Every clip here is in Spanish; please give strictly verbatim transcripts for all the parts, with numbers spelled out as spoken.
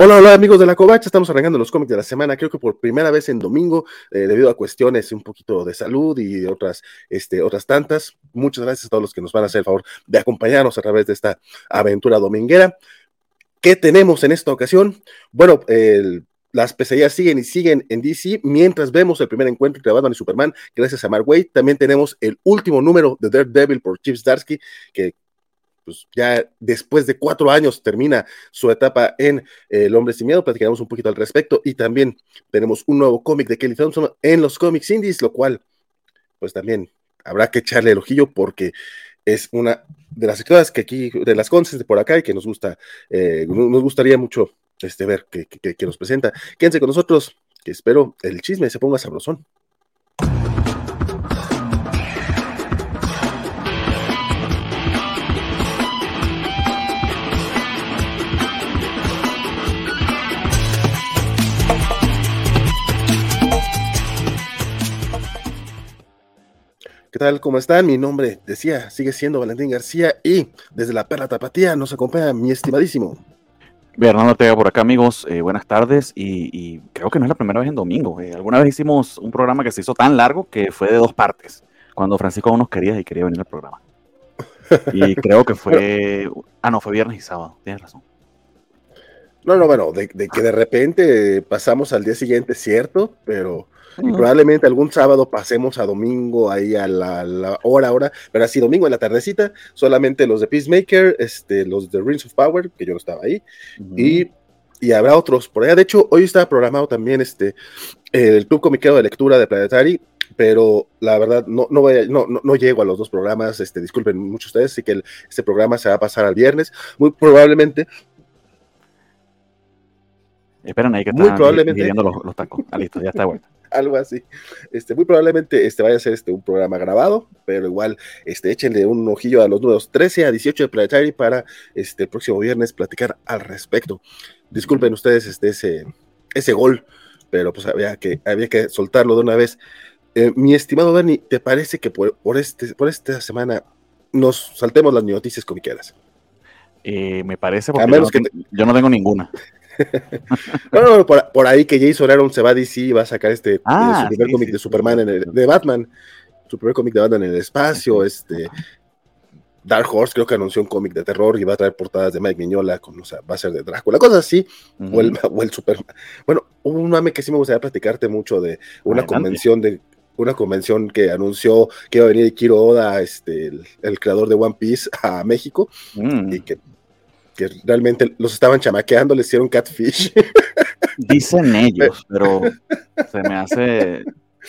Hola, hola amigos de la Covacha, estamos arrancando los cómics de la semana, creo que por primera vez en domingo, eh, debido a cuestiones un poquito de salud y de otras, este, otras tantas. Muchas gracias a todos los que nos van a hacer el favor de acompañarnos a través de esta aventura dominguera. ¿Qué tenemos en esta ocasión? Bueno, el, las pesadillas siguen y siguen en D C, mientras vemos el primer encuentro entre Batman y Superman, gracias a Mark Waid. También tenemos el último número de Daredevil por Chip Zdarsky, que pues ya después de cuatro años termina su etapa en eh, El Hombre Sin Miedo. Platicaremos un poquito al respecto, y también tenemos un nuevo cómic de Kelly Thompson en los cómics indies, lo cual pues también habrá que echarle el ojillo porque es una de las escritoras que aquí, de las conces de por acá, y que nos gusta, eh, nos gustaría mucho este, ver que, que, que nos presenta. Quédense con nosotros, que espero el chisme se ponga sabrosón. ¿Qué tal? ¿Cómo están? Mi nombre, decía, sigue siendo Valentín García, y desde la Perla Tapatía nos acompaña mi estimadísimo Bernardo Ortega por acá, amigos. Eh, buenas tardes, y, y creo que no es la primera vez en domingo. Eh, alguna vez hicimos un programa que se hizo tan largo que fue de dos partes, cuando Francisco aún nos quería y quería venir al programa. Y creo que fue... Ah, no, fue viernes y sábado, tienes razón. No, no, bueno, de, de que de repente pasamos al día siguiente, cierto, pero... Y probablemente algún sábado pasemos a domingo ahí a la, a la hora, hora, pero así domingo en la tardecita, solamente los de Peacemaker, este, los de Rings of Power, que yo no estaba ahí, uh-huh. y, y habrá otros por allá. De hecho, hoy está programado también este, el Club Comiquero de Lectura de Planetary, pero la verdad no, no, voy a, no, no, no llego a los dos programas, este, disculpen mucho ustedes, así que el, este programa se va a pasar al viernes, muy probablemente. Esperen ahí que muy están probablemente dividiendo los, los tacos. Ah, listo, ya está de vuelta. Algo así. Este, muy probablemente este, vaya a ser este, un programa grabado, pero igual este, échenle un ojillo a los números trece a dieciocho de Planetary para este, el próximo viernes platicar al respecto. Disculpen ustedes este, ese, ese gol, pero pues había que, había que soltarlo de una vez. Eh, mi estimado Bernie, ¿te parece que por, por, este, por esta semana nos saltemos las noticias comiqueras? Eh, me parece, porque yo no, que te... yo no tengo ninguna. no, no, por, por ahí que Jason Aaron se va a D C y va a sacar este ah, eh, su primer sí, cómic sí, de sí, Superman, sí, en el, sí. de Batman, su primer cómic de Batman en el espacio. Este Dark Horse creo que anunció un cómic de terror y va a traer portadas de Mike Mignola, con, o sea, va a ser de Drácula, cosas así, uh-huh. o, el, o el Superman. Bueno, hubo un mame que sí me gustaría platicarte mucho de una Adelante. convención de una convención que anunció que iba a venir Kiro Oda, este, el, el creador de One Piece, a México, mm. y que que realmente los estaban chamaqueando, les hicieron catfish. Dicen ellos, pero se me hace...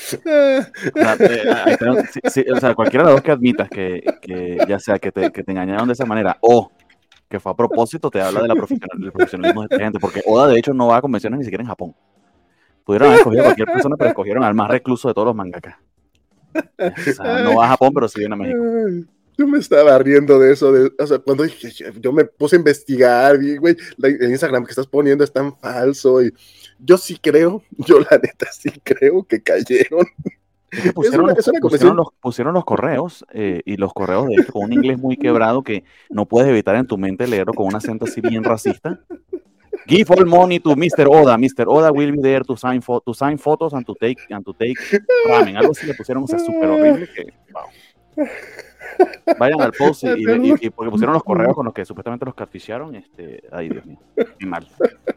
O sea, eh, sí, sí, o sea, cualquiera de los dos que admitas que, que ya sea que te, que te engañaron de esa manera o que fue a propósito, te habla de la profesional, del profesionalismo de esta gente, porque Oda de hecho no va a convenciones ni siquiera en Japón. Pudieron haber escogido a cualquier persona, pero escogieron al más recluso de todos los mangakas. O sea, no va a Japón, pero sí viene a México. Yo me estaba riendo de eso, de, o sea, cuando dije, yo me puse a investigar, y, güey, el Instagram que estás poniendo es tan falso, y yo sí creo, yo la neta sí creo que cayeron. Es que pusieron, es una, los, es pusieron, los, pusieron los correos, eh, y los correos de hecho con un inglés muy quebrado que no puedes evitar en tu mente leerlo con un acento así bien racista. Give all money to mister Oda. mister Oda will be there to sign, to sign photos and to take, and to take ramen. Algo así le pusieron, o sea, súper horrible que, wow. Vayan al post y, y, y, y porque pusieron los correos con los que supuestamente los catfisharon, este, ay Dios mío, qué mal.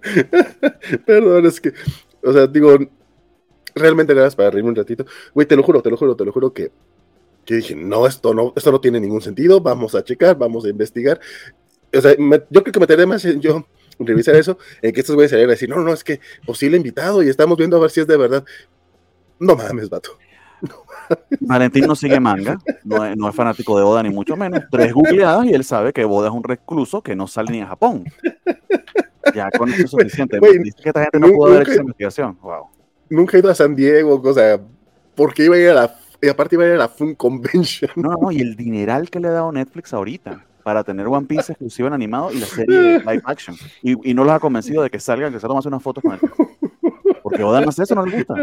Perdón, es que, o sea, digo, realmente nada más para reírme un ratito, güey, te lo juro, te lo juro, te lo juro que, que dije, no, esto no, esto no tiene ningún sentido, vamos a checar, vamos a investigar. O sea, me, yo creo que me tendré más en yo revisar eso, en que estos güeyes salieron a decir, no, no, es que posible invitado y estamos viendo a ver si es de verdad. No mames, vato. Valentín no sigue manga, no es, no es fanático de Oda ni mucho menos. Tres googleadas y él sabe que Oda es un recluso que no sale ni a Japón. Ya con eso es suficiente. Wey, dice que esta gente no pudo haber hecho esa investigación. Wow. Nunca he ido a San Diego, o sea, porque iba a ir a la, y aparte iba a ir a la Fun Convention. No, no, y el dineral que le ha dado Netflix ahorita para tener One Piece exclusivo en animado y la serie live action. Y, y no los ha convencido de que salgan, que se tomen unas fotos con él. Porque Oda no hace eso, no le gusta.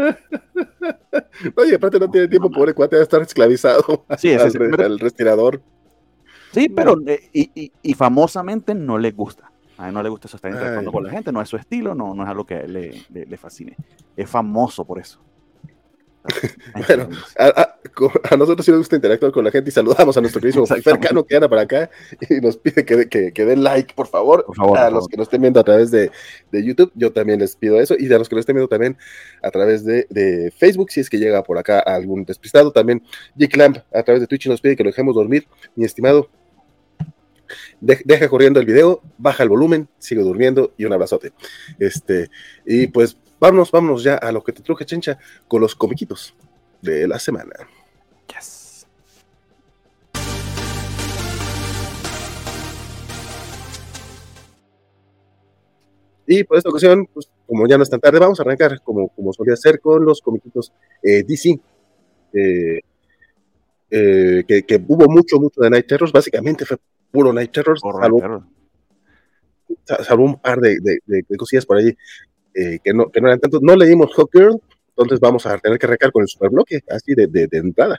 Oye, aparte no tiene tiempo, pobre cuate, de estar esclavizado sí, al, es, al, al respirador. Sí, pero eh, y, y, y famosamente no le gusta. A él no le gusta eso, estar interactuando con la gente, no es su estilo, no, no es algo que le, le, le fascine. Es famoso por eso. Bueno, a, a, a nosotros sí nos gusta interactuar con la gente y saludamos a nuestro querido Fercano que anda para acá y nos pide que, que, que den like, por favor, por favor a por los favor. que nos estén viendo a través de, de YouTube. Yo también les pido eso, y a los que nos estén viendo también a través de, de Facebook, si es que llega por acá algún despistado. También G-Clamp a través de Twitch nos pide que lo dejemos dormir, mi estimado. De, deja corriendo el video, baja el volumen, sigue durmiendo y un abrazote. Este, y pues vámonos, vámonos ya a lo que te truje, Chencha, con los comiquitos de la semana. Yes. Y por esta ocasión, pues, como ya no es tan tarde, vamos a arrancar como, como solía ser con los comiquitos eh, D C. Eh, eh, que, que hubo mucho, mucho de Night Terrors, básicamente fue puro Night Terrors, salvo, Terror. salvo un par de, de, de, de cosillas por ahí eh, que, no, que no eran tantos. No leímos Hawk Girl, entonces vamos a tener que arrancar con el superbloque, así de, de, de entrada.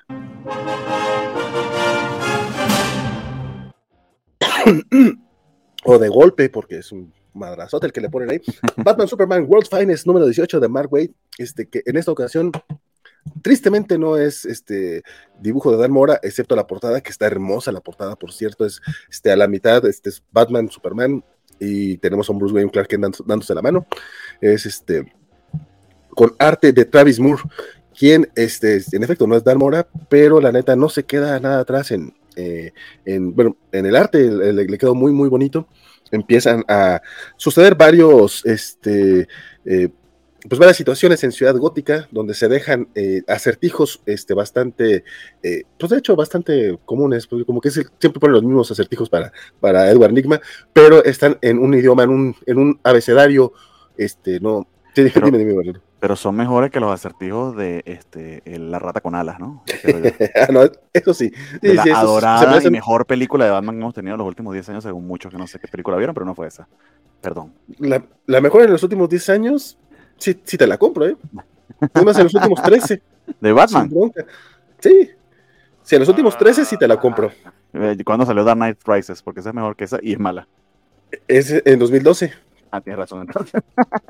O de golpe, porque es un madrazote el que le ponen ahí. Batman Superman World's Finest número dieciocho de Mark Waid, este, que en esta ocasión tristemente no es este dibujo de Dan Mora, excepto la portada, que está hermosa. La portada, por cierto, es este, a la mitad, este es Batman, Superman, y tenemos a un Bruce Wayne Clark Kent dando, dándose la mano. Es este con arte de Travis Moore, quien este, en efecto no es Dan Mora, pero la neta no se queda nada atrás en, eh, en, bueno, en el arte, le, le quedó muy muy bonito. Empiezan a suceder varios este eh, pues varias situaciones en Ciudad Gótica donde se dejan eh, acertijos este, bastante, eh, pues de hecho bastante comunes, porque como que es el, siempre ponen los mismos acertijos para, para Edward Nygma, pero están en un idioma, en un, en un abecedario, este, no, sí, pero, dime, dime, dime. Pero son mejores que los acertijos de este, la rata con alas, ¿no? ah, no, eso sí. sí, de la sí eso adorada se parecen... y mejor película de Batman que hemos tenido en los últimos diez años, según muchos que no sé qué película vieron, pero no fue esa. Perdón. La, la mejor en los últimos diez años, sí, sí te la compro, ¿eh? Además, en los últimos trece. ¿De Batman? Sin bronca. Sí. Sí, en los últimos trece sí te la compro. ¿Cuándo salió Dark Knight Rises? Porque esa es mejor que esa y es mala. Es en dos mil doce. Ah, tienes razón, entonces.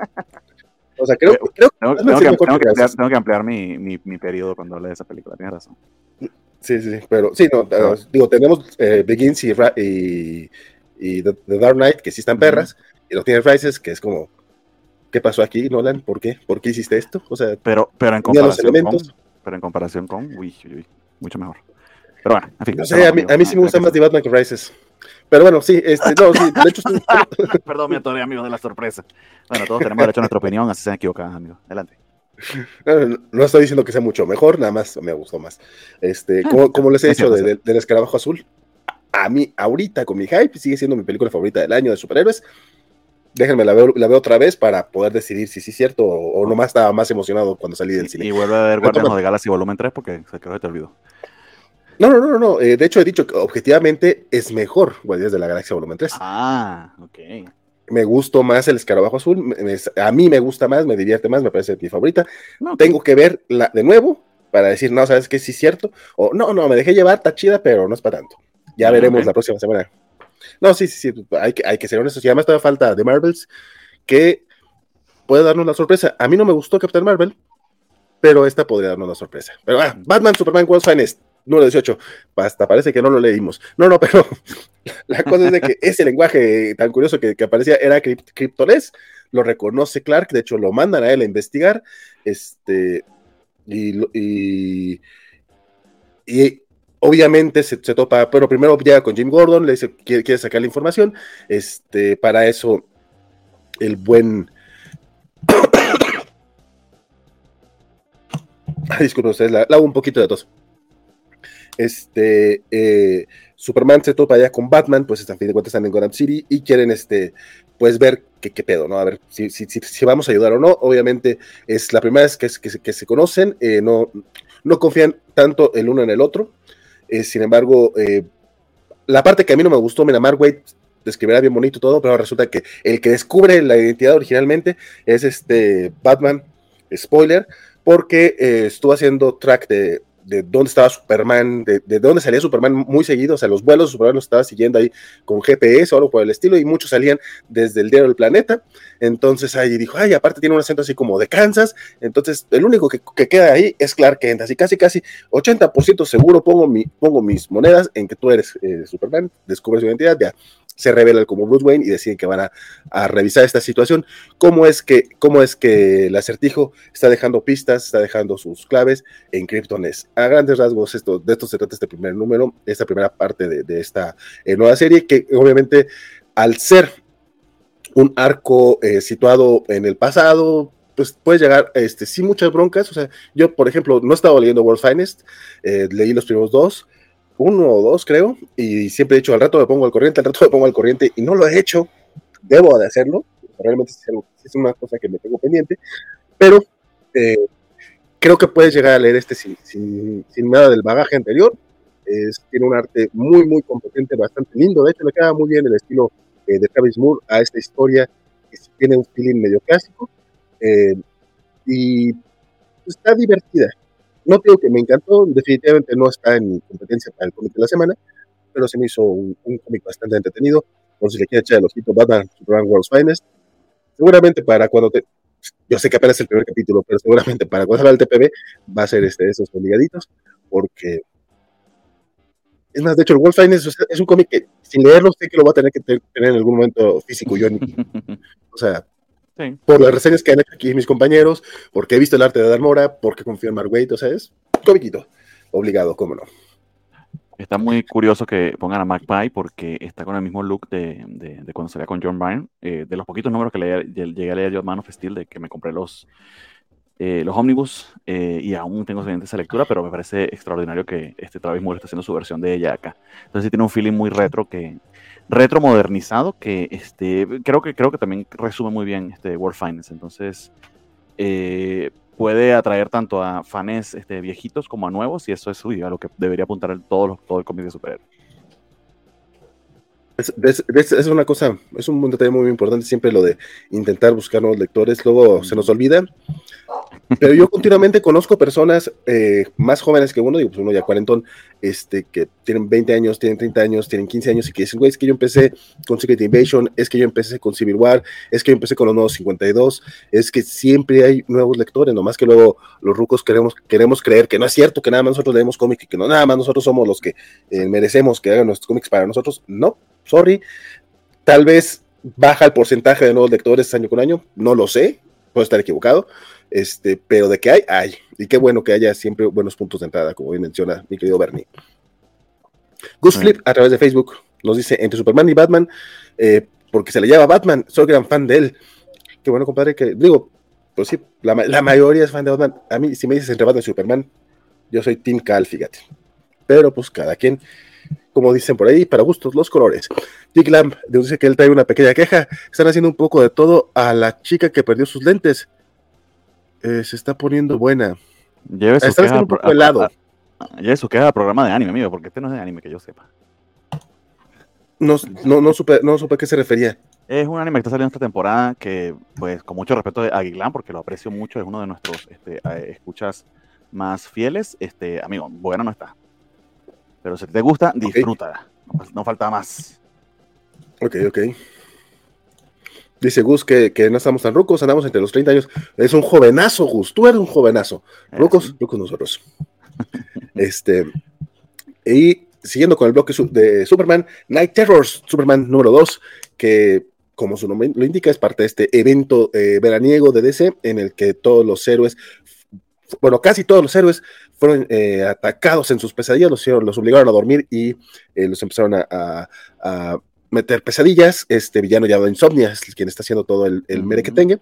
O sea, creo, creo tengo, que, tengo, que, tengo, que, ampliar, tengo que ampliar mi, mi, mi periodo cuando hable de esa película, tienes razón. Sí, sí, pero sí, no, pero, digo, tenemos eh, Begins y, y, y The, The Dark Knight, que sí están perras, uh-huh. Y lo tienes Rises, que es como, ¿qué pasó aquí, Nolan? ¿Por qué? ¿Por qué hiciste esto? O sea, pero, pero en comparación con, pero en comparación con, uy, uy, uy, mucho mejor. Pero bueno, en fin. No sé, a mí, a mí sí me gusta más The Batman que Rises. Pero bueno, sí, este, no, sí, de hecho... Perdón, me atoré, amigos, de la sorpresa. Bueno, todos tenemos derecho a nuestra opinión, así se han equivocado, amigos. Adelante. No, no estoy diciendo que sea mucho mejor, nada más me gustó más. Este, como, como les he dicho de, de, del Escarabajo Azul, a mí, ahorita con mi hype, sigue siendo mi película favorita del año de superhéroes. Déjenme la veo, la veo otra vez para poder decidir si sí es cierto o, o nomás estaba más emocionado cuando salí del y, cine. Y vuelve a ver Guardianes of the Galaxy volumen tres porque se quedó, te olvidó. No, no, no, no. Eh, de hecho, he dicho que objetivamente es mejor Guardianes de la Galaxia volumen tres. Ah, ok. Me gustó más el Escarabajo Azul. Me, me, a mí me gusta más, me divierte más, me parece mi favorita. No, okay. Tengo que verla de nuevo para decir, no, ¿sabes qué? Sí es cierto. O no, no, me dejé llevar, está chida, pero no es para tanto. Ya ah, veremos okay. la próxima semana. No, sí, sí, sí. Hay que, hay que ser honestos. Y además todavía falta de Marvels, que puede darnos la sorpresa. A mí no me gustó Captain Marvel, pero esta podría darnos la sorpresa. Pero ah, Batman, Superman, World's Finest, número dieciocho. Hasta parece que no lo leímos. No, no, pero la cosa es de que ese lenguaje tan curioso que, que aparecía era cript, criptonés. Lo reconoce Clark, de hecho lo mandan a él a investigar. Este, y, y, y obviamente se, se topa, pero primero llega con Jim Gordon, le dice que quiere sacar la información. Este, para eso, el buen. Ay, disculpen ustedes, la, la hago un poquito de tos. Este, eh, Superman se topa ya con Batman, pues están, a fin de cuentas están en Gotham City y quieren, este, pues ver qué, qué pedo, ¿no? A ver si, si, si, si vamos a ayudar o no. Obviamente es la primera vez que, que, que se conocen, eh, no, no confían tanto el uno en el otro. Eh, sin embargo, eh, la parte que a mí no me gustó, mira, Mark Waid describirá bien bonito todo, pero resulta que el que descubre la identidad originalmente es este Batman, spoiler, porque eh, estuvo haciendo track de de dónde estaba Superman, de, de dónde salía Superman muy seguido, o sea, los vuelos de Superman los estaba siguiendo ahí con G P S o algo por el estilo, y muchos salían desde el diario del Planeta. Entonces ahí dijo, ay, aparte tiene un acento así como de Kansas, entonces el único que, que queda ahí es Clark Kent, así casi casi ochenta por ciento seguro pongo, mi, pongo mis monedas en que tú eres eh, Superman, descubres su identidad, ya se revela como Bruce Wayne y deciden que van a, a revisar esta situación, cómo es, que, cómo es que el Acertijo está dejando pistas, está dejando sus claves en Krypton. Es a grandes rasgos esto, de esto se trata este primer número, esta primera parte de, de esta eh, nueva serie, que obviamente al ser un arco eh, situado en el pasado, pues puede llegar, este, sí, muchas broncas. O sea, yo, por ejemplo, no he estado leyendo World's Finest, eh, leí los primeros dos, uno o dos, creo, y siempre he dicho, al rato me pongo al corriente, al rato me pongo al corriente, y no lo he hecho, debo de hacerlo, realmente es, algo, es una cosa que me tengo pendiente, pero eh, creo que puedes llegar a leer este sin, sin, sin nada del bagaje anterior. Es, tiene un arte muy, muy competente, bastante lindo, de hecho le queda muy bien el estilo eh, de Travis Moore a esta historia, que tiene un feeling medio clásico, eh, y está divertida. No digo que me encantó, definitivamente no está en mi competencia para el cómic de la semana, pero se me hizo un, un cómic bastante entretenido. Por si le quiere echar el ojito, Batman Superman World's Finest. Seguramente para cuando te. Yo sé que apenas es el primer capítulo, pero seguramente para cuando salga el T P B va a ser este, esos obligaditos, porque. Es más, de hecho, el World's Finest es, es un cómic que sin leerlo sé que lo va a tener que tener en algún momento físico yo. O sea. Sí. Por las reseñas que han hecho aquí mis compañeros, porque he visto el arte de Dan Mora, porque confío en Mark Waid, o sea, es comiquito, obligado, cómo no. Está muy curioso que pongan a Magpie porque está con el mismo look de, de, de cuando salía con John Byrne, eh, de los poquitos números que le, llegué a leer yo Man of Steel, de que me compré los, eh, los Omnibus, eh, y aún tengo pendiente esa lectura, pero me parece extraordinario que este Travis Moore está haciendo su versión de ella acá. Entonces sí tiene un feeling muy retro, que retro modernizado, que este, creo que creo que también resume muy bien este World Finance. Entonces eh, puede atraer tanto a fans este, viejitos como a nuevos, y eso es uy, a lo que debería apuntar el, todo, los, todo el cómic de superhéroes. Es, es, es, es una cosa, es un detalle muy importante siempre lo de intentar buscar nuevos lectores, luego se nos olvida. Pero yo continuamente conozco personas eh, más jóvenes que uno, digo, pues uno ya cuarentón, este, que tienen veinte años, tienen treinta años, tienen quince años y que dicen, güey, es que yo empecé con Secret Invasion, es que yo empecé con Civil War, es que yo empecé con los nuevos cincuenta y dos, es que siempre hay nuevos lectores, nomás que luego los rucos queremos, queremos creer que no es cierto, que nada más nosotros leemos cómics y que no, nada más nosotros somos los que eh, merecemos que hagan nuestros cómics para nosotros. No, sorry, tal vez baja el porcentaje de nuevos lectores año con año, no lo sé, puedo estar equivocado. Este, pero de que hay, hay, y qué bueno que haya siempre buenos puntos de entrada, como bien menciona mi querido Bernie. Gus Flip, a través de Facebook, nos dice, entre Superman y Batman, eh, porque se le llama Batman, soy gran fan de él. Qué bueno, compadre, que digo, pues sí, la, la mayoría es fan de Batman. A mí, si me dices entre Batman y Superman, yo soy Team Cal, fíjate. Pero pues cada quien, como dicen por ahí, para gustos los colores. Dick Lamb dice que él trae una pequeña queja, están haciendo un poco de todo a la chica que perdió sus lentes. Eh, se está poniendo buena. Lleve su, queja un poco helado. A, a, lleve su queja al programa de anime, amigo, porque este no es de anime que yo sepa. No, no, no, supe, no supe a qué se refería. Es un anime que está saliendo esta temporada que, pues, con mucho respeto a Aguilán, porque lo aprecio mucho, es uno de nuestros este, escuchas más fieles. Este, amigo, bueno no está. Pero si te gusta, disfrútala. Okay. No, no falta más. Ok, ok. Dice Gus que, que no estamos tan rucos, andamos entre los treinta años. Es un jovenazo, Gus. Tú eres un jovenazo. Rucos, rucos nosotros. este. Y siguiendo con el bloque de Superman, Night Terrors, Superman número dos, que como su nombre lo indica, es parte de este evento eh, veraniego de D C, en el que todos los héroes, bueno, casi todos los héroes fueron eh, atacados en sus pesadillas, los, los obligaron a dormir y eh, los empezaron a, a, a meter pesadillas. Este villano llamado Insomnia es quien está haciendo todo el, el merequetengue.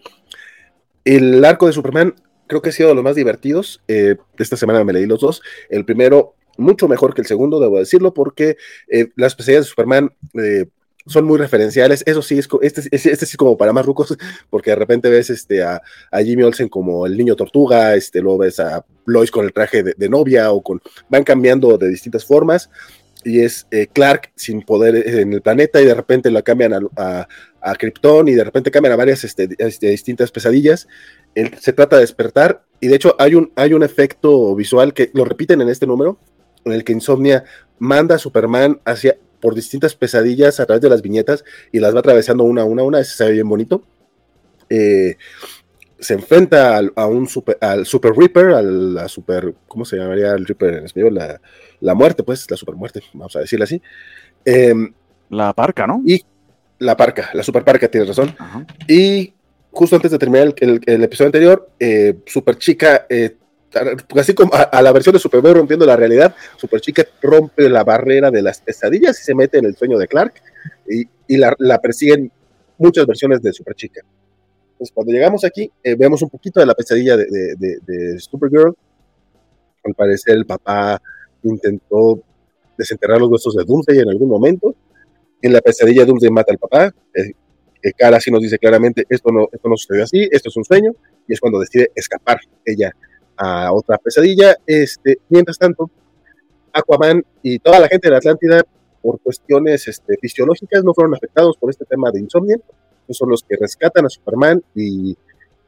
El arco de Superman creo que ha sido de los más divertidos. Eh, esta semana me leí los dos. El primero, mucho mejor que el segundo, debo decirlo, porque eh, las pesadillas de Superman eh, son muy referenciales. Eso sí, es, este, este, este sí como para más rucos, porque de repente ves este, a, a Jimmy Olsen como el niño tortuga, este, luego ves a Lois con el traje de, de novia, o con van cambiando de distintas formas. y es eh, Clark sin poder en el planeta y de repente lo cambian a, a, a Krypton y de repente cambian a varias este, este, distintas pesadillas. Él se trata de despertar y de hecho hay un, hay un efecto visual que lo repiten en este número, en el que Insomnia manda a Superman hacia, por distintas pesadillas a través de las viñetas y las va atravesando una a una, una, ese se ve bien bonito. Eh, se enfrenta al, a un super, al Super Reaper, a la super, ¿cómo se llamaría el Reaper en español? La, la muerte, pues, la super muerte, vamos a decirle así. Eh, la parca, ¿no? Y la parca, la super parca, tienes razón. Ajá. Y justo antes de terminar el, el, el episodio anterior, eh, Super Chica, eh, así como a, a la versión de Superboy rompiendo la realidad, Super Chica rompe la barrera de las pesadillas y se mete en el sueño de Clark y, y la, la persiguen muchas versiones de Super Chica. Entonces, cuando llegamos aquí, eh, vemos un poquito de la pesadilla de, de, de, de Supergirl. Al parecer, el papá intentó desenterrar los huesos de Doomsday en algún momento. En la pesadilla, Doomsday mata al papá. Eh, eh, Kara sí nos dice claramente, esto no, esto no sucedió así, esto es un sueño, y es cuando decide escapar ella a otra pesadilla. Este, mientras tanto, Aquaman y toda la gente de la Atlántida, por cuestiones este, fisiológicas, no fueron afectados por este tema de insomnio. Son los que rescatan a Superman y,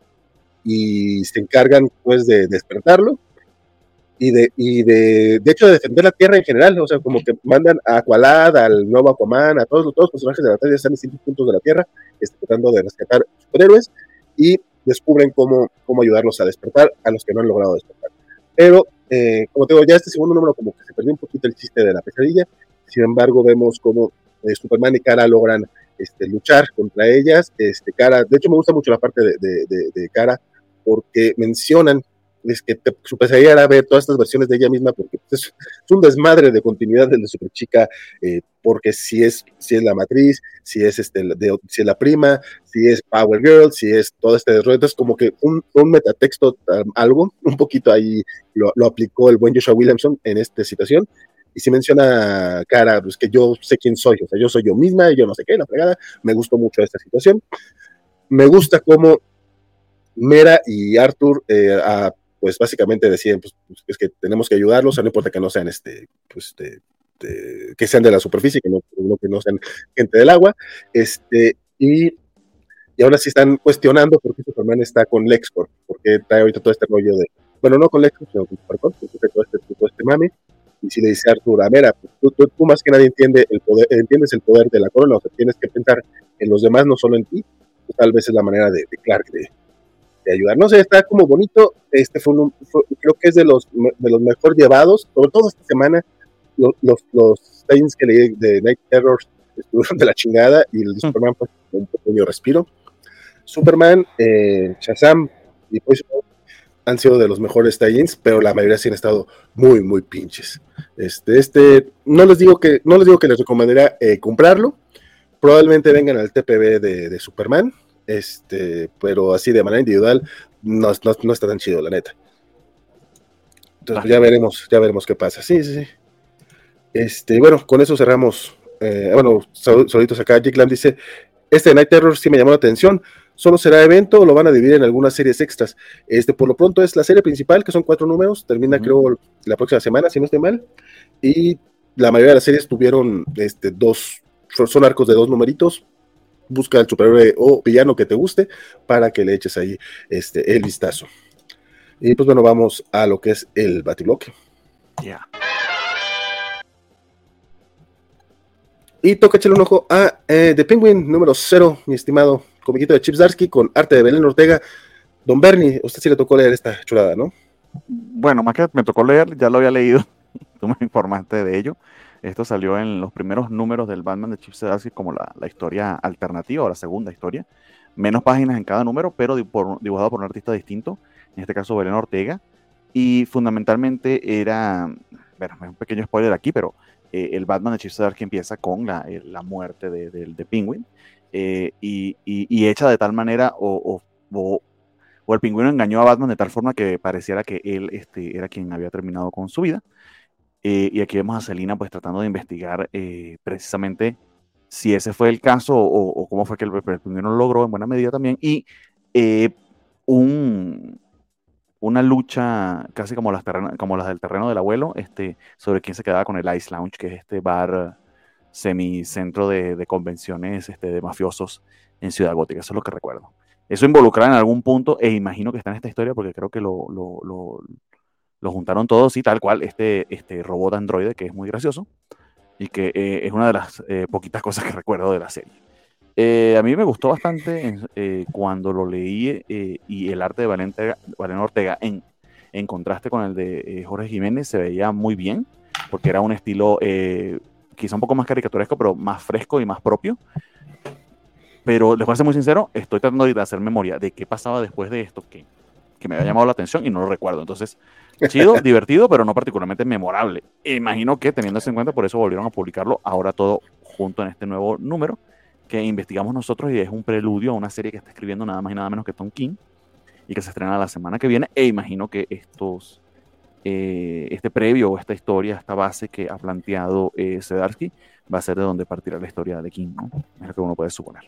y se encargan pues de despertarlo y de y de, de hecho de defender la Tierra en general, o sea, como que mandan a Aqualad, al nuevo Aquaman, a todos, todos los personajes de la Tierra están en distintos puntos de la Tierra, este, tratando de rescatar superhéroes y descubren cómo, cómo ayudarlos a despertar a los que no han logrado despertar. Pero, eh, como te digo, ya este segundo número como que se perdió un poquito el chiste de la pesadilla, sin embargo vemos cómo eh, Superman y Kara logran Este, luchar contra ellas. Este, Kara, de hecho me gusta mucho la parte de, de, de, de Kara porque mencionan es que te, su pesadilla era ver todas estas versiones de ella misma porque pues, es, es un desmadre de continuidad del de Super Chica, eh, porque si es, si es la matriz, si es, este, de, si es la prima, si es Power Girl, si es todo este desarrollo, entonces como que un, un metatexto, um, algo, un poquito ahí lo, lo aplicó el buen Joshua Williamson en esta situación. Y si menciona Kara, pues que yo sé quién soy, o sea, yo soy yo misma, yo no sé qué, la fregada, me gustó mucho esta situación. Me gusta cómo Mera y Arthur, eh, a, pues básicamente deciden, pues, es que tenemos que ayudarlos, o sea, no importa que no sean, este, pues, de, de, que sean de la superficie, que no, que no sean gente del agua, este, y, y ahora sí están cuestionando por qué Superman está con LexCorp, porque trae ahorita todo este rollo de, bueno, no con LexCorp, sino con Supercorp, porque todo este, todo este mame. Y si le dice a Arthur, a ver, tú, tú, tú, más que nadie entiende el poder, entiendes el poder de la corona, o sea, tienes que pensar en los demás, no solo en ti, pues tal vez es la manera de, de Clark de, de ayudar. No sé, está como bonito, este fue, un, fue creo que es de los, de los mejor llevados, sobre todo esta semana, los, los, los times que leí de Night Terrors estuvieron de la chingada, y el de Superman fue un pequeño respiro. Superman, eh, Shazam y pues han sido de los mejores tie-ins, pero la mayoría sí han estado muy, muy pinches. Este, este, no les digo que, no les digo que les recomendaría eh, comprarlo, probablemente vengan al T P B de, de Superman, este, pero así de manera individual no, no, no está tan chido, la neta. Entonces pues, ya veremos, ya veremos qué pasa. Sí, sí, sí. Este, bueno, con eso cerramos. Eh, bueno, saluditos acá. Jake Lam dice, este Night Terror sí me llamó la atención. ¿Solo será evento o lo van a dividir en algunas series extras? Este, por lo pronto es la serie principal, que son cuatro números, termina uh-huh. creo la próxima semana, si no estoy mal, y la mayoría de las series tuvieron este, dos, son arcos de dos numeritos. Busca el superhéroe o villano que te guste para que le eches ahí este, el vistazo. Y pues bueno, vamos a lo que es el Batibloque. Ya. Yeah. Y toca echarle un ojo a eh, The Penguin número cero, mi estimado comiquito de Chip Zdarsky con arte de Belén Ortega. Don Bernie, usted sí le tocó leer esta chulada, ¿no? Bueno, más que me tocó leer, ya lo había leído. Tú me informaste de ello. Esto salió en los primeros números del Batman de Chip Zdarsky como la, la historia alternativa o la segunda historia. Menos páginas en cada número, pero por, dibujado por un artista distinto, en este caso Belén Ortega. Y fundamentalmente era, bueno, es un pequeño spoiler aquí, pero eh, el Batman de Chip Zdarsky empieza con la, eh, la muerte de, de, de Penguin. Eh, y, y, y hecha de tal manera, o, o, o, o el Pingüino engañó a Batman de tal forma que pareciera que él este, era quien había terminado con su vida. Eh, y aquí vemos a Selina pues tratando de investigar eh, precisamente si ese fue el caso o, o cómo fue que el, el Pingüino lo logró en buena medida también. Y eh, un, una lucha casi como las, terreno, como las del terreno del abuelo, este, sobre quién se quedaba con el Ice Lounge, que es este bar semicentro de, de convenciones este, de mafiosos en Ciudad Gótica. Eso es lo que recuerdo. Eso involucraba en algún punto, e imagino que está en esta historia porque creo que lo, lo, lo, lo juntaron todos y tal cual, este, este robot androide que es muy gracioso y que eh, es una de las eh, poquitas cosas que recuerdo de la serie. Eh, a mí me gustó bastante eh, cuando lo leí eh, y el arte de Valente, Valeno Ortega en, en contraste con el de eh, Jorge Jiménez se veía muy bien, porque era un estilo eh, quizá un poco más caricaturesco, pero más fresco y más propio. Pero les voy a ser muy sincero, estoy tratando de hacer memoria de qué pasaba después de esto que, que me había llamado la atención y no lo recuerdo. Entonces, chido, divertido, pero no particularmente memorable. E imagino que teniendo eso en cuenta, por eso volvieron a publicarlo ahora todo junto en este nuevo número que investigamos nosotros y es un preludio a una serie que está escribiendo nada más y nada menos que Tom King y que se estrena la semana que viene, e imagino que estos eh, este previo, esta historia, esta base que ha planteado eh, Zdarsky va a ser de donde partirá la historia de King, ¿no? Es lo que uno puede suponer.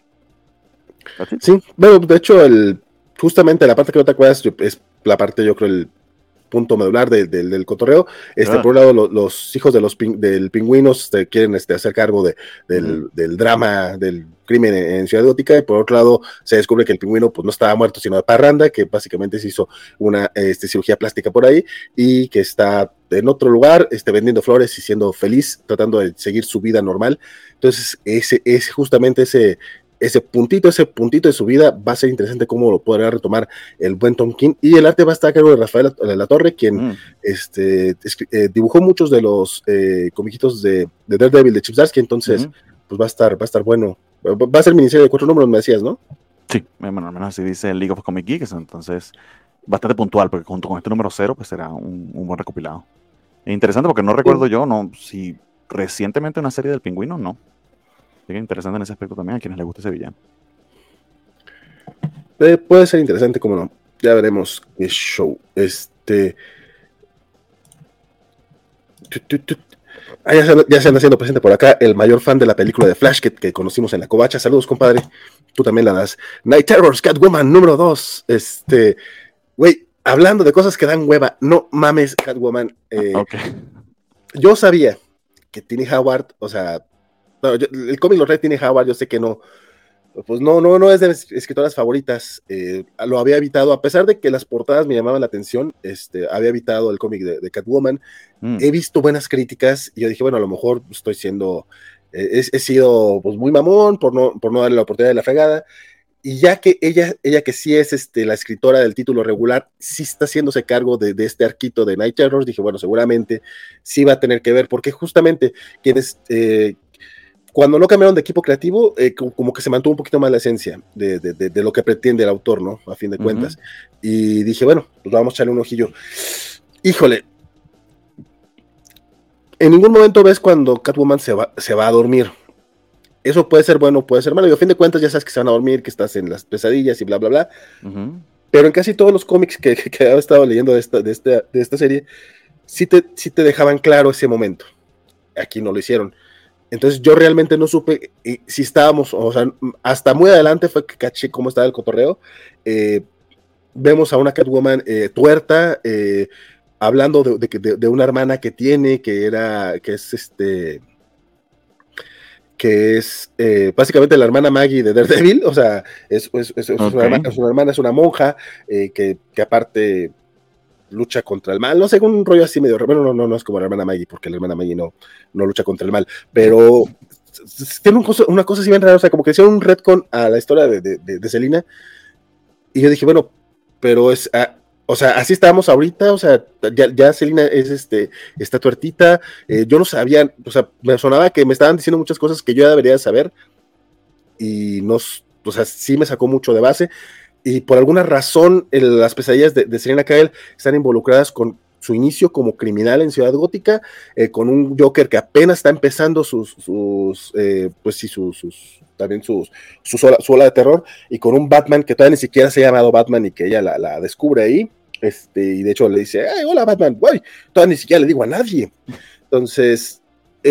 Sí, bueno, de hecho, el, justamente la parte que no te acuerdas es la parte, yo creo, el punto medular de, de, del cotorreo. Este, yeah. Por un lado, lo, los hijos de los ping, del pingüinos este, quieren este, hacer cargo de, del, uh-huh. del drama, del crimen en, en Ciudad Gótica, y por otro lado, se descubre que el pingüino pues, no estaba muerto, sino de parranda, que básicamente se hizo una este, cirugía plástica por ahí, y que está en otro lugar, este, vendiendo flores y siendo feliz, tratando de seguir su vida normal. Entonces, ese es justamente ese ese puntito, ese puntito de su vida va a ser interesante cómo lo podrá retomar el buen Tom King, y el arte va a estar a cargo de Rafael La Torre, quien mm. este, eh, dibujó muchos de los eh, comiquitos de, de Daredevil de Chip Zdarsky, entonces mm. pues va a estar, va a estar bueno, va a ser miniserie de cuatro números, me decías, ¿no? Sí, bueno, al menos así dice el League of Comic Geeks, entonces bastante puntual, porque junto con este número cero, pues será un, un buen recopilado. Es interesante porque no recuerdo sí. yo, no, si recientemente una serie del Pingüino, no. Así que interesante en ese aspecto también a quienes les guste ese villano. Eh, puede ser interesante, como no. Ya veremos qué show. Este. Ah, ya, se, ya se anda haciendo presente por acá el mayor fan de la película de Flash que, que conocimos en la covacha. Saludos, compadre. Tú también la das. Night Terrors, Catwoman número dos. Este. Güey, hablando de cosas que dan hueva. No mames, Catwoman. Eh, okay. Yo sabía que Tini Howard, o sea. No, yo, el cómic lo trae Tini Howard, yo sé que no, pues no, no, no es de mis escritoras favoritas, eh, lo había evitado, a pesar de que las portadas me llamaban la atención, este, había evitado el cómic de, de Catwoman, mm. he visto buenas críticas, y yo dije, bueno, a lo mejor estoy siendo, eh, he, he sido pues muy mamón, por no, por no darle la oportunidad de la fregada, y ya que ella, ella que sí es este, la escritora del título regular, sí está haciéndose cargo de, de este arquito de Night Terrors, dije, bueno, seguramente sí va a tener que ver, porque justamente quienes... Eh, cuando no cambiaron de equipo creativo, eh, como, como que se mantuvo un poquito más la esencia de, de, de, de lo que pretende el autor, ¿no? A fin de cuentas. Uh-huh. Y dije, bueno, pues vamos a echarle un ojillo. Híjole. En ningún momento ves cuando Catwoman se va, se va a dormir. Eso puede ser bueno, puede ser malo. Y a fin de cuentas ya sabes que se van a dormir, que estás en las pesadillas y bla, bla, bla. Uh-huh. Pero en casi todos los cómics que, que, que he estado leyendo de esta, de esta, de esta serie, sí te, sí te dejaban claro ese momento. Aquí no lo hicieron. Entonces yo realmente no supe eh, si estábamos, o sea, hasta muy adelante fue que caché cómo estaba el cotorreo. Eh, vemos a una Catwoman eh, tuerta, eh, hablando de, de, de, de una hermana que tiene, que era, que es este, que es eh, básicamente la hermana Maggie de Daredevil, o sea, es, es, es, es, okay. una, hermana, es una hermana, es una monja, eh, que, que aparte... lucha contra el mal, no sé, un rollo así medio, bueno, no, no, no es como la hermana Maggie, porque la hermana Maggie no, no lucha contra el mal, pero tiene un cosa, una cosa así bien rara, o sea, como que hicieron un retcon a la historia de, de, de, de Selina, y yo dije, bueno, pero es, ah, o sea, así estábamos ahorita, o sea, ya, ya Selina es este, está tuertita, eh, yo no sabía, o sea, me sonaba que me estaban diciendo muchas cosas que yo ya debería saber, y no, o sea, sí me sacó mucho de base. Y por alguna razón el, las pesadillas de, de Selina Kyle están involucradas con su inicio como criminal en Ciudad Gótica, eh, con un Joker que apenas está empezando sus, sus eh, pues sí, sus, sus también sus, sus ola, su ola de terror, y con un Batman que todavía ni siquiera se ha llamado Batman y que ella la, la descubre ahí, este, y de hecho le dice, hey, hola Batman, guay, todavía ni siquiera le digo a nadie. Entonces, el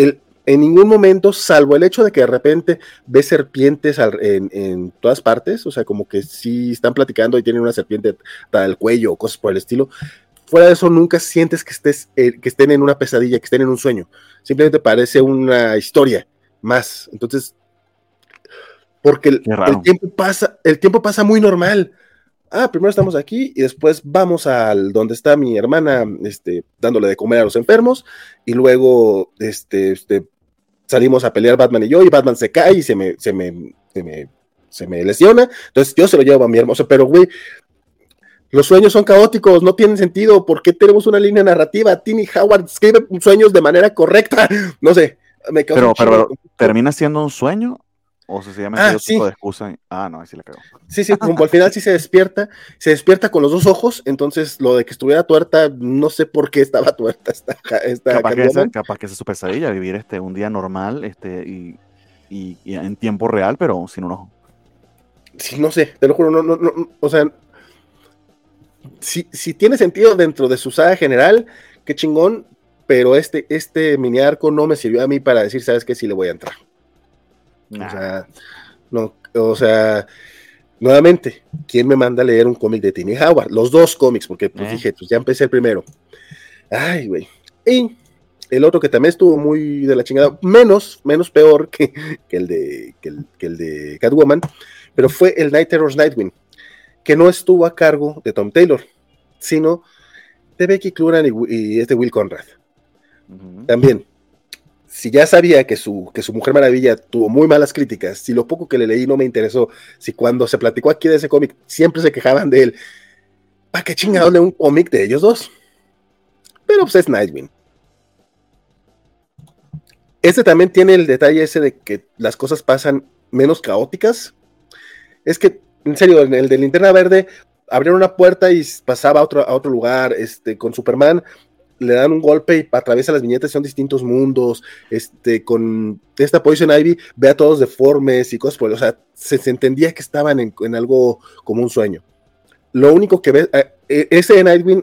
en ningún momento, salvo el hecho de que de repente ves serpientes al, en, en todas partes, o sea, como que sí están platicando y tienen una serpiente para el cuello o cosas por el estilo. Fuera de eso, nunca sientes que, estés, eh, que estén en una pesadilla, que estén en un sueño. Simplemente parece una historia más. Entonces, porque el, el, tiempo pasa, el tiempo pasa muy normal. Ah, primero estamos aquí y después vamos al donde está mi hermana, este, dándole de comer a los enfermos, y luego este, este, salimos a pelear Batman y yo, y Batman se cae y se me, se me, se me, se me lesiona, entonces yo se lo llevo a mi hermoso, pero güey, los sueños son caóticos, no tienen sentido. ¿Por qué tenemos una línea narrativa? Tini Howard escribe sueños de manera correcta. No sé, me pero, pero, pero, ¿termina siendo un sueño? ¿O sencillamente ah, yo sí. tipo de excusa? Ah, no, ahí sí la cago. Sí, sí, como al final sí se despierta, se despierta con los dos ojos, entonces lo de que estuviera tuerta, no sé por qué estaba tuerta. Esta, esta capaz, que esa, capaz que esa es su pesadilla, vivir este, un día normal este, y, y, y en tiempo real, pero sin un ojo. Sí, no sé, te lo juro, no, no, no, o sea... Si, si tiene sentido dentro de su saga general, qué chingón, pero este, este mini arco no me sirvió a mí para decir, ¿sabes qué? Sí le voy a entrar. Nah. O sea, no, o sea, nuevamente, ¿quién me manda a leer un cómic de Tini Howard? Los dos cómics, porque pues eh. dije, pues ya empecé el primero. Ay, güey. Y el otro que también estuvo muy de la chingada, menos, menos peor que, que, el de, que, el, que el de Catwoman, pero fue el Night Terror's Nightwing, que no estuvo a cargo de Tom Taylor, sino de Becky Cloonan y, y este Will Conrad. Uh-huh. También, si ya sabía que su, que su Mujer Maravilla tuvo muy malas críticas, si lo poco que le leí no me interesó, si cuando se platicó aquí de ese cómic siempre se quejaban de él, ¿para qué chingados lee un cómic de ellos dos? Pero pues es Nightwing. Este también tiene el detalle ese de que las cosas pasan menos caóticas. Es que en serio, en el de Linterna Verde, abrieron una puerta y pasaba a otro, a otro lugar, este, con Superman, le dan un golpe y atraviesa las viñetas, son distintos mundos, este, con esta Poison Ivy, ve a todos deformes y cosas por el, o sea, se, se entendía que estaban en, en algo como un sueño. Lo único que ve, eh, ese Nightwing,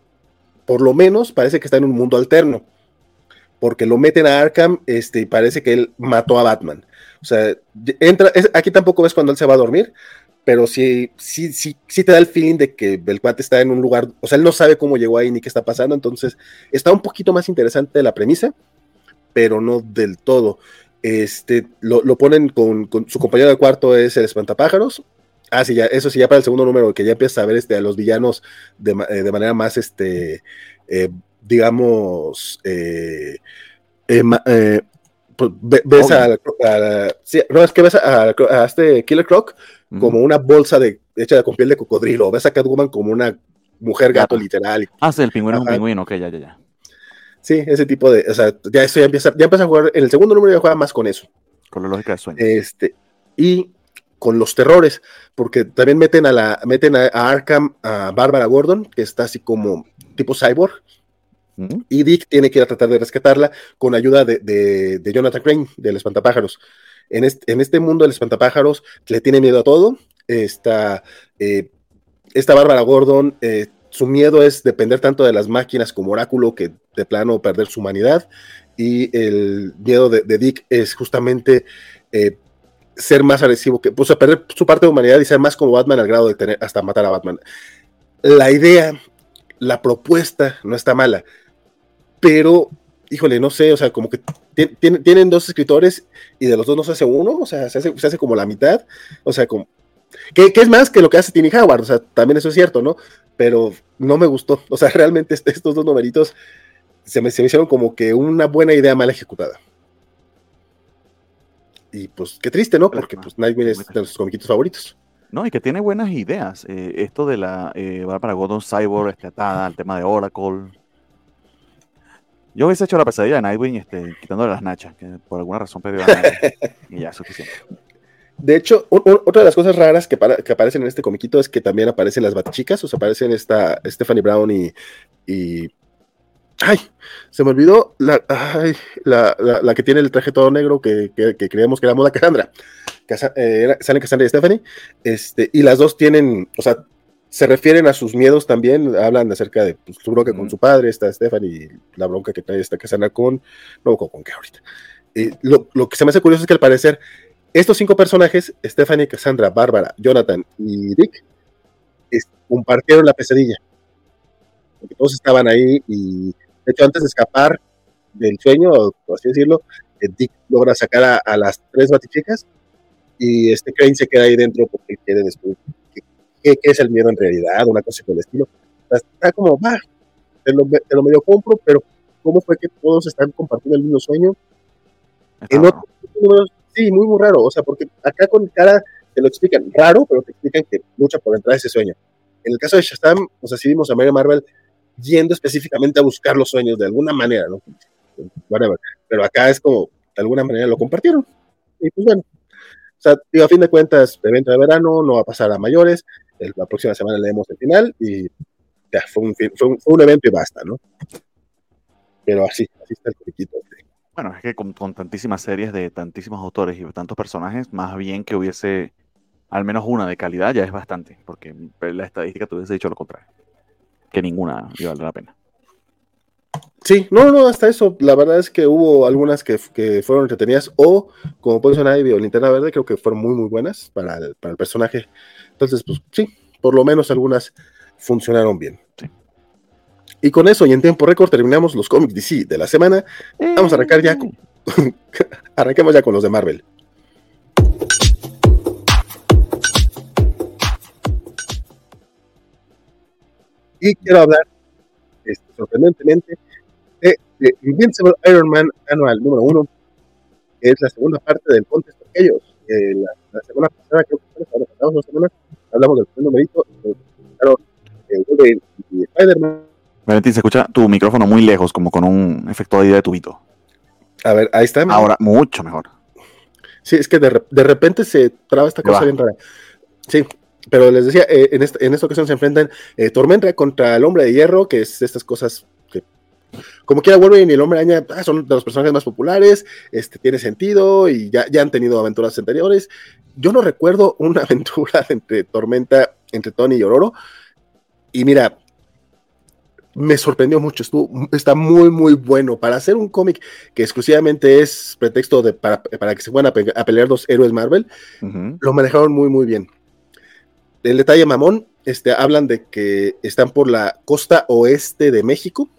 por lo menos, parece que está en un mundo alterno, porque lo meten a Arkham, este, y parece que él mató a Batman. O sea, entra, es, aquí tampoco ves cuando él se va a dormir, pero sí, sí, sí, sí te da el feeling de que el cuate está en un lugar, o sea, él no sabe cómo llegó ahí ni qué está pasando, entonces está un poquito más interesante la premisa, pero no del todo. Este, lo, lo ponen con, con su compañero de cuarto, es el Espantapájaros. Ah, sí, ya, eso sí, ya para el segundo número, que ya empiezas a ver este, a los villanos de, de manera más, este, eh, digamos, eh, eh, eh, pues ves a, a, sí, no, es que ves a, a, a este Killer Croc como una bolsa de, hecha con piel de cocodrilo, ves a Catwoman como una mujer gato, gato. literal. Ah, sí, el pingüino es un pingüino, ok, ya, ya, ya. Sí, ese tipo de, o sea, ya eso ya empieza, ya empieza a jugar, en el segundo número ya juega más con eso. Con la lógica de sueño. Este, y con los terrores, porque también meten a la, meten a, a Arkham a Bárbara Gordon, que está así como tipo cyborg, uh-huh. Y Dick tiene que ir a tratar de rescatarla con ayuda de, de, de Jonathan Crane, del Espantapájaros. En este, en este mundo del Espantapájaros le tiene miedo a todo. Esta, eh, esta Bárbara Gordon, eh, su miedo es depender tanto de las máquinas como Oráculo, que de plano perder su humanidad. Y el miedo de, de Dick es justamente eh, ser más agresivo, que, pues, perder su parte de humanidad y ser más como Batman al grado de tener hasta matar a Batman. La idea, la propuesta no está mala, pero híjole, no sé, o sea, como que t- t- tienen dos escritores y de los dos no se hace uno, o sea, se hace, se hace como la mitad, o sea, como, que, que es más que lo que hace Tini Howard, o sea, también eso es cierto, ¿no? Pero no me gustó, o sea, realmente est- estos dos numeritos se me, se me hicieron como que una buena idea mal ejecutada. Y pues, qué triste, ¿no? Porque pues Nightwing es de nuestros comiquitos favoritos. No, y que tiene buenas ideas, eh, esto de la eh, Bárbara Gordon Cyborg, este, atada, el tema de Oracle. Yo hubiese hecho la pesadilla de Nightwing este, quitándole las nachas, que por alguna razón perdió la nacha, y ya es suficiente. De hecho, un, un, otra de las cosas raras que, para, que aparecen en este comiquito es que también aparecen las Batchicas, o sea, aparecen esta Stephanie Brown y, y... ¡Ay! Se me olvidó la, ay, la, la, la que tiene el traje todo negro que, que, que creemos que era Moda Cassandra. Casa, eh, salen Cassandra y Stephanie, este, y las dos tienen, o sea, se refieren a sus miedos también, hablan acerca de pues, su bronca mm. con su padre, está Stephanie, y la bronca que trae esta Cassandra con, no con, con qué ahorita. eh, lo, lo que se me hace curioso es que al parecer estos cinco personajes, Stephanie, Cassandra, Bárbara, Jonathan y Dick, es, compartieron la pesadilla. Porque todos estaban ahí y, de hecho, antes de escapar del sueño, por así decirlo, eh, Dick logra sacar a, a las tres batichicas y este Crane se queda ahí dentro porque quiere descubrir qué, qué, qué es el miedo en realidad, una cosa por el estilo. O sea, está como, va, te lo, te lo medio compro, pero ¿cómo fue que todos están compartiendo el mismo sueño? En otros números, sí, muy, muy raro. O sea, porque acá con cara te lo explican raro, pero te explican que lucha por entrar a ese sueño. En el caso de Shazam, o sea, sí vimos a Mary Marvel yendo específicamente a buscar los sueños de alguna manera, ¿no? Whatever. Pero acá es como, de alguna manera lo compartieron. Y pues bueno, o sea, digo, a fin de cuentas, evento de verano, no va a pasar a mayores. El, la próxima semana leemos el final y ya, fue un, fue un, fue un evento y basta, ¿no? Pero así, así está el comiquito. Bueno, es que con, con tantísimas series de tantísimos autores y tantos personajes, más bien que hubiese al menos una de calidad ya es bastante, porque la estadística te hubiese dicho lo contrario, que ninguna iba a valer la pena. Sí, no, no, hasta eso, la verdad es que hubo algunas que, que fueron entretenidas, o como Poison Ivy o Linterna Verde, creo que fueron muy, muy buenas para el, para el personaje. Entonces, pues sí, por lo menos algunas funcionaron bien. Sí. Y con eso, y en tiempo récord, terminamos los cómics D C de la semana. Vamos a arrancar ya con... Arranquemos ya con los de Marvel. Y quiero hablar, este, sorprendentemente, de, de Invincible Iron Man Annual número uno, que es la segunda parte del Contest of Chaos. Eh, la, la semana pasada, creo que fue la semana pasada, dos semanas, hablamos del primer numerito, claro, eh, Wolverine y Spider-Man. Valentín, se escucha tu micrófono muy lejos, como con un efecto de tubito. A ver, ahí está. Ahora, mucho mejor. Sí, es que de, de repente se traba esta cosa bien rara. Sí, pero les decía, eh, en, esta, en esta ocasión se enfrentan eh, Tormenta contra el Hombre de Hierro, que es estas cosas que, como quiera, Wolverine y el Hombre Araña ah, son de los personajes más populares, este, tiene sentido y ya, ya han tenido aventuras anteriores. Yo no recuerdo una aventura entre Tormenta, entre Tony y Ororo, y mira, me sorprendió mucho, estuvo, está muy, muy bueno. Para hacer un cómic que exclusivamente es pretexto de, para, para que se puedan a, pe a pelear dos héroes Marvel, uh-huh. Lo manejaron muy, muy bien. El detalle mamón, este, hablan de que están por la costa oeste de México,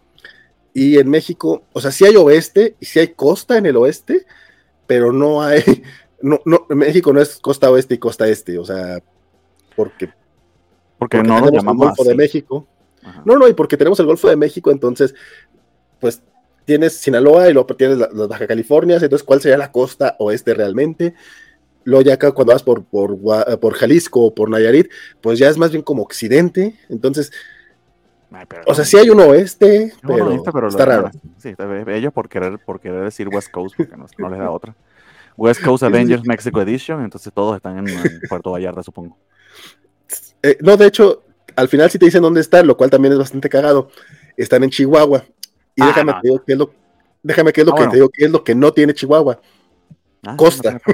y en México, o sea, sí hay oeste, y sí hay costa en el oeste, pero no hay, no, no, México no es costa oeste y costa este, o sea, porque, porque, porque no lo llamamos el Golfo así. de México. Ajá. No, no, y porque tenemos el Golfo de México, entonces, pues, tienes Sinaloa y luego tienes las la Baja Californias, entonces, ¿cuál sería la costa oeste realmente? Luego ya acá cuando vas por, por, por Jalisco o por Nayarit, pues ya es más bien como occidente, entonces, Ay, o no, sea, sí hay un oeste, no, pero, no, pero está raro. Sí, ellos por querer, por querer decir West Coast, porque no, no les da otra. West Coast Avengers Mexico Edition, entonces todos están en, en Puerto Vallarta, supongo. Eh, no, de hecho, al final sí te dicen dónde están, lo cual también es bastante cagado. Están en Chihuahua. Y ah, déjame, no. que digo que es lo, déjame que es lo ah, que bueno. te digo que es lo que no tiene Chihuahua. Ah, Costa. No,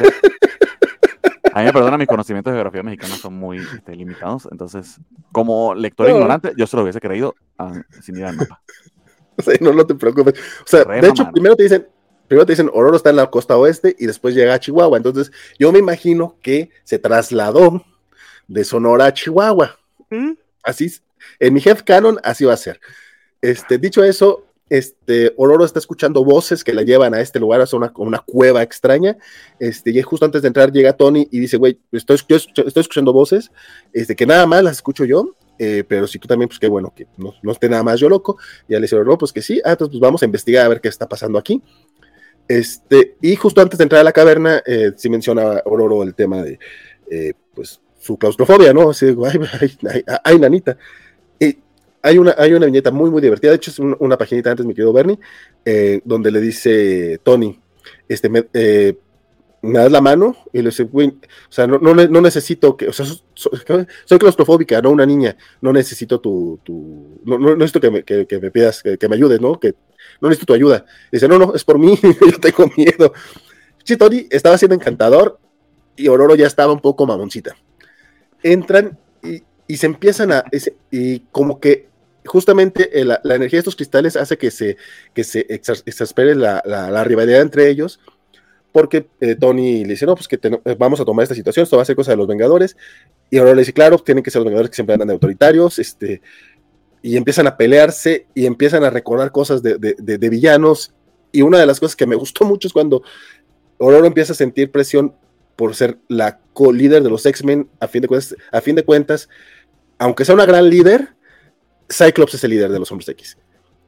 a mí me perdona, mis conocimientos de geografía mexicana son muy este, limitados. Entonces, como lector no. ignorante, yo se lo hubiese creído uh, sin ir al mapa. Sí, no, no te preocupes. O sea, Re de hecho, mano. primero te dicen, primero te dicen Ororo está en la costa oeste y después llega a Chihuahua. Entonces, yo me imagino que se trasladó de Sonora a Chihuahua. ¿Mm? Así, en mi headcanon, así va a ser. Este, dicho eso, este, Ororo está escuchando voces que la llevan a este lugar, a una, una cueva extraña, este, y justo antes de entrar llega Tony y dice, güey, estoy, estoy, estoy escuchando voces, este, que nada más las escucho yo, eh, pero si tú también, pues qué bueno, que no, no esté nada más yo loco. Y ya le dice Ororo, pues que sí, ah, entonces pues vamos a investigar a ver qué está pasando aquí. Este, y justo antes de entrar a la caverna, eh, sí menciona Ororo el tema de, eh, pues, su claustrofobia, ¿no? Así digo, ay, ay, ay, ay, nanita. Y hay una, hay una viñeta muy, muy divertida. De hecho, es un, una paginita antes, mi querido Bernie, eh, donde le dice Tony, este, me, eh, me das la mano, y le dice, güey, o sea, no, no, no necesito que, o sea, soy, soy claustrofóbica, no una niña, no necesito tu, tu no, no necesito que me, que, que me pidas, que, que me ayudes, ¿no? Que no necesito tu ayuda. Y dice, no, no, es por mí, yo tengo miedo. Sí, Tony estaba siendo encantador, y Ororo ya estaba un poco mamoncita. Entran y, y se empiezan a, y como que justamente eh, la, la energía de estos cristales hace que se, que se exaspere la, la, la rivalidad entre ellos, porque eh, Tony le dice, no, pues que te, vamos a tomar esta situación, esto va a ser cosa de los Vengadores, y ahora le dice, claro, tienen que ser los Vengadores que siempre andan de autoritarios, este, y empiezan a pelearse, y empiezan a recordar cosas de, de, de, de villanos, y una de las cosas que me gustó mucho es cuando Ororo empieza a sentir presión por ser la co-líder de los X-Men, a fin de cuentas, a fin de cuentas, aunque sea una gran líder, Cyclops es el líder de los Hombres X.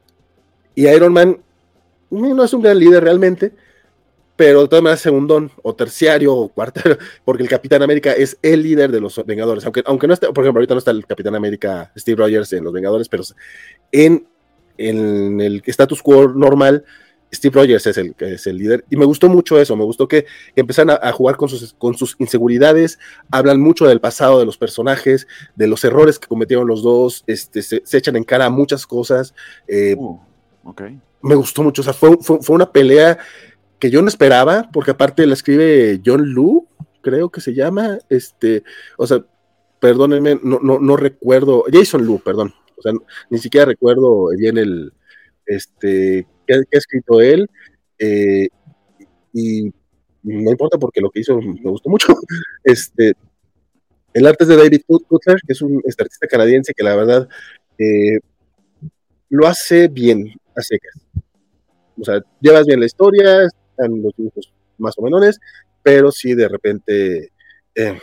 Y Iron Man no es un gran líder realmente, pero de todas maneras segundón, o terciario, o cuarto, porque el Capitán América es el líder de los Vengadores, aunque, aunque no está, por ejemplo, ahorita no está el Capitán América Steve Rogers en los Vengadores, pero en, en el status quo normal, Steve Rogers es el, es el líder, y me gustó mucho eso, me gustó que, que empezaran a, a jugar con sus, con sus inseguridades, hablan mucho del pasado de los personajes, de los errores que cometieron los dos, este, se, se echan en cara a muchas cosas, eh, uh, okay. Me gustó mucho, o sea, fue, fue, fue una pelea que yo no esperaba, porque aparte la escribe John Lu, creo que se llama, este, o sea, perdónenme, no, no, no recuerdo, Jason Lu, perdón, o sea, ni siquiera recuerdo bien el, este, que, que ha escrito él, eh, y no importa porque lo que hizo me gustó mucho, este, el arte es de David Cutler, que es un artista canadiense que la verdad eh, lo hace bien, a secas. O sea, llevas bien la historia, están los dibujos más o menos, pero sí de repente eh,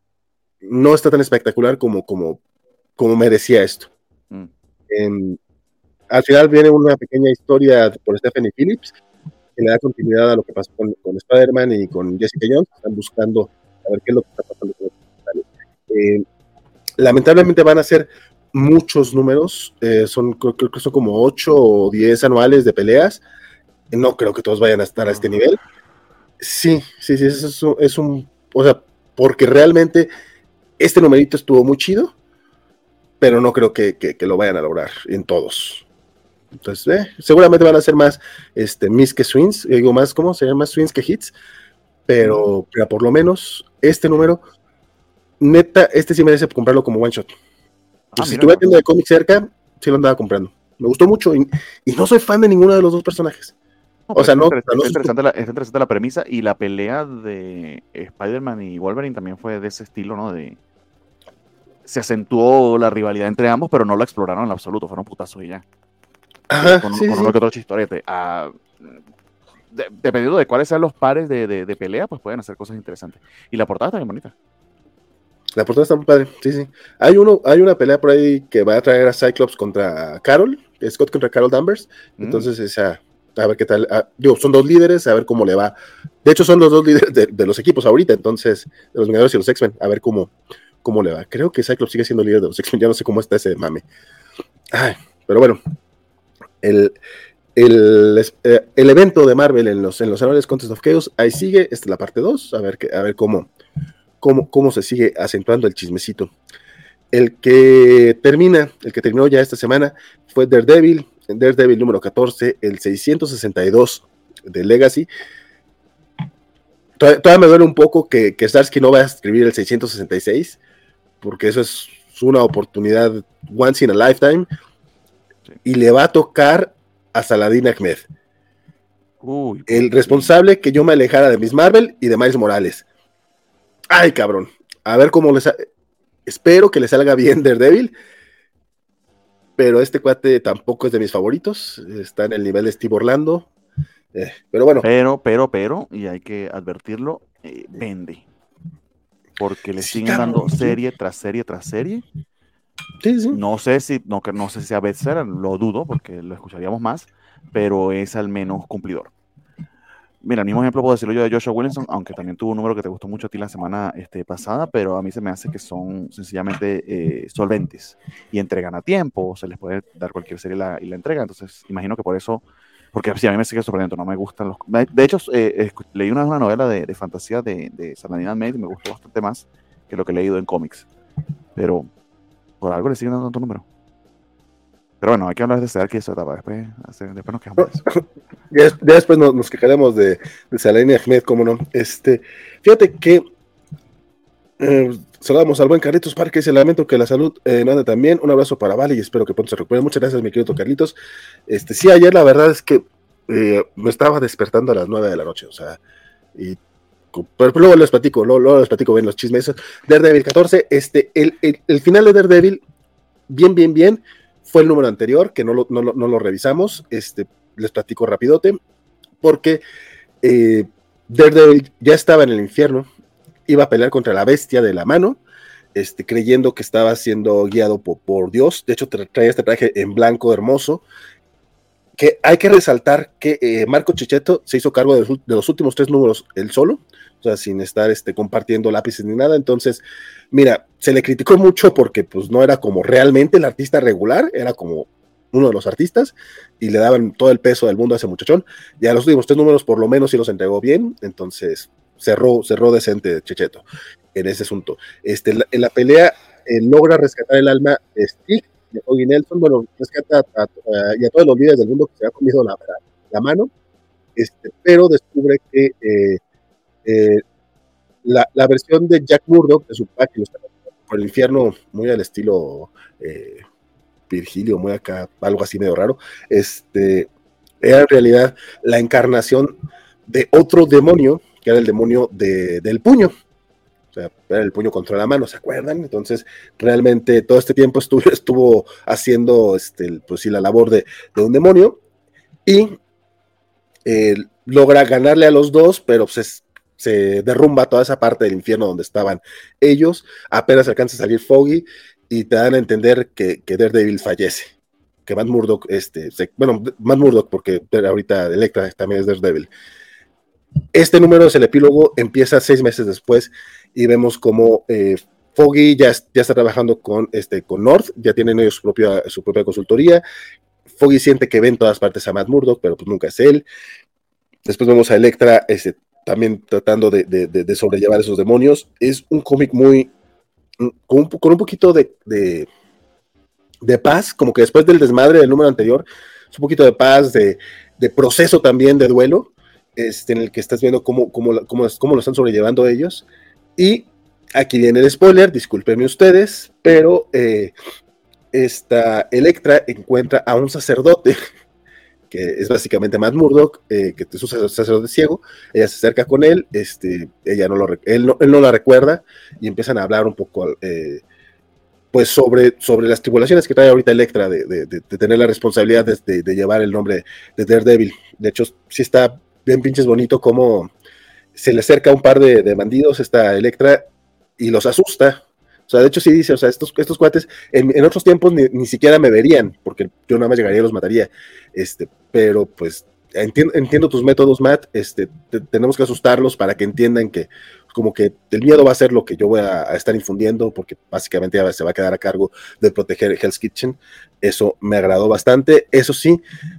no está tan espectacular como, como, como merecía esto. Mm. Eh, al final viene una pequeña historia por Stephanie Phillips que le da continuidad a lo que pasó con, con Spider-Man y con Jessica Jones. Están buscando a ver qué es lo que está pasando con los eh, lamentablemente van a ser muchos números, eh, son, creo, creo que son como ocho o diez anuales de peleas. No creo que todos vayan a estar a este nivel. Sí, sí, sí, es un, es un, o sea, porque realmente este numerito estuvo muy chido, pero no creo que, que, que lo vayan a lograr en todos. Entonces, eh, seguramente van a ser más este, miss que swings, digo más, ¿cómo? Serían más swings que hits, pero, pero por lo menos este número, neta, este sí merece comprarlo como one shot. Ah, si tuviera tienda de cómics cerca, sí lo andaba comprando. Me gustó mucho y, y no soy fan de ninguno de los dos personajes. No, o sea, no, es, no, interesante la, es interesante la premisa, y la pelea de Spider-Man y Wolverine también fue de ese estilo, ¿no? De se acentuó la rivalidad entre ambos, pero no la exploraron en absoluto, fueron putazos y ya. Ajá, con, sí, con sí. uno que otro chistorete. Ah, de, dependiendo de cuáles sean los pares de, de, de pelea, pues pueden hacer cosas interesantes. Y la portada está bien bonita. La portada está muy padre, sí, sí. Hay, uno, hay una pelea por ahí que va a traer a Cyclops contra Carol, Scott contra Carol Danvers. Mm. Entonces, esa, a ver qué tal. Ah, digo, son dos líderes, a ver cómo le va. De hecho, son los dos líderes de, de los equipos ahorita, entonces, de los Vengadores y los X-Men, a ver cómo, cómo le va. Creo que Cyclops sigue siendo líder de los X-Men, ya no sé cómo está ese mame. Ay, pero bueno, el, el, el evento de Marvel en los, en los anuales Contest of Chaos, ahí sigue, esta es la parte dos, a ver, que, a ver cómo, cómo, cómo se sigue acentuando el chismecito. El que termina, el que terminó ya esta semana fue Daredevil, Daredevil número catorce, el seiscientos sesenta y dos de Legacy. Todavía, todavía me duele un poco que, que Starsky no vaya a escribir el seiscientos sesenta y seis, porque eso es una oportunidad once in a lifetime, y le va a tocar a Saladin Ahmed, Uy, el responsable que yo me alejara de Miss Marvel y de Miles Morales. Ay, cabrón, a ver cómo les... Espero que le salga bien Daredevil, pero este cuate tampoco es de mis favoritos, está en el nivel de Steve Orlando, eh, pero bueno. Pero, pero, pero, y hay que advertirlo, eh, vende, porque le sí, siguen cabrón, dando serie sí. tras serie tras serie. Sí, sí. No sé si, no, no sé si sea bestseller, lo dudo, porque lo escucharíamos más, pero es al menos cumplidor. Mira, el mismo ejemplo puedo decirlo yo de Joshua Williamson, aunque también tuvo un número que te gustó mucho a ti la semana este, pasada, pero a mí se me hace que son sencillamente eh, solventes y entregan a tiempo, se les puede dar cualquier serie la, y la entrega, entonces imagino que por eso, porque sí, a mí me sigue sorprendiendo, no me gustan los... De hecho, eh, leí una, una novela de, de fantasía de, de Saladin Ahmed y me gustó bastante más que lo que he leído en cómics, pero por algo le siguen dando tanto número. Pero bueno, hay que hablar de esa que eso etapa, después, después nos quejamos de eso. Ya, ya después nos, nos quejaremos de, de Saladin Ahmed, cómo no. Este, fíjate que eh, Saludamos al buen Carlitos Parque, se lamento que la salud eh, no anda tan bien. Un abrazo para Vale y espero que pronto se recupere. Muchas gracias, mi querido Carlitos. Este, sí, ayer la verdad es que eh, me estaba despertando a las nueve de la noche, o sea, y pero luego les platico, luego, luego les platico bien los chismes. Daredevil catorce, este, el, el, el final de Daredevil, bien, bien, bien, fue el número anterior, que no lo, no, no lo revisamos, este, les platico rapidote, porque eh, Daredevil ya estaba en el infierno, iba a pelear contra la bestia de la mano, este, creyendo que estaba siendo guiado por, por Dios. De hecho, traía este traje en blanco hermoso, que hay que resaltar que eh, Marco Checchetto se hizo cargo de los, de los últimos tres números él solo, o sea, sin estar este, compartiendo lápices ni nada. Entonces, mira, se le criticó mucho porque pues no era como realmente el artista regular, era como uno de los artistas, y le daban todo el peso del mundo a ese muchachón. Ya los últimos tres números por lo menos sí los entregó bien, entonces cerró, cerró decente Checchetto en ese asunto. Este, la, en la pelea eh, logra rescatar el alma de Stick, de Foggy Nelson, bueno, rescata a, a, a, y a todos los líderes del mundo que se ha comido la, la, la mano, este, pero descubre que eh, eh, la, la versión de Jack Murdock, de su pack, por el infierno, muy al estilo eh, Virgilio, muy acá, algo así medio raro, este, era en realidad la encarnación de otro demonio, que era el demonio de, del puño. O sea, era el puño contra la mano, ¿se acuerdan? Entonces, realmente todo este tiempo estuvo, estuvo haciendo este, pues, sí, la labor de, de un demonio, y eh, logra ganarle a los dos, pero pues, se derrumba toda esa parte del infierno donde estaban ellos. Apenas alcanza a salir Foggy y te dan a entender que, que Daredevil fallece, que Matt Murdock, este, se, bueno, Matt Murdock, porque ahorita Elektra también es Daredevil. Este número es el epílogo, empieza seis meses después y vemos como eh, Foggy ya, ya está trabajando con, este, con North, ya tienen ellos su propia, su propia consultoría. Foggy siente que ve en todas partes a Matt Murdock, pero pues nunca es él. Después vemos a Elektra este, también tratando de, de, de sobrellevar esos demonios. Es un cómic muy, con un, con un poquito de, de, de paz, como que después del desmadre del número anterior, es un poquito de paz, de, de proceso también de duelo. Este, en el que estás viendo cómo, cómo, cómo, cómo lo están sobrellevando ellos. Y aquí viene el spoiler, discúlpenme ustedes, pero eh, esta Elektra encuentra a un sacerdote, que es básicamente Matt Murdock, eh, que es un sacerdote ciego. Ella se acerca con él, este, ella no lo, él, no, él no la recuerda, y empiezan a hablar un poco eh, pues sobre, sobre las tribulaciones que trae ahorita Elektra de, de, de, de tener la responsabilidad de, de, de llevar el nombre de Daredevil. De hecho, sí está bien pinches bonito cómo se le acerca a un par de, de bandidos esta Elektra y los asusta. O sea, de hecho sí dice, o sea, estos, estos cuates en, en otros tiempos ni, ni siquiera me verían, porque yo nada más llegaría y los mataría. Este, pero pues entiendo, entiendo tus métodos, Matt. Este, te, tenemos que asustarlos para que entiendan que como que el miedo va a ser lo que yo voy a, a estar infundiendo, porque básicamente ya se va a quedar a cargo de proteger Hell's Kitchen. Eso me agradó bastante. Eso sí,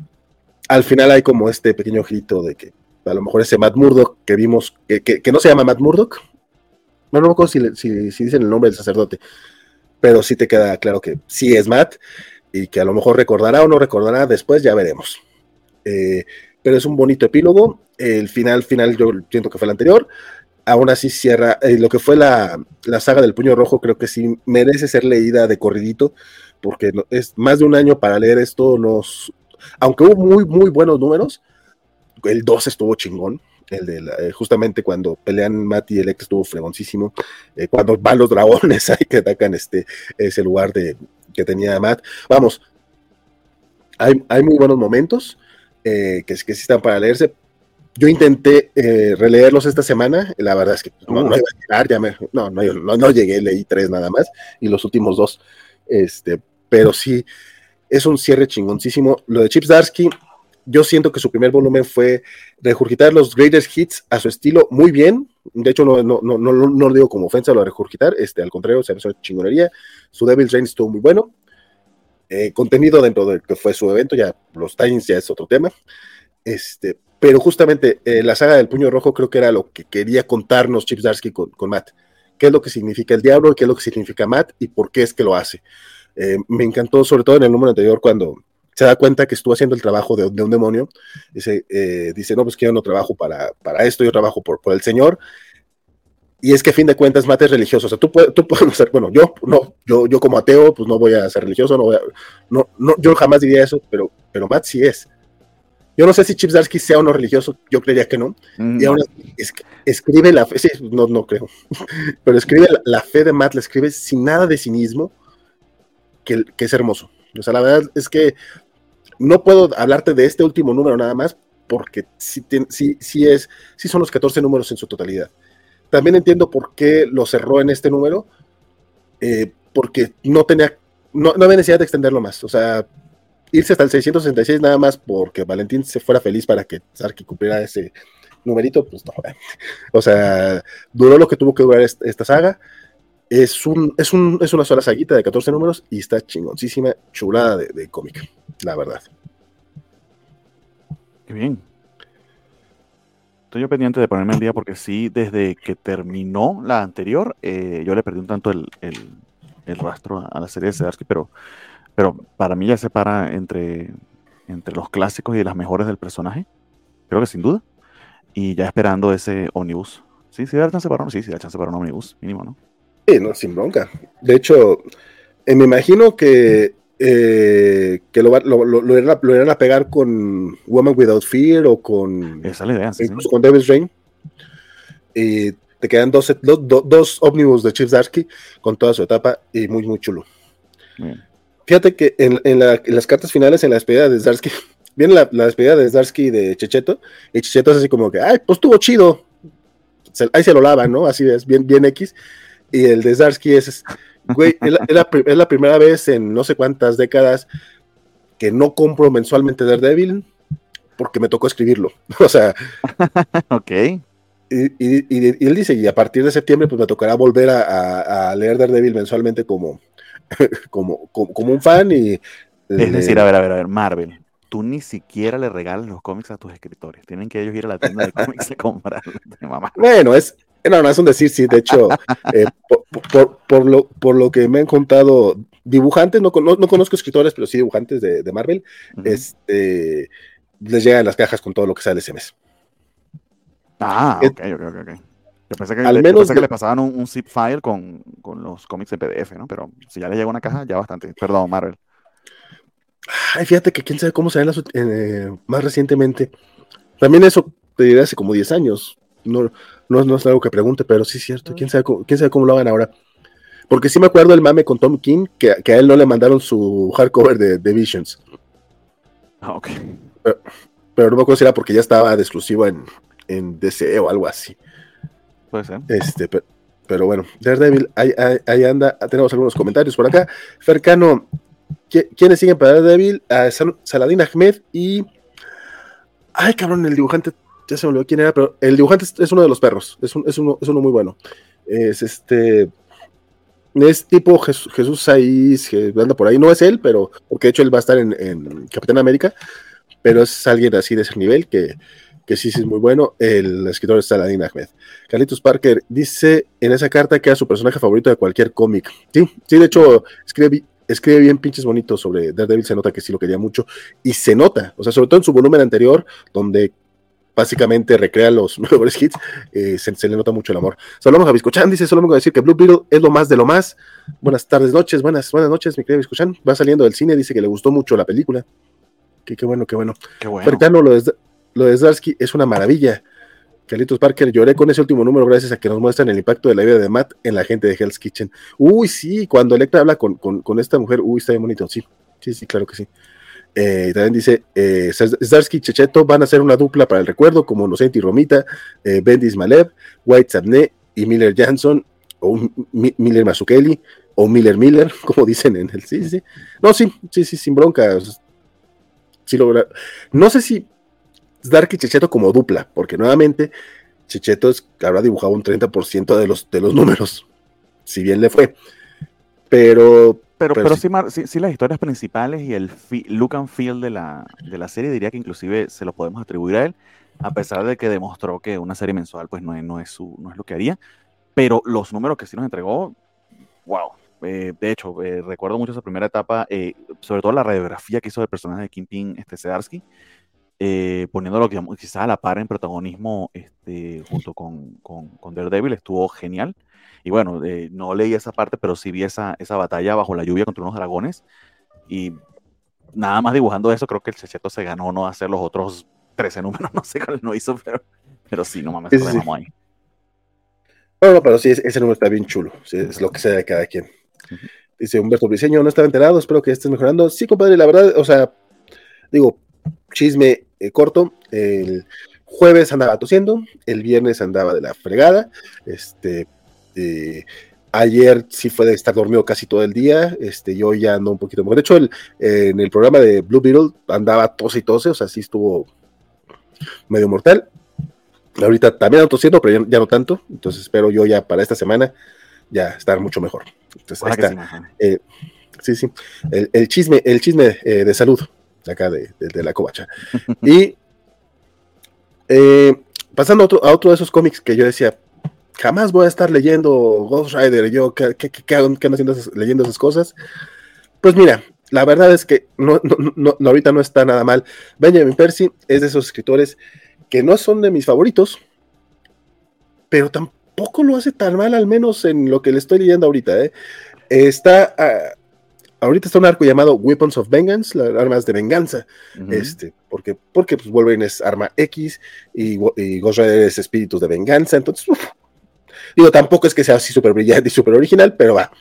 al final hay como este pequeño grito de que a lo mejor ese Matt Murdock que vimos, que, que, que no se llama Matt Murdock, no, no me acuerdo si, si, si dicen el nombre del sacerdote, pero sí te queda claro que sí es Matt, y que a lo mejor recordará o no recordará, después ya veremos. Eh, pero es un bonito epílogo. El final, final yo siento que fue el anterior. Aún así cierra, eh, lo que fue la, la saga del Puño Rojo, creo que sí merece ser leída de corridito, porque no, es más de un año para leer esto. Nos, aunque hubo muy, muy buenos números, el dos estuvo chingón, el de la, eh, justamente cuando pelean Matt y Elektra estuvo fregoncísimo, eh, cuando van los dragones ahí que atacan este, ese lugar de, que tenía Matt. Vamos, hay, hay muy buenos momentos eh, que, que sí están para leerse. Yo intenté eh, releerlos esta semana, la verdad es que no, no iba a llegar, ya me, no, no, no, no llegué, leí tres nada más, y los últimos dos, este, pero sí, es un cierre chingoncísimo. Lo de Chip Zdarsky, yo siento que su primer volumen fue regurgitar los greatest hits a su estilo muy bien. De hecho, no, no, no, no, no lo digo como ofensa lo de regurgitar, este, al contrario, se me hizo chingonería. Su Devil's Reign estuvo muy bueno. Eh, contenido dentro de que fue su evento, ya los Titans ya es otro tema. Este, pero justamente eh, la saga del Puño Rojo creo que era lo que quería contarnos Chip Zdarsky con, con Matt. ¿Qué es lo que significa el diablo? ¿Qué es lo que significa Matt? ¿Y por qué es que lo hace? Eh, me encantó, sobre todo en el número anterior, cuando se da cuenta que estuvo haciendo el trabajo de, de un demonio. Dice, eh, dice, no, pues que yo no trabajo para, para esto, yo trabajo por, por el Señor. y es que a fin de cuentas Matt es religioso, o sea, tú puedes, tú puedes ser, bueno, yo no, yo, yo como ateo, pues no voy a ser religioso, no voy a, no, no, yo jamás diría eso, pero, pero Matt sí es. Yo no sé si Chip Zdarsky sea o no religioso, yo creería que no, Mm, y ahora no. es, escribe la fe, sí, no, no creo, pero escribe la, la fe de Matt, la escribe sin nada de cinismo, que, que es hermoso. O sea, la verdad es que no puedo hablarte de este último número nada más, porque sí, sí, sí, es, sí son los catorce números en su totalidad. También entiendo por qué lo cerró en este número, eh, porque no tenía, no, no había necesidad de extenderlo más. O sea, irse hasta el seiscientos sesenta y seis nada más porque Valentín se fuera feliz para que Zdarsky cumpliera ese numerito, pues no. O sea, duró lo que tuvo que durar esta, esta saga. Es, un, es, un, es una sola saguita de catorce números y está chingoncísima, chulada de, de cómic, la verdad. Qué bien. Estoy yo pendiente de ponerme al día porque sí, desde que terminó la anterior, eh, yo le perdí un tanto el, el, el rastro a, a la serie de Zdarsky, pero, pero para mí ya se para entre, entre los clásicos y las mejores del personaje, creo que sin duda, y ya esperando ese omnibus. Sí, sí da chance para un, sí, sí da chance para un omnibus, mínimo, ¿no? Sí, no, sin bronca. De hecho, eh, me imagino que, eh, que lo, lo, lo, lo, irán a, lo, irán a, pegar con Woman Without Fear o con. Esa es la idea, sí, incluso sí. con Devil's Reign. Y te quedan dos, dos, dos ómnibus de Chip Zdarsky con toda su etapa y muy, muy chulo. Bien. Fíjate que en, en, la, en, las cartas finales, en la despedida de Zdarsky, viene la, la despedida de Zdarsky de Checheto, y Checheto es así como que, ay, pues estuvo chido. Se, ahí se lo lavan, ¿no? Así es, bien, bien X. Y el de Zdarsky es, güey, es la, es, la, es la primera vez en no sé cuántas décadas que no compro mensualmente Daredevil porque me tocó escribirlo. O sea, ok. Y, y, y, él dice, y a partir de septiembre pues me tocará volver a, a, a leer Daredevil mensualmente como, como, como, como un fan y... Es decir, a ver, a ver, a ver, Marvel, tú ni siquiera le regalas los cómics a tus escritores, tienen que ellos ir a la tienda de cómics y comprarlos, mamá. Bueno, es, no, no, es un decir, sí, de hecho, eh, por, por, por, lo, por lo que me han contado dibujantes, no, no, no conozco escritores, pero sí dibujantes de, de Marvel, uh-huh. este, les llegan las cajas con todo lo que sale ese mes. Ah, ok, ok, ok, ok. Yo pensé que, Al le, menos yo pensé de... que le pasaban un, un zip file con, con los cómics en P D F, ¿no? Pero si ya le llega una caja, ya bastante. Perdón, Marvel. Ay, fíjate que quién sabe cómo se ven las, eh, más recientemente. También eso te diré hace como diez años. No, no, no es algo que pregunte, pero sí es cierto. ¿Quién sabe cómo, quién sabe cómo lo hagan ahora? Porque sí me acuerdo el mame con Tom King, que, que a él no le mandaron su hardcover de, de Visions. Ah, ok. Pero, pero no me acuerdo si era porque ya estaba de exclusivo en, en D C o algo así. Puede ser. Este, pero, pero bueno, Daredevil, ahí, ahí, ahí anda. Tenemos algunos comentarios por acá. Fercano, ¿quiénes siguen para Daredevil? Uh, Saladin Ahmed y... Ay, cabrón, el dibujante, ya se me olvidó quién era, pero el dibujante es, es uno de los perros, es, un, es, uno, es uno muy bueno. Es este... Es tipo Jesús, Jesús Saiz, que anda por ahí, no es él, pero porque de hecho él va a estar en, en Capitán América, pero es alguien así de ese nivel que, que sí, sí es muy bueno. El escritor es Saladin Ahmed. Carlitos Parker dice en esa carta que era su personaje favorito de cualquier cómic. Sí, sí, de hecho escribe, escribe bien pinches bonitos sobre Daredevil, se nota que sí lo quería mucho, y se nota, o sea, sobre todo en su volumen anterior, donde básicamente recrea los mejores hits, eh, se, se le nota mucho el amor. Saludamos a Biscochan, dice, solo vengo a decir que Blue Beetle es lo más de lo más. Buenas tardes, noches, buenas, buenas noches, mi querido Biscochan. Va saliendo del cine, dice que le gustó mucho la película. Qué, qué bueno, qué bueno. Qué bueno. Cercano, lo de, lo de Zdarsky es una maravilla. Carlitos Parker, lloré con ese último número gracias a que nos muestran el impacto de la vida de Matt en la gente de Hell's Kitchen. Uy, sí, cuando Electra habla con, con, con esta mujer, uy, está bien bonito, sí, sí, sí, claro que sí. Eh, también dice, eh, Zdarsky y Checheto van a ser una dupla para el recuerdo, como Nocenti y Romita, eh, Bendis Malev, White Sabné y Miller Jansson, o un, M- Miller Mazzucchelli, o Miller Miller, como dicen en el... Sí, sí, sí. No, sí, sí, sí, sin bronca. Sí logra. No sé si Zdarsky y Checheto como dupla, porque nuevamente Checheto es, habrá dibujado un treinta por ciento de los, de los números, si bien le fue. Pero... Pero, pero pero sí, sí, Mar, sí, sí, las historias principales y el fi, look and feel de la, de la serie, diría que inclusive se lo podemos atribuir a él, a pesar de que demostró que una serie mensual pues no es, no es, su, no es lo que haría, pero los números que sí nos entregó, wow. Eh, de hecho, eh, recuerdo mucho esa primera etapa, eh, sobre todo la radiografía que hizo del personaje de Kingpin este, Zdarsky, eh, poniéndolo quizás a la par en protagonismo este, junto con, con, con Daredevil, estuvo genial. Y bueno, eh, no leí esa parte, pero sí vi esa, esa batalla bajo la lluvia contra unos dragones. Y nada más dibujando eso, creo que el Checheto se ganó no hacer los otros trece números, no sé cuál no hizo, pero, pero sí, no mames, Sí, se sí, sí. mamó ahí. Bueno, pero sí, ese número está bien chulo, sí, es lo que sea de cada quien. Uh-huh. Dice Humberto Briseño, no estaba enterado, espero que estés mejorando. Sí, compadre, la verdad, o sea, digo, chisme eh, corto, el jueves andaba tosiendo, el viernes andaba de la fregada, este, eh, ayer sí fue de estar dormido casi todo el día, este, yo ya ando un poquito mejor. De hecho, el, eh, en el programa de Blue Beetle andaba tose y tose, o sea, sí estuvo medio mortal. Ahorita también ando tosiendo, pero ya, ya no tanto, entonces espero yo ya para esta semana ya estar mucho mejor. Entonces, ahí está. Sí, eh, sí, sí, el, el chisme, el chisme eh, de salud acá de, de, de la covacha. Y eh, pasando a otro, a otro de esos cómics que yo decía, jamás voy a estar leyendo Ghost Rider, yo, ¿qué, qué, qué, qué ando haciendo esas, leyendo esas cosas? Pues mira, la verdad es que no, no, no, no, ahorita no está nada mal. Benjamin Percy es de esos escritores que no son de mis favoritos, pero tampoco lo hace tan mal, al menos en lo que le estoy leyendo ahorita. ¿eh? Está... Uh, ahorita está un arco llamado Weapons of Vengeance, las armas de venganza, uh-huh. este, porque, porque pues Wolverine es arma X y, y Ghost Rider es espíritus de venganza, entonces, uf, digo, tampoco es que sea así súper brillante y súper original, pero va.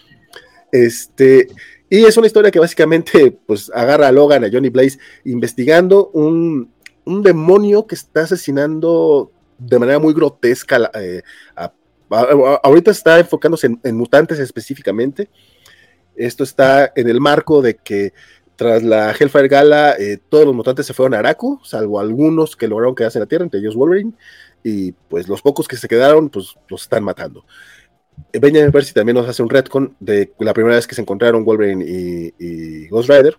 Este, y es una historia que básicamente pues agarra a Logan, a Johnny Blaze, investigando un, un demonio que está asesinando de manera muy grotesca, eh, a, a, a, ahorita está enfocándose en, en mutantes específicamente. Esto está en el marco de que tras la Hellfire Gala, eh, todos los mutantes se fueron a Araku, salvo algunos que lograron quedarse en la Tierra, entre ellos Wolverine, y pues los pocos que se quedaron, pues los están matando. Benjamin Percy también nos hace un retcon de la primera vez que se encontraron Wolverine y, y Ghost Rider,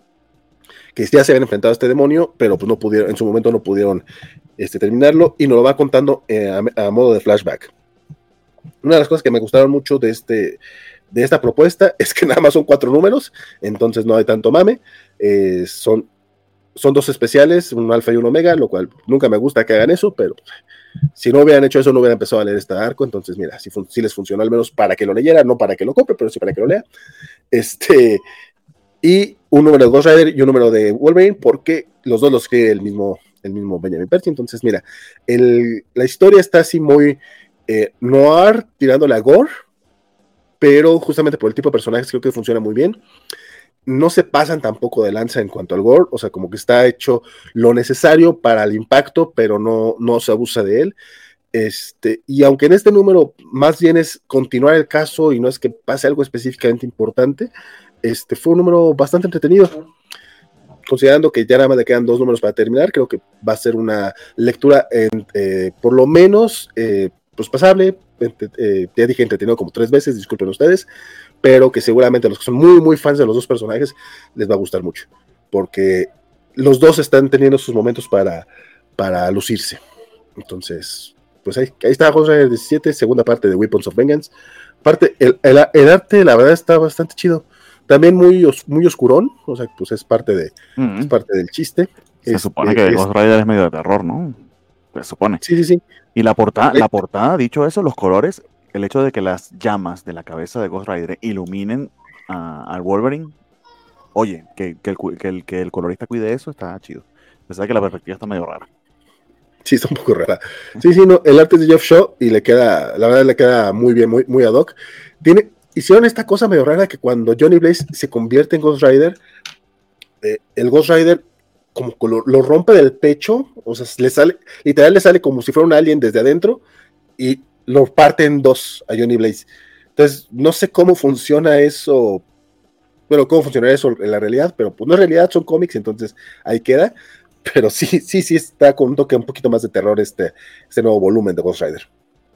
que ya se habían enfrentado a este demonio, pero pues no pudieron, en su momento no pudieron este, terminarlo, y nos lo va contando eh, a, a modo de flashback. Una de las cosas que me gustaron mucho de este de esta propuesta es que nada más son cuatro números, entonces no hay tanto mame, eh, son, son dos especiales, un alfa y un omega, lo cual nunca me gusta que hagan eso, pero si no hubieran hecho eso no hubieran empezado a leer este arco, entonces mira, si, si les funcionó al menos para que lo leyera, no para que lo compre, pero sí para que lo lea, este, y un número de Ghost Rider y un número de Wolverine, porque los dos los escribe el mismo, el mismo Benjamin Percy, entonces mira, el, la historia está así muy eh, noir, tirándole a gore, pero justamente por el tipo de personajes creo que funciona muy bien. No se pasan tampoco de lanza en cuanto al gore, o sea, como que está hecho lo necesario para el impacto, pero no, no se abusa de él. Este, y aunque en este número más bien es continuar el caso y no es que pase algo específicamente importante, este fue un número bastante entretenido. Considerando que ya nada más le quedan dos números para terminar, creo que va a ser una lectura en, eh, por lo menos eh, pues pasable. Eh, ya dije entretenido como tres veces, disculpen ustedes, pero que seguramente a los que son muy muy fans de los dos personajes les va a gustar mucho, porque los dos están teniendo sus momentos para, para lucirse. Entonces, pues ahí, ahí está Ghost Rider diecisiete, segunda parte de Weapons of Vengeance. Parte, el, el, el arte la verdad está bastante chido, también muy, os, muy oscurón, o sea, pues es parte, de, mm-hmm. es parte del chiste. Se este, supone que es, Ghost Rider es medio de terror, ¿no? Se supone. Sí, sí, sí. Y la portada, la portada, dicho eso, los colores, el hecho de que las llamas de la cabeza de Ghost Rider iluminen uh, al Wolverine, oye, que, que, el, que, el, que el colorista cuide eso, está chido. A pesar de que la perspectiva está medio rara. Sí, está un poco rara. Sí, sí, no, el arte es de Jeff Shaw y le queda, la verdad le queda muy bien, muy, muy ad hoc. Tiene, hicieron esta cosa medio rara que cuando Johnny Blaze se convierte en Ghost Rider, eh, el Ghost Rider como lo, lo rompe del pecho, o sea, le sale, literal le sale como si fuera un alien desde adentro y lo parte en dos a Johnny Blaze. Entonces, no sé cómo funciona eso, bueno, cómo funciona eso en la realidad, pero pues no es realidad, son cómics, entonces ahí queda. Pero sí, sí, sí está con un toque un poquito más de terror este, este nuevo volumen de Ghost Rider.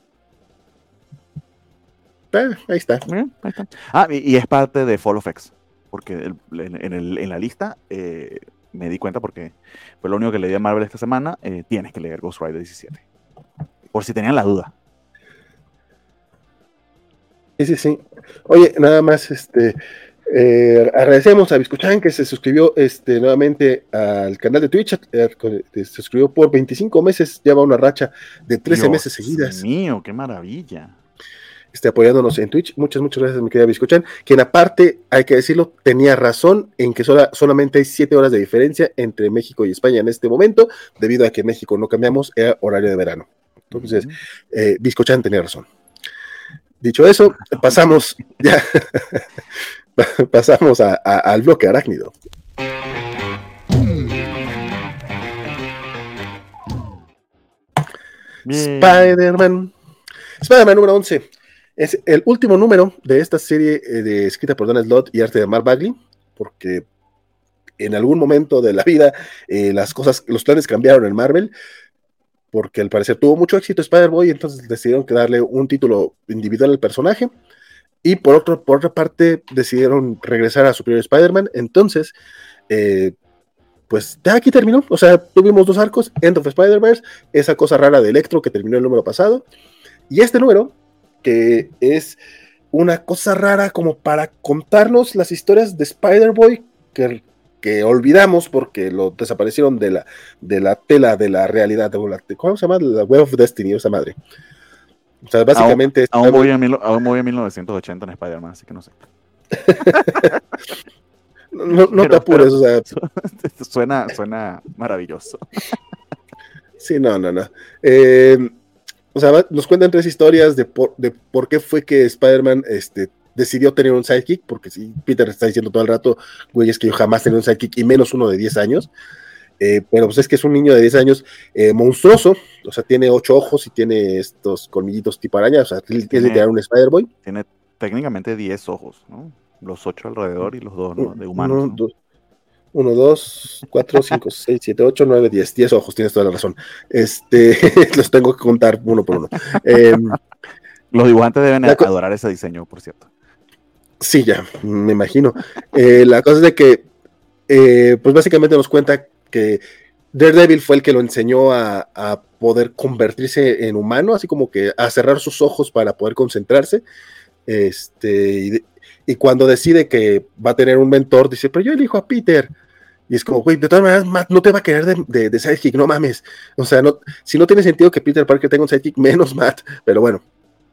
Ah, ahí está. Ahí está. Ah, y, y es parte de Fall of X, porque el, en, en, el, en la lista eh, me di cuenta porque fue lo único que leí de Marvel esta semana, eh, tienes que leer Ghost Rider diecisiete. Por si tenían la duda. Sí, sí, sí. Oye, nada más, este, Eh, agradecemos a Biscuchan que se suscribió este, nuevamente al canal de Twitch, eh, se suscribió por veinticinco meses, lleva una racha de trece Dios meses seguidas. Dios mío, qué maravilla. Este, apoyándonos en Twitch. Muchas, muchas gracias, mi querida Biscuchan, quien aparte, hay que decirlo, tenía razón en que sola, solamente hay siete horas de diferencia entre México y España en este momento, debido a que en México no cambiamos, era horario de verano. Entonces, uh-huh. eh, Biscuchan tenía razón. Dicho eso, pasamos ya pasamos a, a, al bloque arácnido. Spider-Man. Spider-Man número once. Es el último número de esta serie eh, de, escrita por Dan Slott y arte de Mark Bagley, porque en algún momento de la vida eh, las cosas, los planes cambiaron en Marvel, porque al parecer tuvo mucho éxito Spider-Boy, entonces decidieron que darle un título individual al personaje, y por, otro, por otra parte decidieron regresar a Superior Spider-Man. Entonces eh, pues ya aquí terminó, o sea, tuvimos dos arcos, End of Spider-Verse, esa cosa rara de Electro que terminó el número pasado, y este número, que es una cosa rara como para contarnos las historias de Spider-Boy que, que olvidamos porque lo desaparecieron de la, de la tela de la realidad, de la, ¿cómo se llama? La Web of Destiny, esa madre. O sea, básicamente... Aún, aún, voy a mil, aún voy a mil novecientos ochenta en Spider-Man, así que no sé. no no, no pero, te apures, pero, o sea... Suena, suena maravilloso. Sí, no, no, no. Eh... O sea, nos cuentan tres historias de por, de por qué fue que Spider-Man este, decidió tener un sidekick, porque sí, Peter está diciendo todo el rato, güey, es que yo jamás tenía un sidekick, y menos uno de diez años, eh, pero pues es que es un niño de diez años eh, monstruoso, o sea, tiene ocho ojos y tiene estos colmillitos tipo araña, o sea, tiene, es literal un Spider-Boy. Tiene técnicamente diez ojos, ¿no? Los ocho alrededor y los dos, ¿no? De humanos, uno, ¿no? dos, uno, dos, cuatro, cinco, seis, siete, ocho, nueve, diez. Diez ojos, tienes toda la razón. Este, los tengo que contar uno por uno. Eh, los dibujantes deben co- adorar ese diseño, por cierto. Sí, ya, me imagino. Eh, la cosa es de que, eh, pues básicamente nos cuenta que Daredevil fue el que lo enseñó a, a poder convertirse en humano, así como que a cerrar sus ojos para poder concentrarse. Este, y, y cuando decide que va a tener un mentor, dice, pero yo elijo a Peter. Y es como, güey, de todas maneras, Matt no te va a querer de, de, de sidekick, no mames. O sea, no, si no tiene sentido que Peter Parker tenga un sidekick, menos Matt. Pero bueno.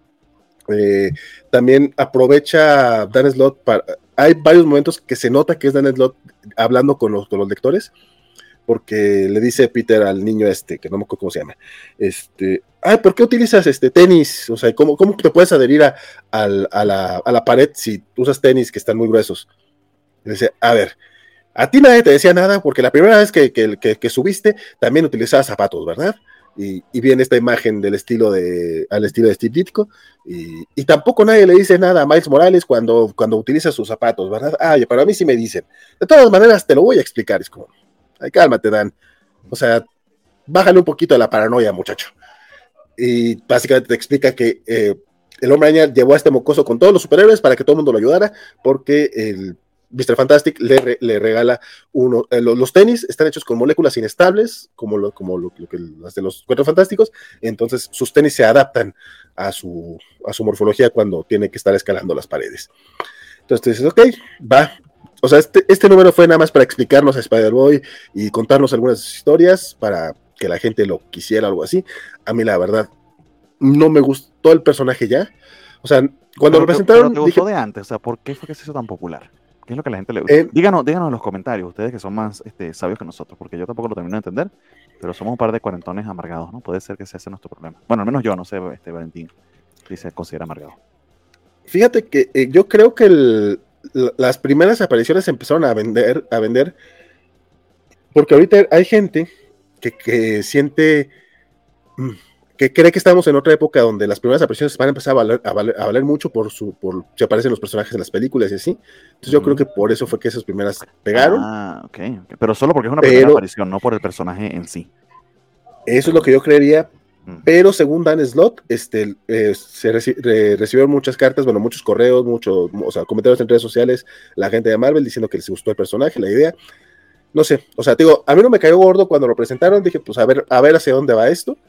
Eh, también aprovecha Dan Slott para... Hay varios momentos que se nota que es Dan Slott hablando con los, con los lectores, porque le dice Peter al niño este, que no me acuerdo cómo se llama, este, ay, ¿por qué utilizas este tenis? O sea, ¿cómo, cómo te puedes adherir a, a, a, la, a la pared si usas tenis que están muy gruesos? Y dice, a ver, a ti nadie te decía nada, porque la primera vez que, que, que, que subiste, también utilizabas zapatos, ¿verdad? Y, y viene esta imagen del estilo de, al estilo de Steve Ditko, y, y tampoco nadie le dice nada a Miles Morales cuando, cuando utiliza sus zapatos, ¿verdad? Ay, para mí sí me dicen. De todas maneras, te lo voy a explicar, es como, ay, cálmate, Dan. O sea, bájale un poquito a la paranoia, muchacho. Y básicamente te explica que eh, el Hombre Araña llevó a este mocoso con todos los superhéroes para que todo el mundo lo ayudara, porque el mister Fantastic le, re, le regala uno, eh, los, los tenis están hechos con moléculas inestables, como lo, como lo, lo que las de los Cuatro Fantásticos, entonces sus tenis se adaptan a su, a su morfología cuando tiene que estar escalando las paredes. Entonces tú dices, ok, va. O sea, este, este número fue nada más para explicarnos a Spider-Boy y contarnos algunas historias para que la gente lo quisiera o algo así. A mí la verdad no me gustó el personaje ya. O sea, cuando pero lo te, presentaron... Pero te gustó dije, de antes, o sea, ¿por qué fue que se hizo tan popular? ¿Qué es lo que la gente le gusta? Eh, díganos, díganos en los comentarios, ustedes que son más este, sabios que nosotros, porque yo tampoco lo termino de entender, pero somos un par de cuarentones amargados, ¿no? Puede ser que ese sea nuestro problema. Bueno, al menos yo, no sé, este Valentín, si se considera amargado. Fíjate que eh, yo creo que el, las primeras apariciones empezaron a vender, a vender, porque ahorita hay gente que, que siente... Mmm, que cree que estamos en otra época donde las primeras apariciones van a empezar a valer, a valer, a valer mucho por su por si aparecen los personajes en las películas y así. Entonces yo mm. creo que por eso fue que esas primeras pegaron. Ah, ok. okay. Pero solo porque es una primera pero, aparición, no por el personaje en sí. Eso es lo que yo creería. Mm. Pero según Dan Slott, este, eh, se reci re recibieron muchas cartas, bueno, muchos correos, muchos, o sea, comentarios en redes sociales, la gente de Marvel diciendo que les gustó el personaje, la idea. No sé, o sea, te digo, a mí no me cayó gordo cuando lo presentaron, dije, pues a ver, a ver hacia dónde va esto.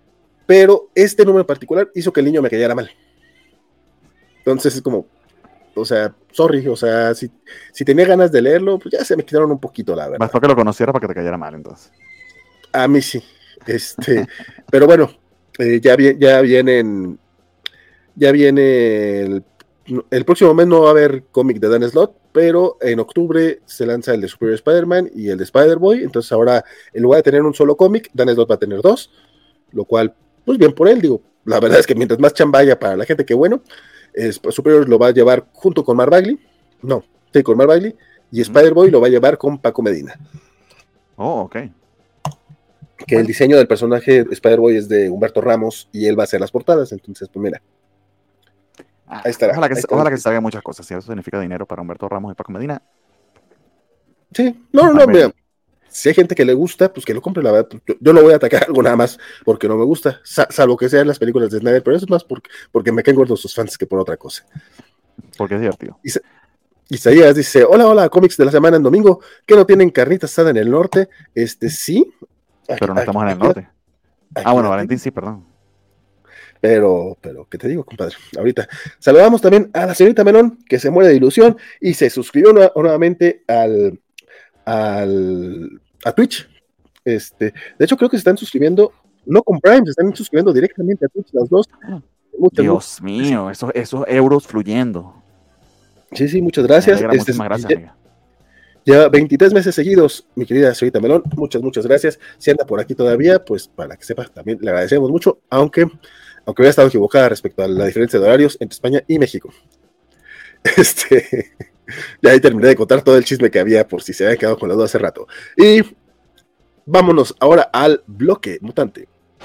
Pero este número en particular hizo que el niño me cayera mal. Entonces es como, o sea, sorry, o sea, si, si tenía ganas de leerlo, pues ya se me quitaron un poquito, la verdad. Bastó que lo conociera para que te cayera mal, entonces. A mí sí, este, pero bueno, eh, ya, vi, ya vienen, ya viene el, el próximo mes no va a haber cómic de Dan Slott, pero en octubre se lanza el de Superior Spider-Man y el de Spider-Boy, entonces ahora en lugar de tener un solo cómic, Dan Slott va a tener dos, lo cual, pues bien por él, digo, la verdad es que mientras más chambaya para la gente, que bueno, es, Superior lo va a llevar junto con Mark Bagley, no, sí, con Mark Bagley, y Spider-Boy lo va a llevar con Paco Medina. Oh, ok. Que bueno, el diseño del personaje Spider-Boy es de Humberto Ramos y él va a hacer las portadas, entonces pues mira. Ah, ahí estará. Ojalá que, ahí estará. Ojalá que se hagan muchas cosas, si eso significa dinero para Humberto Ramos y Paco Medina. Sí, no, no, no, mira, si hay gente que le gusta, pues que lo compre, la verdad. Yo, yo no voy a atacar algo nada más porque no me gusta, salvo que sean las películas de Snyder, pero eso es más porque, porque me caen gordos sus fans que por otra cosa. Porque es divertido. Y se, Isaías dice, hola, hola, cómics de la semana en domingo, que no tienen carnita asada en el norte. Este, sí. Pero no estamos aquí, en el norte. Aquí, ah, bueno, aquí. Valentín, sí, perdón. Pero, pero, ¿qué te digo, compadre? Ahorita saludamos también a la señorita Melón, que se muere de ilusión y se suscribió nu nuevamente al, al, a Twitch. Este, de hecho, creo que se están suscribiendo, no con Prime, se están suscribiendo directamente a Twitch las dos. Muchas, Dios muchas, mío, sí. esos, esos euros fluyendo. Sí, sí, muchas gracias. Alegra, este, muchísimas gracias, ya, amiga. Ya veintitrés meses seguidos, mi querida señorita Melón, muchas, muchas gracias. Si anda por aquí todavía, pues para que sepa, también le agradecemos mucho, aunque, aunque hubiera estado equivocada respecto a la diferencia de horarios entre España y México. Este, ya ahí terminé de contar todo el chisme que había por si se había quedado con la duda hace rato. Y vámonos ahora al bloque mutante.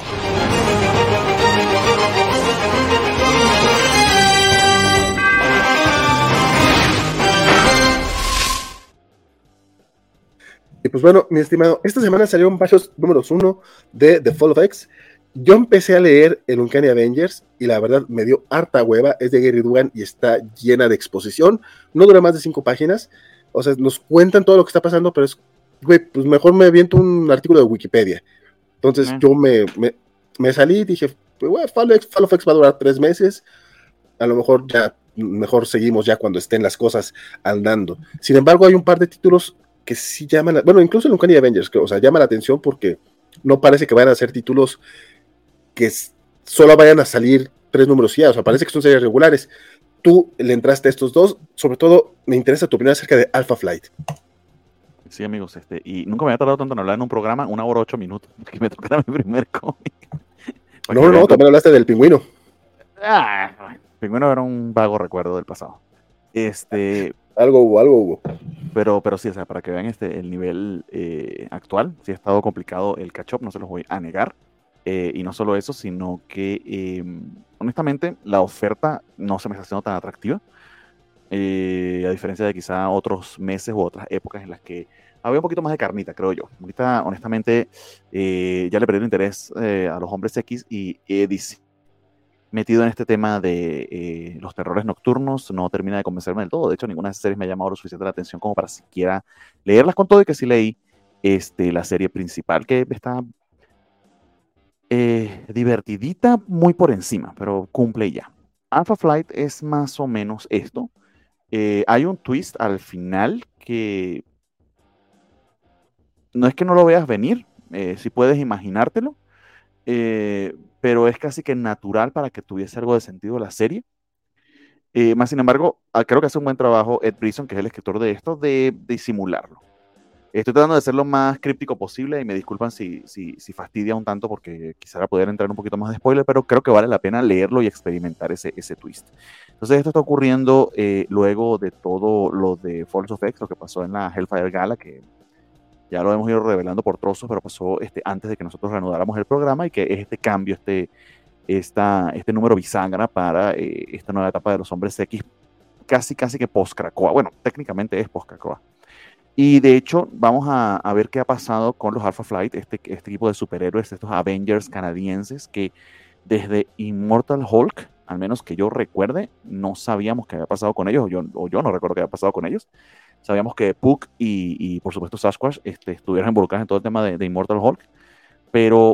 Y pues bueno, mi estimado, esta semana salieron varios números uno de The Fall of X. Yo empecé a leer el Uncanny Avengers y la verdad me dio harta hueva. Es de Gary Duggan y está llena de exposición. No dura más de cinco páginas. O sea, nos cuentan todo lo que está pasando, pero es, güey, pues mejor me aviento un artículo de Wikipedia. Entonces mm. yo me, me, me salí y dije, pues bueno, Fall of X va a durar tres meses. A lo mejor ya, mejor seguimos ya cuando estén las cosas andando. Sin embargo, hay un par de títulos que sí llaman, la, bueno, incluso el Uncanny Avengers, que, o sea, llama la atención porque no parece que vayan a ser títulos que solo vayan a salir tres números y ya, o sea, parece que son series regulares. Tú le entraste a estos dos, sobre todo me interesa tu opinión acerca de Alpha Flight. Sí, amigos, este, y nunca me había tardado tanto en hablar en un programa, una hora ocho minutos, que me tocara mi primer cómic. No, no, no, también hablaste del Pingüino. Ah, el Pingüino era un vago recuerdo del pasado. Este... Algo hubo, algo hubo. Pero, pero sí, o sea, para que vean este, el nivel eh, actual, sí ha estado complicado el catch-up, no se los voy a negar. Eh, y no solo eso, sino que, eh, honestamente, la oferta no se me está haciendo tan atractiva. Eh, a diferencia de quizá otros meses u otras épocas en las que había un poquito más de carnita, creo yo. Ahorita, honestamente, eh, ya le perdí el interés eh, a los Hombres X y he metido en este tema de eh, los terrores nocturnos, no termina de convencerme del todo. De hecho, ninguna de esas series me ha llamado lo suficiente la atención como para siquiera leerlas, con todo y que sí leí este, la serie principal, que está eh, divertidita muy por encima, pero cumple ya. Alpha Flight es más o menos esto. Eh, hay un twist al final que no es que no lo veas venir, eh, si puedes imaginártelo, eh, pero es casi que natural para que tuviese algo de sentido la serie. Eh, más sin embargo, creo que hace un buen trabajo Ed Brisson, que es el escritor de esto, de disimularlo. Estoy tratando de ser lo más críptico posible y me disculpan si, si, si fastidia un tanto porque quisiera poder entrar un poquito más de spoiler, pero creo que vale la pena leerlo y experimentar ese, ese twist. Entonces esto está ocurriendo eh, luego de todo lo de Falls of X, lo que pasó en la Hellfire Gala, que ya lo hemos ido revelando por trozos, pero pasó este, antes de que nosotros reanudáramos el programa, y que es este cambio, este, esta, este número bisagra para eh, esta nueva etapa de los Hombres X, casi casi que post-Krakoa. Bueno, técnicamente es post-Krakoa. Y de hecho, vamos a, a ver qué ha pasado con los Alpha Flight, este, este equipo de superhéroes, estos Avengers canadienses, que desde Immortal Hulk, al menos que yo recuerde, no sabíamos qué había pasado con ellos, o yo, o yo no recuerdo qué había pasado con ellos. Sabíamos que Puck y, y por supuesto Sasquatch este, estuvieron involucrados en todo el tema de, de Immortal Hulk, pero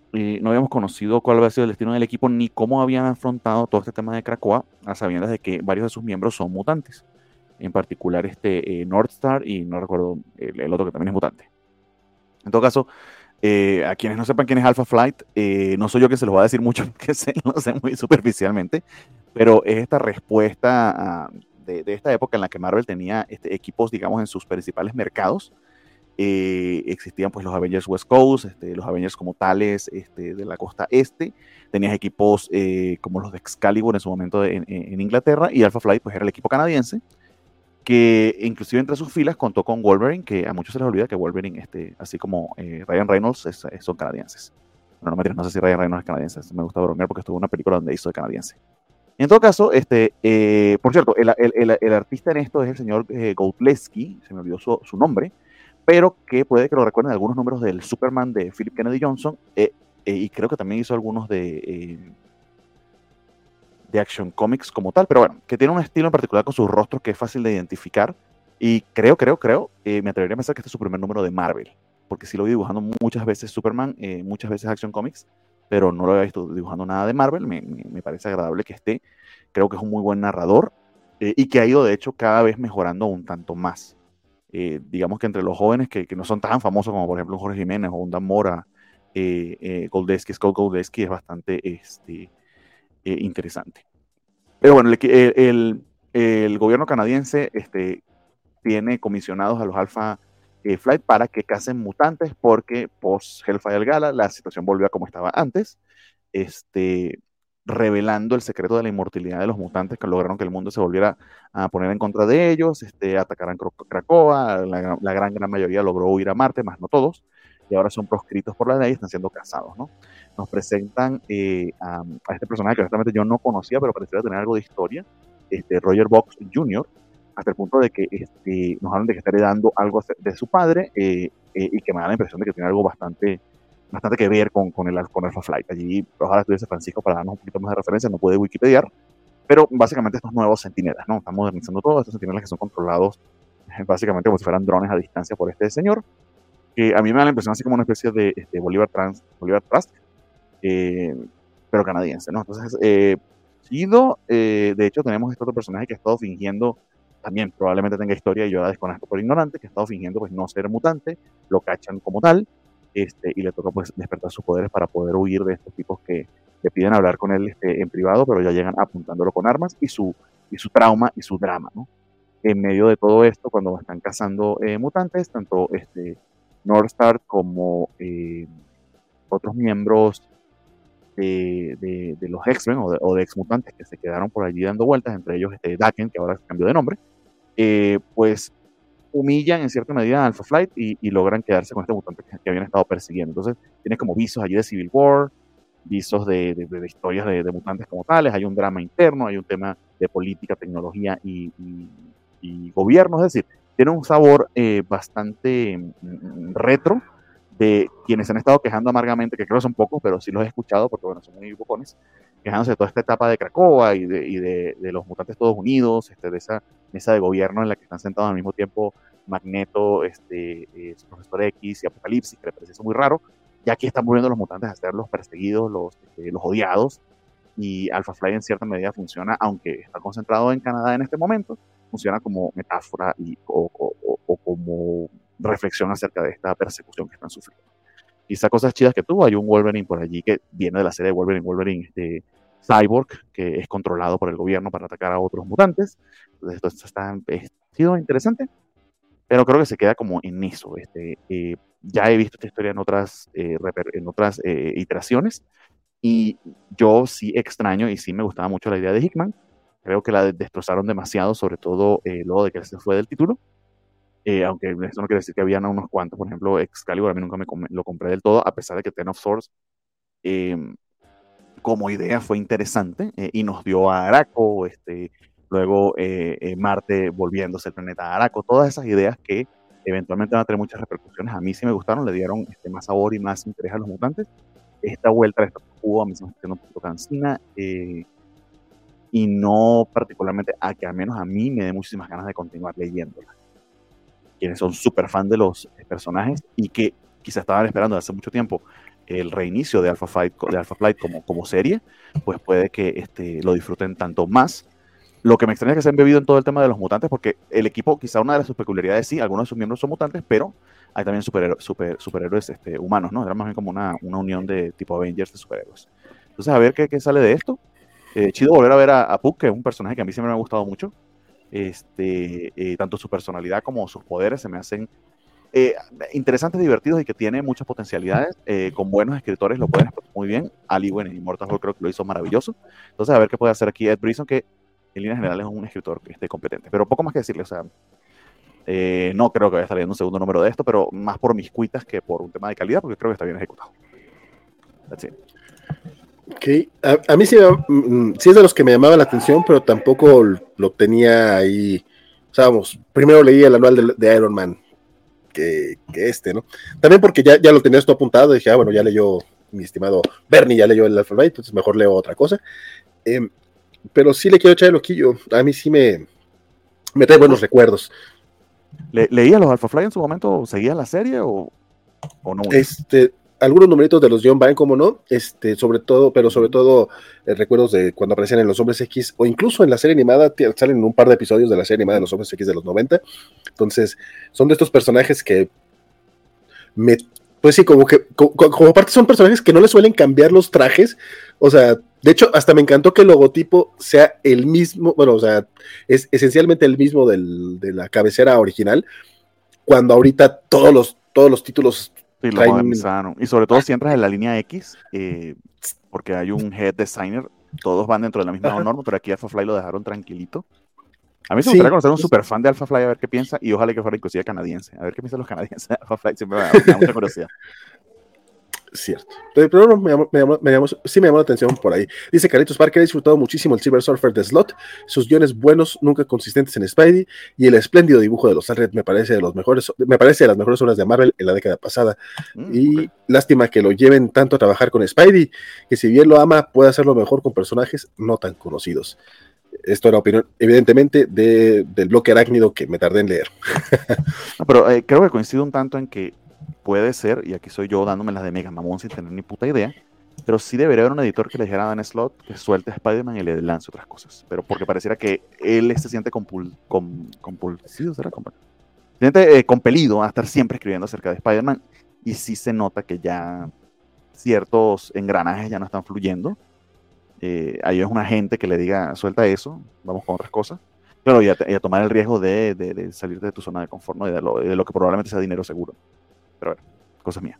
eh, no habíamos conocido cuál había sido el destino del equipo ni cómo habían afrontado todo este tema de Krakoa, a sabiendas de que varios de sus miembros son mutantes, en particular este eh, Northstar y no recuerdo el, el otro que también es mutante. En todo caso, eh, a quienes no sepan quién es Alpha Flight, eh, no soy yo que se los voy a decir mucho, que se lo sé muy superficialmente, pero es esta respuesta a, de, de, esta época en la que Marvel tenía este, equipos, digamos, en sus principales mercados. Eh, existían pues los Avengers West Coast, este, los Avengers como tales este, de la costa este, tenías equipos eh, como los de Excalibur en su momento de, en, en, Inglaterra, y Alpha Flight pues era el equipo canadiense, que inclusive entre sus filas contó con Wolverine, que a muchos se les olvida que Wolverine, este, así como eh, Ryan Reynolds, es, es, son canadienses. Bueno, no, no sé si Ryan Reynolds es canadiense, me gusta bromear porque estuvo en una película donde hizo de canadiense. En todo caso, este, eh, por cierto, el, el, el, el, artista en esto es el señor eh, Godlewski, se me olvidó su, su nombre, pero que puede que lo recuerden algunos números del Superman de Philip Kennedy Johnson, eh, eh, y creo que también hizo algunos de, eh, de Action Comics como tal, pero bueno, que tiene un estilo en particular con sus rostros que es fácil de identificar, y creo, creo, creo, eh, me atrevería a pensar que este es su primer número de Marvel, porque sí lo vi dibujando muchas veces Superman, eh, muchas veces Action Comics, pero no lo había visto dibujando nada de Marvel, me, me, me parece agradable que esté, creo que es un muy buen narrador, eh, y que ha ido de hecho cada vez mejorando un tanto más. Eh, digamos que entre los jóvenes que, que no son tan famosos como por ejemplo un Jorge Jiménez o un Dan Mora, eh, eh, Godlewski, Scott Godlewski es bastante este, eh, interesante. Pero bueno, el, el, el gobierno canadiense este, tiene comisionados a los Alpha eh, Flight para que cacen mutantes porque post Hellfire Gala la situación volvió a como estaba antes, este, revelando el secreto de la inmortalidad de los mutantes que lograron que el mundo se volviera a poner en contra de ellos, este, atacaran Krakoa, la, la gran, gran mayoría logró huir a Marte, más no todos, y ahora son proscritos por la ley y están siendo cazados, ¿no? Nos presentan eh, a, a, este personaje que honestamente yo no conocía, pero parecía tener algo de historia, este, Roger Box junior, hasta el punto de que este, nos hablan de que está heredando algo de su padre eh, eh, y que me da la impresión de que tiene algo bastante, bastante que ver con, con, el, con Alpha Flight. Allí ojalá estuviese Francisco para darnos un poquito más de referencia, no puede Wikipediar, pero básicamente estos nuevos centinelas, ¿no? Están modernizando todo, estos centinelas que son controlados básicamente como si fueran drones a distancia por este señor, que a mí me da la impresión así como una especie de este, Bolívar, Trans, Bolívar Trust, eh, pero canadiense, ¿no? Entonces, eh, Chido, eh, de hecho tenemos este otro personaje que ha estado fingiendo, también probablemente tenga historia y yo la desconozco por ignorante, que ha estado fingiendo pues no ser mutante, lo cachan como tal, este, y le toca pues despertar sus poderes para poder huir de estos tipos que le piden hablar con él este, en privado, pero ya llegan apuntándolo con armas y su, y su trauma y su drama, ¿no? En medio de todo esto, cuando están cazando eh, mutantes, tanto este, Northstar como eh, otros miembros de, de, de los X-Men o de, o de ex-mutantes que se quedaron por allí dando vueltas, entre ellos este, Daken, que ahora cambió de nombre, eh, pues humillan en cierta medida a Alpha Flight y, y logran quedarse con este mutante que, que habían estado persiguiendo. Entonces, tienes como visos allí de Civil War, visos de, de, de historias de, de mutantes como tales, hay un drama interno, hay un tema de política, tecnología y, y, y gobierno, es decir, tiene un sabor eh, bastante mm, retro de quienes se han estado quejando amargamente, que creo que son pocos, pero sí los he escuchado porque bueno, son muy bocones, quejándose de toda esta etapa de Krakoa y de, y de, de los mutantes todos unidos, este, de esa mesa de gobierno en la que están sentados al mismo tiempo Magneto, este, eh, Profesor X y Apocalipsis, que le parece eso muy raro. Ya aquí están volviendo los mutantes a ser los perseguidos, los, este, los odiados, y Alpha Flight en cierta medida funciona, aunque está concentrado en Canadá en este momento, funciona como metáfora y, o, o, o como reflexión acerca de esta persecución que están sufriendo. Quizá cosas chidas que tuvo, hay un Wolverine por allí que viene de la serie de Wolverine, Wolverine este, Cyborg, que es controlado por el gobierno para atacar a otros mutantes. Entonces, esto está, ha sido interesante, pero creo que se queda como en eso. Este, eh, ya he visto esta historia en otras, eh, en otras eh, iteraciones, y yo sí extraño y sí me gustaba mucho la idea de Hickman. Creo que la destrozaron demasiado, sobre todo eh, luego de que se fue del título. Eh, aunque eso no quiere decir que habían unos cuantos, por ejemplo, Excalibur, a mí nunca me lo compré del todo, a pesar de que Ten of Swords eh, como idea fue interesante eh, y nos dio a Araco, este, luego eh, eh, Marte volviéndose el planeta Araco, todas esas ideas que eventualmente van a tener muchas repercusiones. A mí sí me gustaron, le dieron este, más sabor y más interés a los mutantes. Esta vuelta de esta jugo a mí se me está haciendo un poquito cansina eh, y no particularmente a que al menos a mí me dé muchísimas ganas de continuar leyéndola. Quienes son súper fan de los personajes y que quizás estaban esperando desde hace mucho tiempo el reinicio de Alpha Flight, de Alpha Flight como, como serie, pues puede que este, lo disfruten tanto más. Lo que me extraña es que se han bebido en todo el tema de los mutantes, porque el equipo, quizá una de sus peculiaridades, sí, algunos de sus miembros son mutantes, pero hay también superhéroes, super, superhéroes este, humanos, ¿no? Era más bien como una, una unión de tipo Avengers de superhéroes. Entonces, a ver qué, qué sale de esto. Eh, chido volver a ver a, a Puck, que es un personaje que a mí siempre me ha gustado mucho. Este, eh, tanto su personalidad como sus poderes se me hacen eh, interesantes, divertidos y que tiene muchas potencialidades. Eh, con buenos escritores lo pueden explotar muy bien. Ali, bueno, en Immortal Hulk creo que lo hizo maravilloso. Entonces, a ver qué puede hacer aquí Ed Brisson, que en líneas generales es un escritor que esté competente. Pero poco más que decirle, o sea, eh, no creo que vaya a estar leyendo un segundo número de esto, pero más por mis cuitas que por un tema de calidad, porque creo que está bien ejecutado. That's it. Ok, a, a mí sí, mm, sí es de los que me llamaba la atención, pero tampoco lo tenía ahí. O sea, vamos, primero leí el anual de, de Iron Man que, que este, ¿no? También porque ya, ya lo tenía esto apuntado, dije, ah, bueno, ya leyó mi estimado Bernie, ya leyó el Alphabet, entonces mejor leo otra cosa. Eh, pero sí le quiero echar el ojillo, a mí sí me, me trae buenos recuerdos. ¿Le, ¿Leía los Alpha Fly en su momento? ¿Seguía la serie o, o no? Este, algunos numeritos de los John Byrne, como no, este, sobre todo, pero sobre todo eh, recuerdos de cuando aparecían en los Hombres X, o incluso en la serie animada, salen un par de episodios de la serie animada de los Hombres X de los noventa. Entonces, son de estos personajes que me, pues sí, como que, como, como aparte son personajes que no les suelen cambiar los trajes, o sea, de hecho, hasta me encantó que el logotipo sea el mismo, bueno, o sea, es esencialmente el mismo del, de la cabecera original, cuando ahorita todos los, todos los títulos sí, lo modernizaron. Y sobre todo si entras en la línea X, eh, porque hay un head designer, todos van dentro de la misma Ajá. norma, pero aquí Alpha Fly lo dejaron tranquilito. A mí se me sí, gustaría conocer un super fan de Alpha Fly, a ver qué piensa, y ojalá que fuera inclusive canadiense. A ver qué piensan los canadienses de Alpha Fly, siempre me da, me da mucha curiosidad. Cierto. Pero no, me llamó, me llamó, me llamó, sí me llamó la atención por ahí. Dice Carlitos Parker, he disfrutado muchísimo el Silver Surfer de Slott, sus guiones buenos, nunca consistentes en Spidey, y el espléndido dibujo de los Alred me parece de los mejores, me parece de las mejores obras de Marvel en la década pasada. Mm, y okay. Lástima que lo lleven tanto a trabajar con Spidey, que si bien lo ama, puede hacerlo mejor con personajes no tan conocidos. Esto era opinión, evidentemente, de, del bloque arácnido que me tardé en leer. No, pero eh, creo que coincido un tanto en que puede ser, y aquí soy yo dándome las de mega mamón sin tener ni puta idea, pero sí debería haber un editor que le dijera a Dan Slott que suelte a Spider-Man y le lance otras cosas. Pero porque pareciera que él se siente compul, com, compulsivo, ¿será? Compul, se siente eh, compelido a estar siempre escribiendo acerca de Spider-Man, y sí se nota que ya ciertos engranajes ya no están fluyendo. Eh, ahí es una gente que le diga, suelta eso, vamos con otras cosas. Claro, y a, y a tomar el riesgo de, de, de salirte de tu zona de confort, ¿no? Y de lo, de lo que probablemente sea dinero seguro. Pero bueno, cosas mías.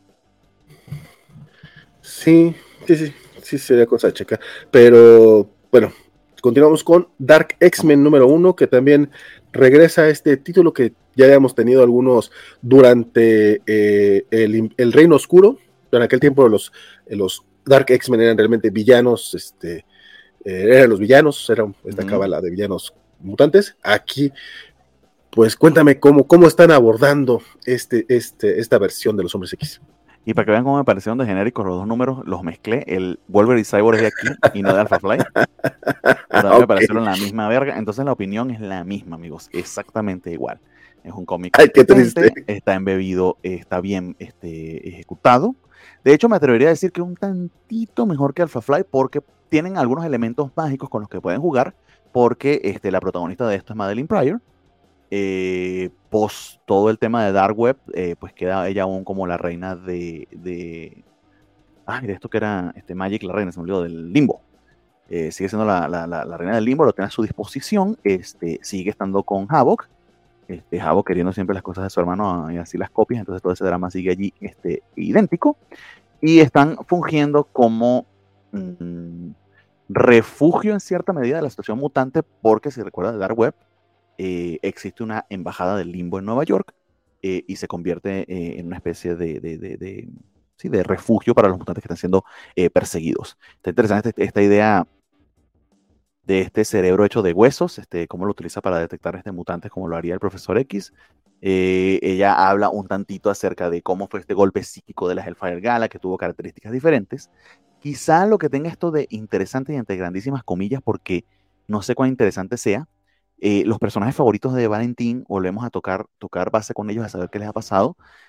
Sí, sí, sí, sí sería cosa de checar. Pero bueno, continuamos con Dark X-Men número uno, que también regresa a este título que ya habíamos tenido algunos durante eh, el, el Reino Oscuro. En aquel tiempo los, los Dark X-Men eran realmente villanos, este, eh, eran los villanos, era esta uh-huh. cábala de villanos mutantes. Aquí, pues cuéntame cómo, cómo están abordando este, este, esta versión de los Hombres X. Y para que vean cómo me parecieron de genéricos los dos números, los mezclé. El Wolverine Cyborg es de aquí y no de Alpha Fly. Pero okay. me parecieron la misma verga. Entonces la opinión es la misma, amigos. Exactamente igual. Es un cómic. Ay, qué triste. Está embebido, está bien este, ejecutado. De hecho, me atrevería a decir que un tantito mejor que Alpha Fly porque tienen algunos elementos mágicos con los que pueden jugar. Porque este, la protagonista de esto es Madeline Pryor. Eh, post todo el tema de Dark Web, eh, pues queda ella aún como la reina de, de ay, de esto que era este Magic, la reina, se me olvidó, del Limbo. Eh, sigue siendo la, la, la, la reina del Limbo, lo tiene a su disposición, este, sigue estando con Havok, este, Havok queriendo siempre las cosas de su hermano y así las copias, entonces todo ese drama sigue allí este, idéntico, y están fungiendo como mmm, refugio en cierta medida de la situación mutante, porque si recuerdas de Dark Web, Eh, existe una embajada del Limbo en Nueva York eh, y se convierte eh, en una especie de, de, de, de, sí, de refugio para los mutantes que están siendo eh, perseguidos. Está interesante esta, esta idea de este cerebro hecho de huesos, este, cómo lo utiliza para detectar este mutantes como lo haría el Profesor X. Eh, ella habla un tantito acerca de cómo fue este golpe psíquico de la Hellfire Gala, que tuvo características diferentes. Quizá lo que tenga esto de interesante y entre grandísimas comillas, porque no sé cuán interesante sea, Eh, los personajes favoritos de Valentín, volvemos a tocar, tocar base con ellos, a saber qué les ha pasado.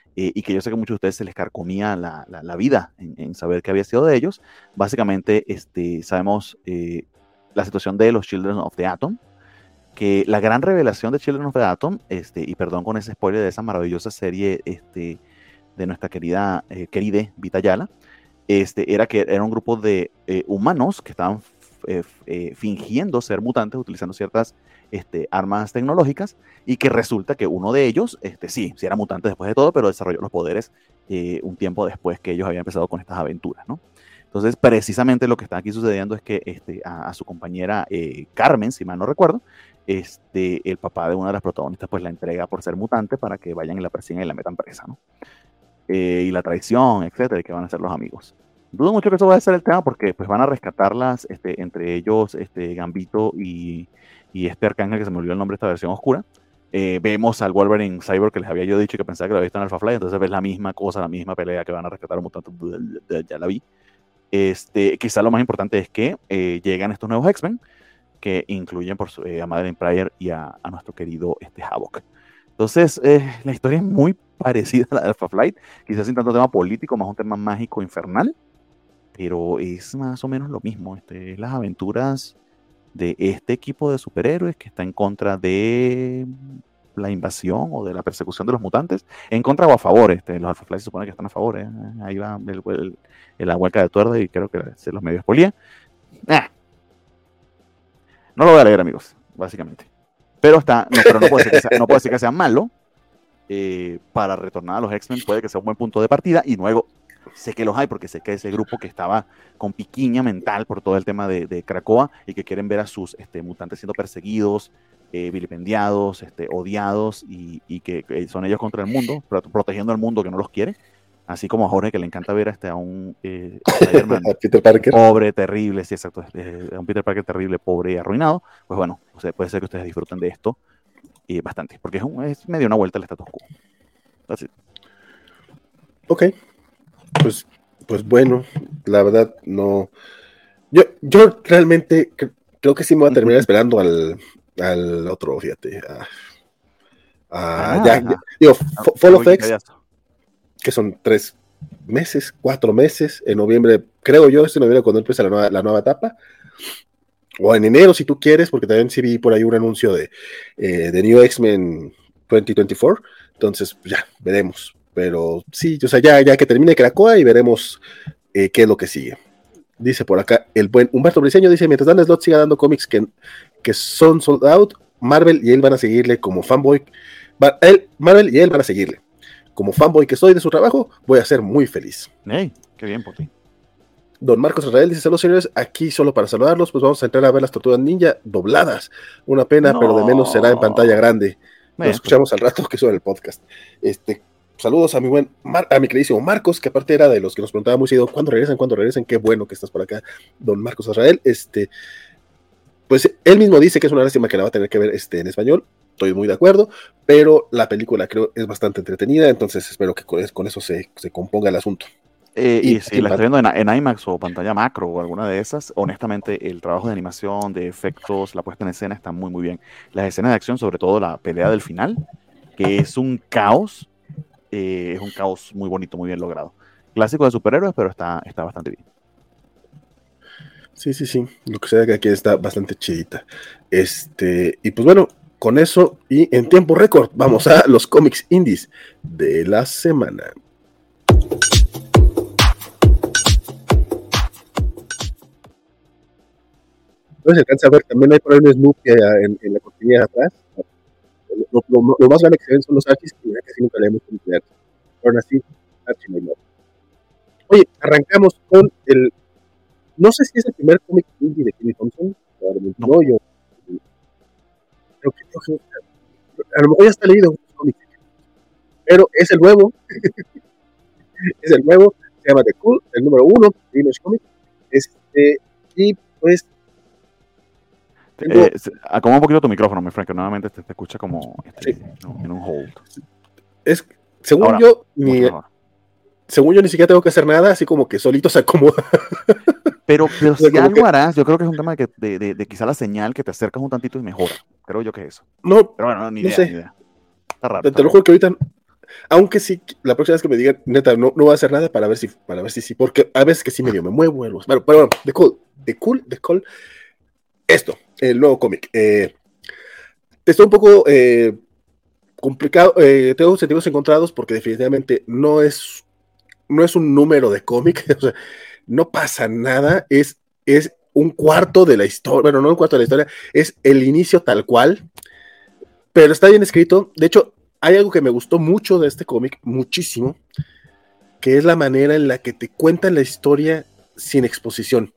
eh, y que yo sé que a muchos de ustedes se les carcomía la, la, la vida en, en saber qué había sido de ellos. Básicamente, este, sabemos eh, la situación de los Children of the Atom, que la gran revelación de Children of the Atom, este, y perdón con ese spoiler de esa maravillosa serie este, de nuestra querida, eh, querida Vita Yala, este, era que era un grupo de eh, humanos que estaban eh, eh, fingiendo ser mutantes, utilizando ciertas este, armas tecnológicas, y que resulta que uno de ellos, este, sí, sí era mutante después de todo, pero desarrolló los poderes eh, un tiempo después que ellos habían empezado con estas aventuras, ¿no? Entonces, precisamente lo que está aquí sucediendo es que este, a, a su compañera eh, Carmen, si mal no recuerdo, este, el papá de una de las protagonistas pues la entrega por ser mutante para que vayan y la persigan y la metan presa, ¿no? Eh, y la traición, etcétera, y que van a ser los amigos. Dudo mucho que eso vaya a ser el tema porque pues van a rescatarlas, este, entre ellos este, Gambito y, y este Arcángel, que se me olvidó el nombre de esta versión oscura. Eh, vemos al Wolverine Cyborg que les había yo dicho que pensaba que lo había visto en Alpha Flight, entonces ves la misma cosa, la misma pelea que van a rescatar a un mutante, ya la vi. Este, quizá lo más importante es que eh, llegan estos nuevos X-Men que incluyen por su, eh, a Madeleine Pryor y a, a nuestro querido este, Havok. Entonces, eh, la historia es muy parecida a la de Alpha Flight, quizás sin tanto tema político, más un tema mágico infernal, pero es más o menos lo mismo. Este, las aventuras de este equipo de superhéroes que está en contra de la invasión o de la persecución de los mutantes, en contra o a favor. Este, los Alpha Flight se supone que están a favor. ¿eh? Ahí va el, el, el, la hueca de tuerda y creo que se los medio espolía. Eh. No lo voy a leer, amigos, básicamente. Pero, está, no, pero no, puede ser que sea, no puede ser que sea malo. Eh, para retornar a los X-Men puede que sea un buen punto de partida. Y luego, sé que los hay porque sé que ese grupo que estaba con piquiña mental por todo el tema de, de Krakoa y que quieren ver a sus este, mutantes siendo perseguidos, eh, vilipendiados, este, odiados y, y que, que son ellos contra el mundo, protegiendo al mundo que no los quiere. Así como a Jorge, que le encanta ver este, a un eh, a Peter Parker pobre, terrible, sí, exacto, eh, a un Peter Parker terrible, pobre y arruinado. Pues bueno, o sea, puede ser que ustedes disfruten de esto y bastante, porque es, un, es medio una vuelta al status quo. That's it. Ok, pues, pues bueno, la verdad no. Yo, yo realmente creo que sí me voy a terminar esperando al, al otro, fíjate. A, a, ah, ya, ya, digo, Fall of X, que son tres meses, cuatro meses, en noviembre, creo yo, este noviembre cuando empieza la nueva, la nueva etapa, o en enero si tú quieres, porque también sí vi por ahí un anuncio de, eh, de New X-Men veinte veinticuatro, entonces ya, veremos, pero sí, o sea, ya, ya que termine Krakoa y veremos eh, qué es lo que sigue. Dice por acá, el buen Humberto Briceño dice, mientras Dan Slott siga dando cómics que, que son sold out, Marvel y él van a seguirle como fanboy, va, él, Marvel y él van a seguirle. Como fanboy que soy de su trabajo, voy a ser muy feliz. Hey, qué bien por ti. Don Marcos Israel dice, saludos señores, aquí solo para saludarlos, pues vamos a entrar a ver las Tortugas Ninja dobladas. Una pena, no. Pero de menos será en pantalla grande. Nos escuchamos al rato que suena el podcast. Este, saludos a mi buen, Mar a mi queridísimo Marcos, que aparte era de los que nos preguntaba muy seguido, ¿cuándo regresan? ¿Cuándo regresan? Qué bueno que estás por acá, don Marcos Israel. Este, pues él mismo dice que es una lástima que la va a tener que ver este, en español. Estoy muy de acuerdo, pero la película creo es bastante entretenida, entonces espero que con eso, con eso se, se componga el asunto. Eh, y, y si la estoy viendo en, en IMAX o pantalla macro o alguna de esas, honestamente el trabajo de animación, de efectos, la puesta en escena está muy muy bien. Las escenas de acción, sobre todo la pelea del final, que es un caos, eh, es un caos muy bonito, muy bien logrado. Clásico de superhéroes, pero está, está bastante bien. Sí, sí, sí, lo que sea que aquí está bastante chidita. Este, y pues bueno, con eso y en tiempo récord, vamos a los cómics indies de la semana. No se alcanza a ver, también hay por ahí un Snoopy en, en la cortina de atrás. Lo, lo, lo más grande que se ven son los Archis, que casi nunca leemos con el Archis. Pero aún así, Archie no. Oye, arrancamos con el. No sé si es el primer cómic indie de Kenny Thompson, probablemente no, no yo. Creo que, creo que a lo mejor ya está leído un cómic, pero es el nuevo. Es el nuevo, se llama The Cool, el número uno de Image Comics. Este, y pues. Tengo... Eh, acomoda un poquito tu micrófono, mi friend, que nuevamente te, te escucha como este, sí. no, en un hold. Es, según Ahora, yo, ni, según yo ni siquiera tengo que hacer nada, así como que solito se acomoda. Pero, pero si algo que... harás, yo creo que es un tema de, que, de, de, de quizá la señal que te acercas un tantito y mejora. Creo yo que es eso. No, pero bueno, ni no idea, sé. ni idea. Está raro. Te, está te lo raro. juro que ahorita Aunque sí, la próxima vez que me digan, neta, no, no voy a hacer nada para ver si, para ver si sí, porque a veces que sí medio me muevo. Bueno, pero bueno, de cool, de cool, de cool. Esto, el nuevo cómic. Eh, está un poco eh, complicado, eh, tengo sentimientos encontrados porque definitivamente no es, no es un número de cómic, o sea, no pasa nada, es, es un cuarto de la historia, bueno, no un cuarto de la historia, es el inicio tal cual, pero está bien escrito. De hecho, hay algo que me gustó mucho de este cómic, muchísimo, que es la manera en la que te cuentan la historia sin exposición.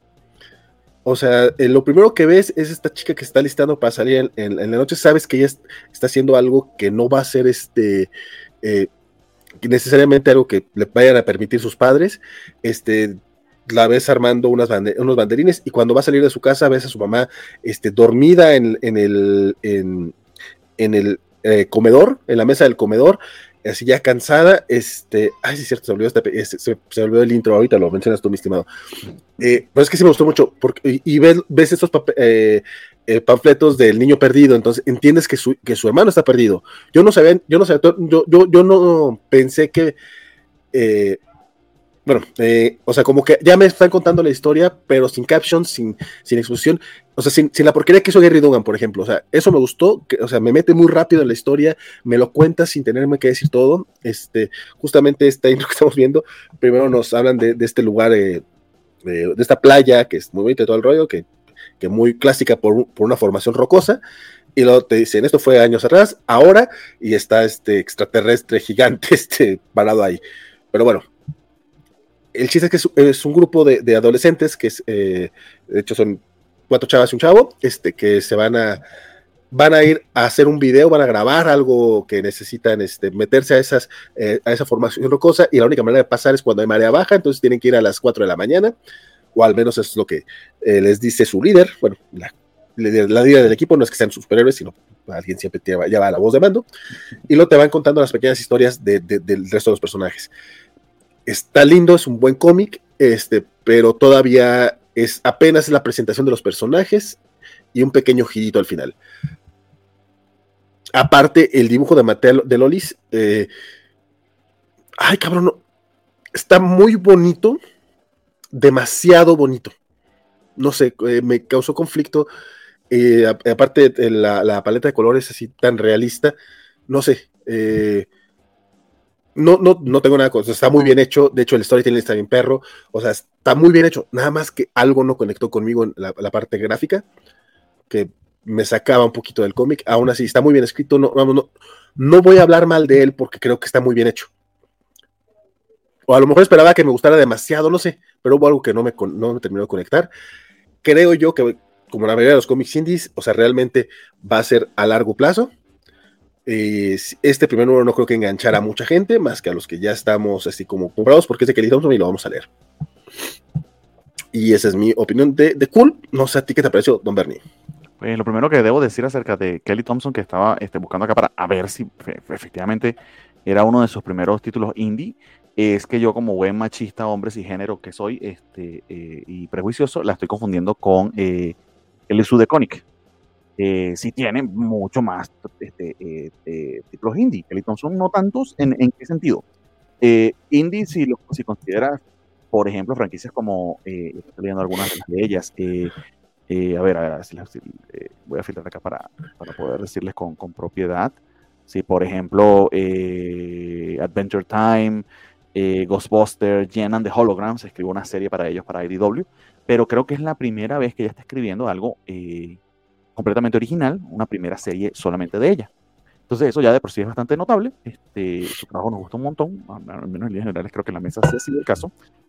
O sea, eh, lo primero que ves es esta chica que está listando para salir en, en, en la noche. Sabes que ella es, está haciendo algo que no va a ser este, eh, necesariamente algo que le vayan a permitir sus padres. Este, la ves armando unas bande unos banderines y cuando va a salir de su casa ves a su mamá este, dormida en, en el, en, en el eh, comedor, en la mesa del comedor, así ya cansada. Este, ay, sí, es cierto, se olvidó, este, este, se, se olvidó el intro, ahorita lo mencionas tú, mi estimado. Eh, pero es que sí me gustó mucho, porque, y, y ves, ves estos eh, eh, panfletos del niño perdido, entonces entiendes que su, que su hermano está perdido. Yo no sabía, yo no sabía, yo, yo, yo no pensé que, eh, bueno, eh, o sea, como que ya me están contando la historia, pero sin captions, sin, sin exposición, o sea, sin, sin la porquería que hizo Gary Duggan, por ejemplo. O sea, eso me gustó, que, o sea, me mete muy rápido en la historia, me lo cuenta sin tenerme que decir todo. Este, justamente esta intro que estamos viendo, primero nos hablan de, de este lugar, eh, de, de esta playa, que es muy bonita y todo el rollo, que, que muy clásica por, por una formación rocosa, y luego te dicen, esto fue años atrás, ahora, y está este extraterrestre gigante este, parado ahí. Pero bueno, el chiste es que es, es un grupo de, de adolescentes que es, eh, de hecho son cuatro chavas y un chavo, este, que se van a, van a ir a hacer un video, van a grabar algo que necesitan este, meterse a, esas, eh, a esa formación rocosa, y la única manera de pasar es cuando hay marea baja, entonces tienen que ir a las cuatro de la mañana, o al menos es lo que eh, les dice su líder. Bueno, la, la líder del equipo no es que sean superhéroes, sino alguien siempre lleva, lleva la voz de mando, y luego te van contando las pequeñas historias de, de, del resto de los personajes. Está lindo, es un buen cómic, este, pero todavía es apenas la presentación de los personajes y un pequeño girito al final. Aparte, el dibujo de Mateo de Lolis, eh, ay cabrón, no, está muy bonito, demasiado bonito. No sé, eh, me causó conflicto. Eh, aparte, la, la paleta de colores así tan realista, no sé, eh, No, no, no tengo nada con eso, está muy bien hecho. De hecho, el storytelling está bien perro, o sea, está muy bien hecho. Nada más que algo no conectó conmigo en la, la parte gráfica, que me sacaba un poquito del cómic. Aún así, está muy bien escrito. No, vamos, no, no voy a hablar mal de él porque creo que está muy bien hecho. O a lo mejor esperaba que me gustara demasiado, no sé, pero hubo algo que no me, no me terminó de conectar. Creo yo que, como la mayoría de los cómics indies, o sea, realmente va a ser a largo plazo. Eh, este primer número no creo que enganchara a mucha gente, más que a los que ya estamos así como comprados, porque es de Kelly Thompson y lo vamos a leer. Y esa es mi opinión de, de Cool. No sé a ti qué te pareció, Don Bernie. Pues lo primero que debo decir acerca de Kelly Thompson, que estaba este, buscando acá para a ver si efectivamente era uno de sus primeros títulos indie, es que yo, como buen machista, hombre y género que soy, este, eh, y prejuicioso, la estoy confundiendo con eh, el Issue de Conic. Eh, sí tiene mucho más este, eh, eh, títulos indie. Kelly Thompson no tantos. ¿En, en qué sentido? Eh, indie, si, lo, si consideras, por ejemplo, franquicias como, eh, estoy leyendo algunas de ellas, eh, eh, a ver, a ver, a ver si, si, eh, voy a filtrar acá para, para poder decirles con, con propiedad. Si, por ejemplo, eh, Adventure Time, eh, Ghostbusters, Jen and the Holograms, escribo una serie para ellos, para I D W, pero creo que es la primera vez que ella está escribiendo algo eh, completamente original, una primera serie solamente de ella. Entonces eso ya de por sí es bastante notable. Este, su trabajo nos gusta un montón, al menos en líneas generales creo que en la mesa sí ha sido el caso.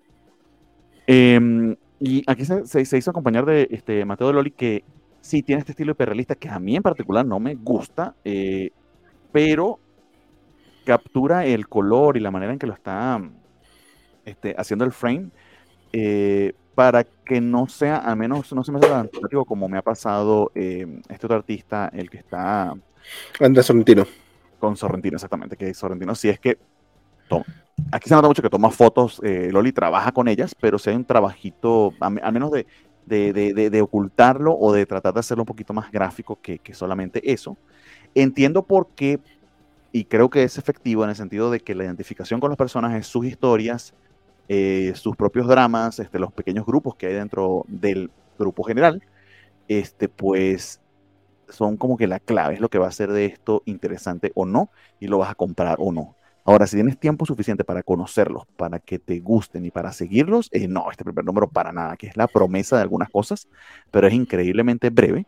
Eh, y aquí se, se, se hizo acompañar de este, Mateo de Loli, que sí tiene este estilo hiperrealista que a mí en particular no me gusta, eh, pero captura el color y la manera en que lo está este, haciendo el frame, eh, para que no sea, al menos no se me hace tan antipático como me ha pasado eh, este otro artista, el que está... Andrés Sorrentino. Con Sorrentino, exactamente, que Sorrentino sí es que toma. Aquí se nota mucho que toma fotos, eh, Loli trabaja con ellas, pero si hay un trabajito, al menos de, de, de, de, de ocultarlo o de tratar de hacerlo un poquito más gráfico que, que solamente eso. Entiendo por qué y creo que es efectivo en el sentido de que la identificación con los personajes, sus historias, eh, sus propios dramas, este, los pequeños grupos que hay dentro del grupo general, este, pues son como que la clave, es lo que va a hacer de esto interesante o no, y lo vas a comprar o no. Ahora, si tienes tiempo suficiente para conocerlos, para que te gusten y para seguirlos, eh, no, este primer número para nada, que es la promesa de algunas cosas, pero es increíblemente breve.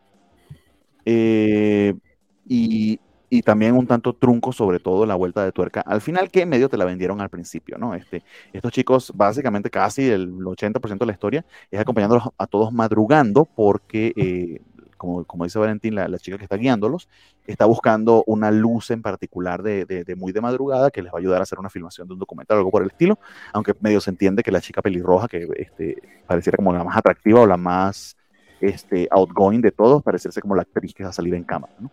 Eh, y, y también un tanto trunco, sobre todo la vuelta de tuerca al final, que medio te la vendieron al principio, ¿no? Este, estos chicos, básicamente casi el ochenta por ciento de la historia es acompañándolos a todos madrugando porque, eh, como, como dice Valentín, la, la chica que está guiándolos, está buscando una luz en particular de, de, de muy de madrugada que les va a ayudar a hacer una filmación de un documental o algo por el estilo, aunque medio se entiende que la chica pelirroja, que este, pareciera como la más atractiva o la más este, outgoing de todos, parecerse como la actriz que va a salir en cámara, ¿no?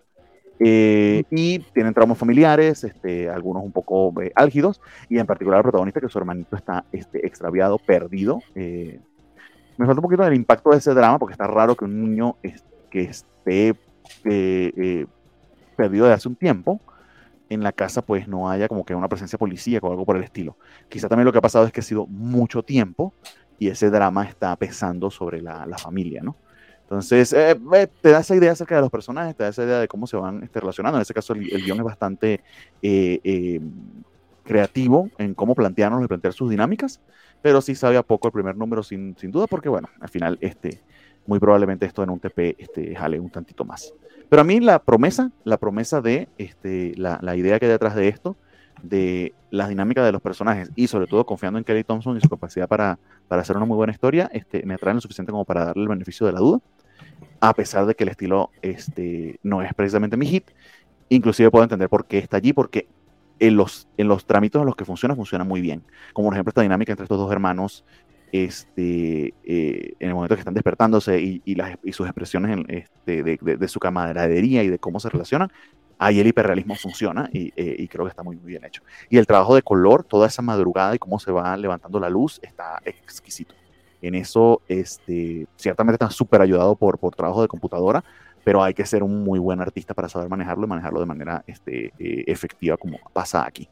Eh, y tienen traumas familiares, este, algunos un poco eh, álgidos, y en particular el protagonista, que su hermanito está este, extraviado, perdido. Eh, me falta un poquito del impacto de ese drama, porque está raro que un niño es, que esté eh, eh, perdido desde hace un tiempo, en la casa pues no haya como que una presencia policíaca o algo por el estilo. Quizá también lo que ha pasado es que ha sido mucho tiempo, y ese drama está pesando sobre la, la familia, ¿no? Entonces, eh, eh, te da esa idea acerca de los personajes, te da esa idea de cómo se van este, relacionando. En este caso, el, el guión es bastante eh, eh, creativo en cómo plantearnos y plantear sus dinámicas, pero sí sabe a poco el primer número, sin, sin duda, porque, bueno, al final, este, muy probablemente esto en un T P este, jale un tantito más. Pero a mí la promesa, la promesa de este, la, la idea que hay detrás de esto, de las dinámicas de los personajes y sobre todo confiando en Kelly Thompson y su capacidad para, para hacer una muy buena historia, este, me atraen lo suficiente como para darle el beneficio de la duda, a pesar de que el estilo este, no es precisamente mi hit. Inclusive puedo entender por qué está allí, porque en los, en los trámites en los que funciona, funciona muy bien. Como por ejemplo esta dinámica entre estos dos hermanos, este, eh, en el momento que están despertándose y, y, las, y sus expresiones en, este, de, de, de su camaradería y de cómo se relacionan, ahí el hiperrealismo funciona y, eh, y creo que está muy, muy bien hecho. Y el trabajo de color, toda esa madrugada y cómo se va levantando la luz, está exquisito. En eso, este, ciertamente está súper ayudado por, por trabajo de computadora, pero hay que ser un muy buen artista para saber manejarlo y manejarlo de manera este, eh, efectiva como pasa aquí.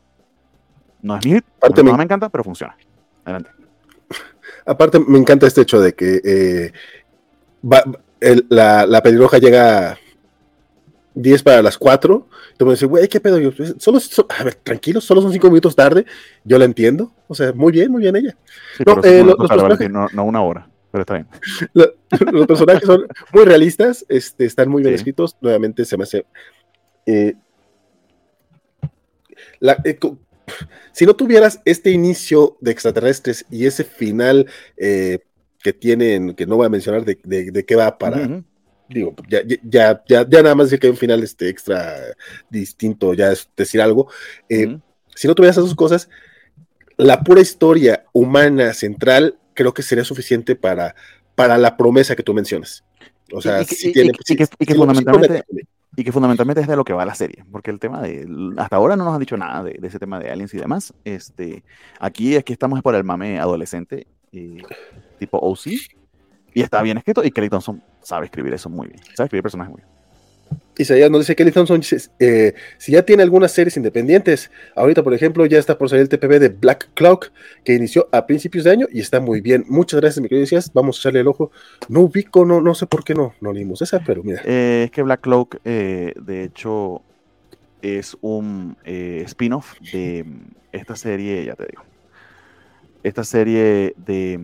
No es mi hit, no me... me encanta, pero funciona. Adelante. Aparte, me encanta este hecho de que eh, va, el, la, la pelirroja llega diez para las cuatro, tú me dices, güey, ¿qué pedo? Yo, solo, solo, a ver, tranquilo, solo son cinco minutos tarde, yo la entiendo, o sea, muy bien, muy bien ella. Sí, no, eh, los, los personajes, no, no una hora, pero está bien. Los, los personajes son muy realistas, este, están muy bien sí. escritos, nuevamente se me hace... Eh, la, eh, si no tuvieras este inicio de extraterrestres y ese final eh, que tienen, que no voy a mencionar de, de, de qué va para... Uh-huh. Digo, ya, ya, ya, ya nada más decir que hay un final este, extra distinto, ya es decir algo. Eh, uh-huh. Si no tuvieras esas dos cosas, la pura historia humana central creo que sería suficiente para, para la promesa que tú mencionas. O sea, y, si y, tiene... y, si, y que, y que si fundamentalmente... Lo, y que fundamentalmente es de lo que va la serie, porque el tema de, hasta ahora no nos han dicho nada de, de ese tema de aliens y demás. Este, aquí es que estamos por el mame adolescente, eh, tipo O C, y está bien escrito, y Kelly Thompson sabe escribir eso muy bien, sabe escribir personajes muy bien. Isaías nos dice Kelly Thompson, eh, si ya tiene algunas series independientes, ahorita por ejemplo ya está por salir el T P B de Black Cloak, que inició a principios de año y está muy bien. Muchas gracias, mi querido Isaías, vamos a echarle el ojo. No ubico, no, no sé por qué no, no leímos esa, pero mira. Eh, es que Black Cloak, eh, de hecho, es un eh, spin-off de esta serie, ya te digo, esta serie de,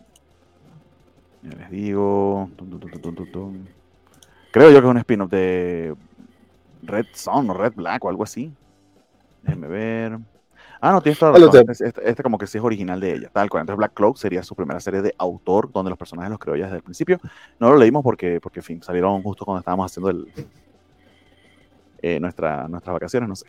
ya les digo, tum, tum, tum, tum, tum, tum. Creo yo que es un spin-off de Red Sun o Red Black o algo así. Déjenme ver. Ah, no, tienes toda la razón. Este, este, este como que sí es original de ella, tal cual. Entonces Black Cloak sería su primera serie de autor, donde los personajes los creó ella desde el principio. No lo leímos porque, porque en fin, salieron justo cuando estábamos haciendo el, eh, nuestra, nuestras vacaciones, no sé.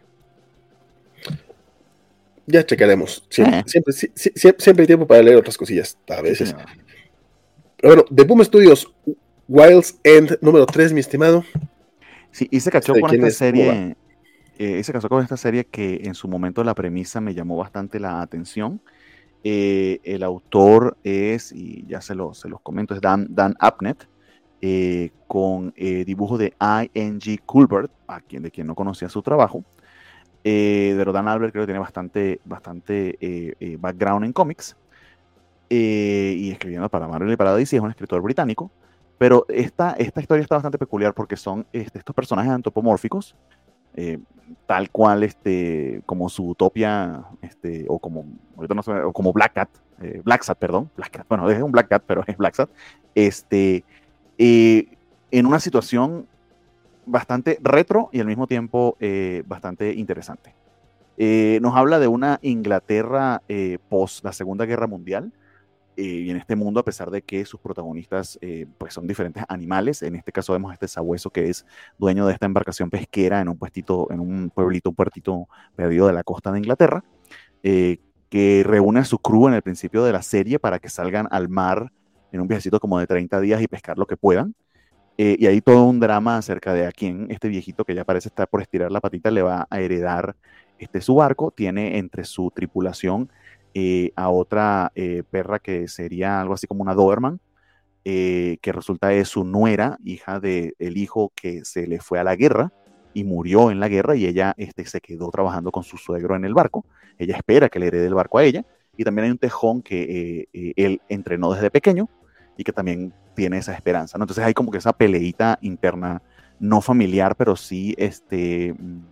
Ya checaremos. Siempre, eh. siempre, siempre, siempre hay tiempo para leer otras cosillas, a veces. Sí, Pero bueno, de Boom Studios, Wild's End número tres, mi estimado. Sí, y se cachó con esta serie, eh, y se cachó con esta serie que en su momento la premisa me llamó bastante la atención. Eh, el autor es, y ya se, lo, se los comento, es Dan, Dan Abnett, eh, con eh, dibujo de I N G Culbert, a quien, de quien no conocía su trabajo. Eh, pero Dan Albert creo que tiene bastante, bastante eh, eh, background en cómics. Eh, y escribiendo para Marvel y para D C, es un escritor británico. Pero esta, esta historia está bastante peculiar porque son este, estos personajes antropomórficos, eh, tal cual este, como su Utopia, este, o como, ahorita no sé, o como Black Cat, eh, Black Sat, perdón, Black Cat, bueno, es un Black Cat, pero es Black Sat, este, eh, en una situación bastante retro y al mismo tiempo eh, bastante interesante. Eh, nos habla de una Inglaterra eh, post la Segunda Guerra Mundial, eh, y en este mundo, a pesar de que sus protagonistas eh, pues son diferentes animales. En este caso vemos a este sabueso que es dueño de esta embarcación pesquera en un puestito, en un pueblito, un puertito perdido de la costa de Inglaterra, eh, que reúne a su crew en el principio de la serie para que salgan al mar en un viajecito como de treinta días y pescar lo que puedan. Eh, y hay todo un drama acerca de a quién este viejito, que ya parece estar por estirar la patita, le va a heredar este, su barco. Tiene entre su tripulación eh, a otra eh, perra que sería algo así como una Doberman, eh, que resulta es su nuera, hija del hijo que se le fue a la guerra y murió en la guerra, y ella este, se quedó trabajando con su suegro en el barco. Ella espera que le herede el barco a ella. Y también hay un tejón que eh, eh, él entrenó desde pequeño y que también tiene esa esperanza, ¿no? Entonces hay como que esa peleita interna, no familiar, pero sí este,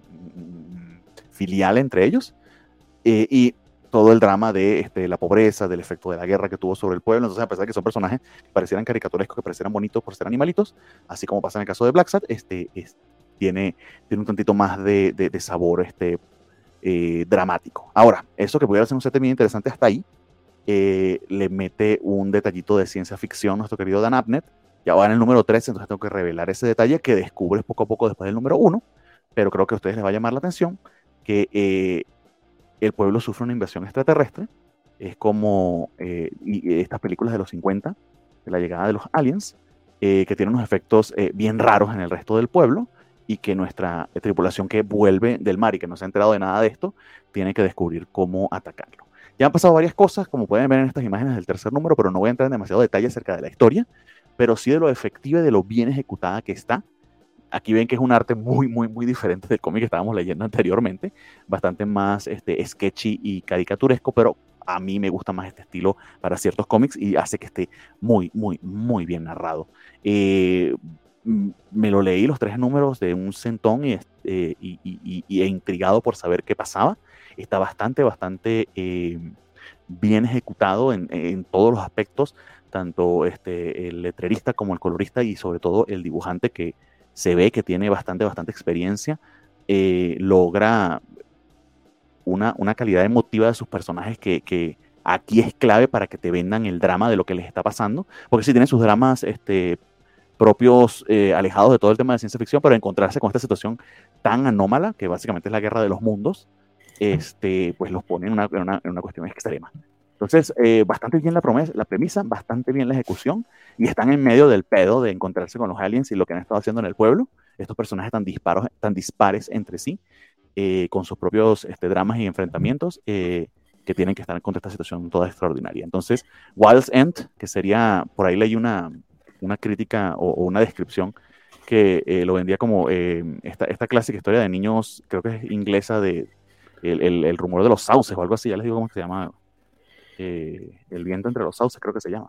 filial entre ellos, eh, y todo el drama de este, la pobreza, del efecto de la guerra que tuvo sobre el pueblo. Entonces, a pesar de que son personajes que parecieran caricaturescos, que parecieran bonitos por ser animalitos, así como pasa en el caso de Black Sat, este, es, tiene, tiene un tantito más de, de, de sabor este, eh, dramático. Ahora, eso que pudiera ser un set bien interesante hasta ahí, Eh, le mete un detallito de ciencia ficción nuestro querido Dan Abnett. Ya va en el número trece, entonces tengo que revelar ese detalle que descubres poco a poco después del número uno, pero creo que a ustedes les va a llamar la atención que eh, el pueblo sufre una invasión extraterrestre. Es como eh, y estas películas de los cincuenta, de la llegada de los aliens, eh, que tienen unos efectos eh, bien raros en el resto del pueblo, y que nuestra eh, tripulación que vuelve del mar y que no se ha enterado de nada de esto, tiene que descubrir cómo atacarlo. Ya han pasado varias cosas, como pueden ver en estas imágenes del tercer número, pero no voy a entrar en demasiado detalle acerca de la historia, pero sí de lo efectiva y de lo bien ejecutada que está. Aquí ven que es un arte muy, muy, muy diferente del cómic que estábamos leyendo anteriormente, bastante más este, sketchy y caricaturesco, pero a mí me gusta más este estilo para ciertos cómics y hace que esté muy, muy, muy bien narrado. Eh, me lo leí los tres números de un centón y, eh, y, y, y, e intrigado por saber qué pasaba. Está bastante, bastante eh, bien ejecutado en, en, todos los aspectos, tanto este, el letrerista como el colorista y sobre todo el dibujante, que se ve que tiene bastante, bastante experiencia, eh, logra una, una calidad emotiva de sus personajes que, que aquí es clave para que te vendan el drama de lo que les está pasando, porque sí tienen sus dramas este, propios, eh, alejados de todo el tema de ciencia ficción, pero encontrarse con esta situación tan anómala, que básicamente es la guerra de los mundos, este, pues los pone en una, en una, en una cuestión extrema. Entonces, eh, bastante bien la, promesa, la premisa, bastante bien la ejecución, y están en medio del pedo de encontrarse con los aliens y lo que han estado haciendo en el pueblo, estos personajes tan, disparos, tan dispares entre sí, eh, con sus propios este, dramas y enfrentamientos, eh, que tienen que estar contra esta situación toda extraordinaria. Entonces, Wild's End, que sería, por ahí leí una, una crítica o, o una descripción que eh, lo vendía como eh, esta, esta clásica historia de niños, creo que es inglesa, de el, el, el rumor de los sauces o algo así, ya les digo cómo se llama, eh, el viento entre los sauces, creo que se llama.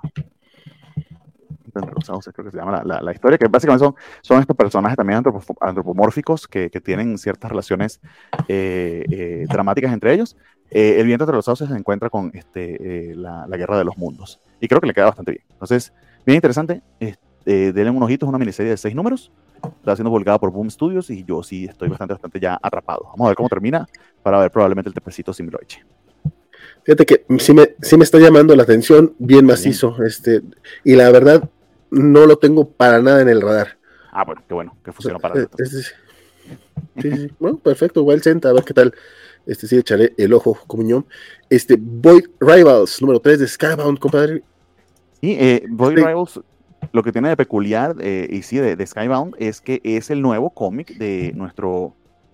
Entre los sauces, creo que se llama la, la, la historia, que básicamente son, son estos personajes también antropomórficos que, que tienen ciertas relaciones eh, eh, dramáticas entre ellos. Eh, el viento entre los sauces se encuentra con este, eh, la, la guerra de los mundos, y creo que le queda bastante bien. Entonces, bien interesante. Eh, eh, denle un ojito, es una miniserie de seis números, está siendo publicada por Boom Studios, y yo sí estoy bastante, bastante ya atrapado. Vamos a ver cómo termina, para ver probablemente el tepecito si me lo eche. Fíjate que sí me, sí me está llamando la atención, bien macizo, bien. Este, y la verdad no lo tengo para nada en el radar. Ah, bueno, qué bueno, que funcionó para eh, es, sí, sí. Bueno, perfecto, igual senta, a ver qué tal. Este sí, echaré el ojo, comunión. Este, Void Rivals, número tres de Skybound, compadre. Sí, eh, Void sí. Rivals, lo que tiene de peculiar, eh, y sí, de, de Skybound, es que es el nuevo cómic de nuestro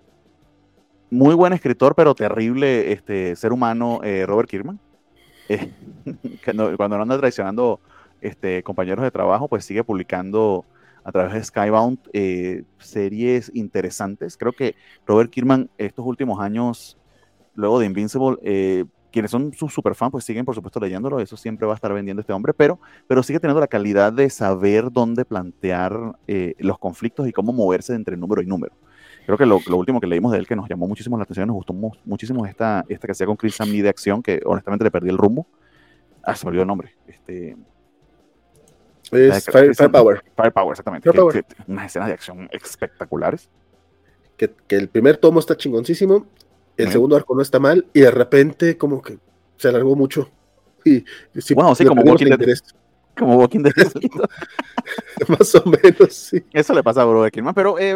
muy buen escritor, pero terrible este, ser humano, eh, Robert Kirkman. Eh, cuando no anda traicionando este, compañeros de trabajo, pues sigue publicando a través de Skybound, eh, series interesantes. Creo que Robert Kirkman estos últimos años, luego de Invincible, eh, quienes son sus superfans, pues siguen por supuesto leyéndolo, eso siempre va a estar vendiendo este hombre, pero, pero sigue teniendo la calidad de saber dónde plantear eh, los conflictos y cómo moverse entre número y número. Creo que lo, lo último que leímos de él que nos llamó muchísimo la atención, nos gustó mu muchísimo esta, esta que hacía con Chris Samnee de acción, que honestamente le perdí el rumbo. Ah, se me olvidó el nombre. Este, es Fire, Firepower. Firepower, exactamente. Firepower. Que, que, unas escenas de acción espectaculares. Que, que el primer tomo está chingoncísimo, el Bien. segundo arco no está mal, y de repente como que se alargó mucho. Y, y bueno, sí, como Walking Dead. Como Walking Dead. Más o menos, sí. Eso le pasa a Robert Kirkman, pero eh,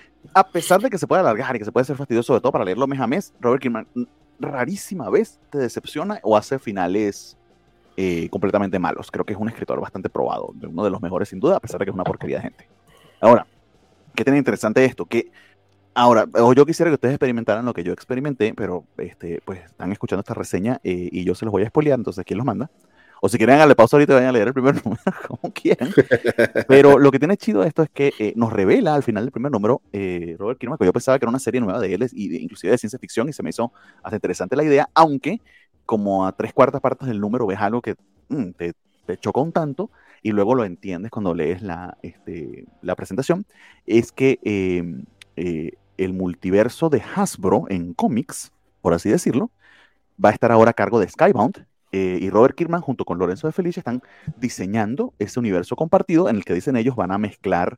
a pesar de que se puede alargar y que se puede ser fastidioso, sobre todo para leerlo mes a mes, Robert Kirkman rarísima vez te decepciona o hace finales eh, completamente malos. Creo que es un escritor bastante probado, uno de los mejores sin duda, a pesar de que es una porquería de gente. Ahora, ¿qué tiene interesante esto? Que ahora, yo quisiera que ustedes experimentaran lo que yo experimenté, pero este, pues están escuchando esta reseña eh, y yo se los voy a spoilear, entonces ¿quién los manda? O si quieren, darle pausa ahorita y vayan a leer el primer número, como quieran. Pero lo que tiene chido esto es que eh, nos revela al final del primer número eh, Robert Kirkman, que yo pensaba que era una serie nueva de él, y de, inclusive de ciencia ficción, y se me hizo hasta interesante la idea, aunque como a tres cuartas partes del número ves algo que mm, te, te choca un tanto, y luego lo entiendes cuando lees la, este, la presentación, es que eh, eh, el multiverso de Hasbro en cómics, por así decirlo, va a estar ahora a cargo de Skybound, Eh, y Robert Kirkman junto con Lorenzo de Felice están diseñando ese universo compartido en el que dicen ellos van a mezclar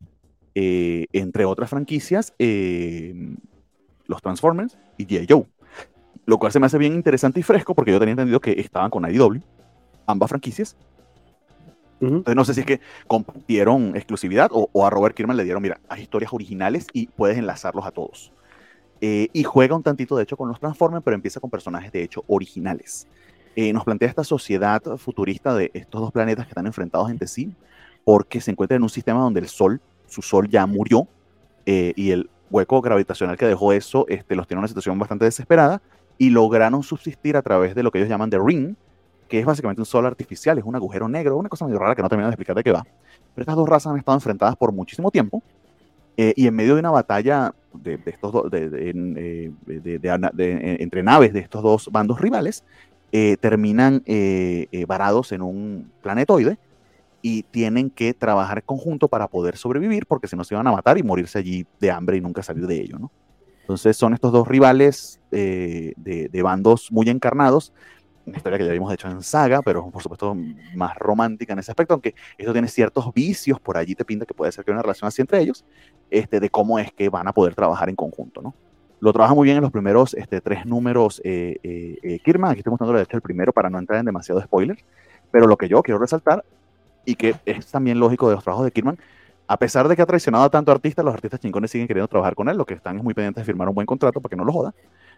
eh, entre otras franquicias eh, los Transformers y G I Joe, lo cual se me hace bien interesante y fresco porque yo tenía entendido que estaban con I D W ambas franquicias. Uh-huh. Entonces no sé si es que compartieron exclusividad o, o a Robert Kirkman le dieron, mira, hay historias originales y puedes enlazarlos a todos. Eh, y juega un tantito de hecho con los Transformers, pero empieza con personajes de hecho originales. Eh, nos plantea esta sociedad futurista de estos dos planetas que están enfrentados entre sí, porque se encuentran en un sistema donde el Sol, su Sol ya murió, eh, y el hueco gravitacional que dejó eso este, los tiene en una situación bastante desesperada, y lograron subsistir a través de lo que ellos llaman The Ring, que es básicamente un sol artificial, es un agujero negro, una cosa medio rara que no termino de explicar de qué va. Pero estas dos razas han estado enfrentadas por muchísimo tiempo, eh, y en medio de una batalla de, de estos do, de, de, de, de, de, de, de, entre naves de estos dos bandos rivales, Eh, terminan eh, eh, varados en un planetoide y tienen que trabajar en conjunto para poder sobrevivir, porque si no se iban a matar y morirse allí de hambre y nunca salir de ello, ¿no? Entonces son estos dos rivales eh, de, de bandos muy encarnados, una historia que ya vimos de hecho en Saga, pero por supuesto más romántica en ese aspecto, aunque esto tiene ciertos vicios, por allí te pinta que puede ser que haya una relación así entre ellos, este, de cómo es que van a poder trabajar en conjunto, ¿no? Lo trabaja muy bien en los primeros este, tres números eh, eh, eh, Kirkman. Aquí estoy mostrando de hecho el primero para no entrar en demasiado spoiler, pero lo que yo quiero resaltar, y que es también lógico de los trabajos de Kirkman, a pesar de que ha traicionado a tanto artistas, los artistas chingones siguen queriendo trabajar con él, lo que están es muy pendientes de firmar un buen contrato para que no lo joda,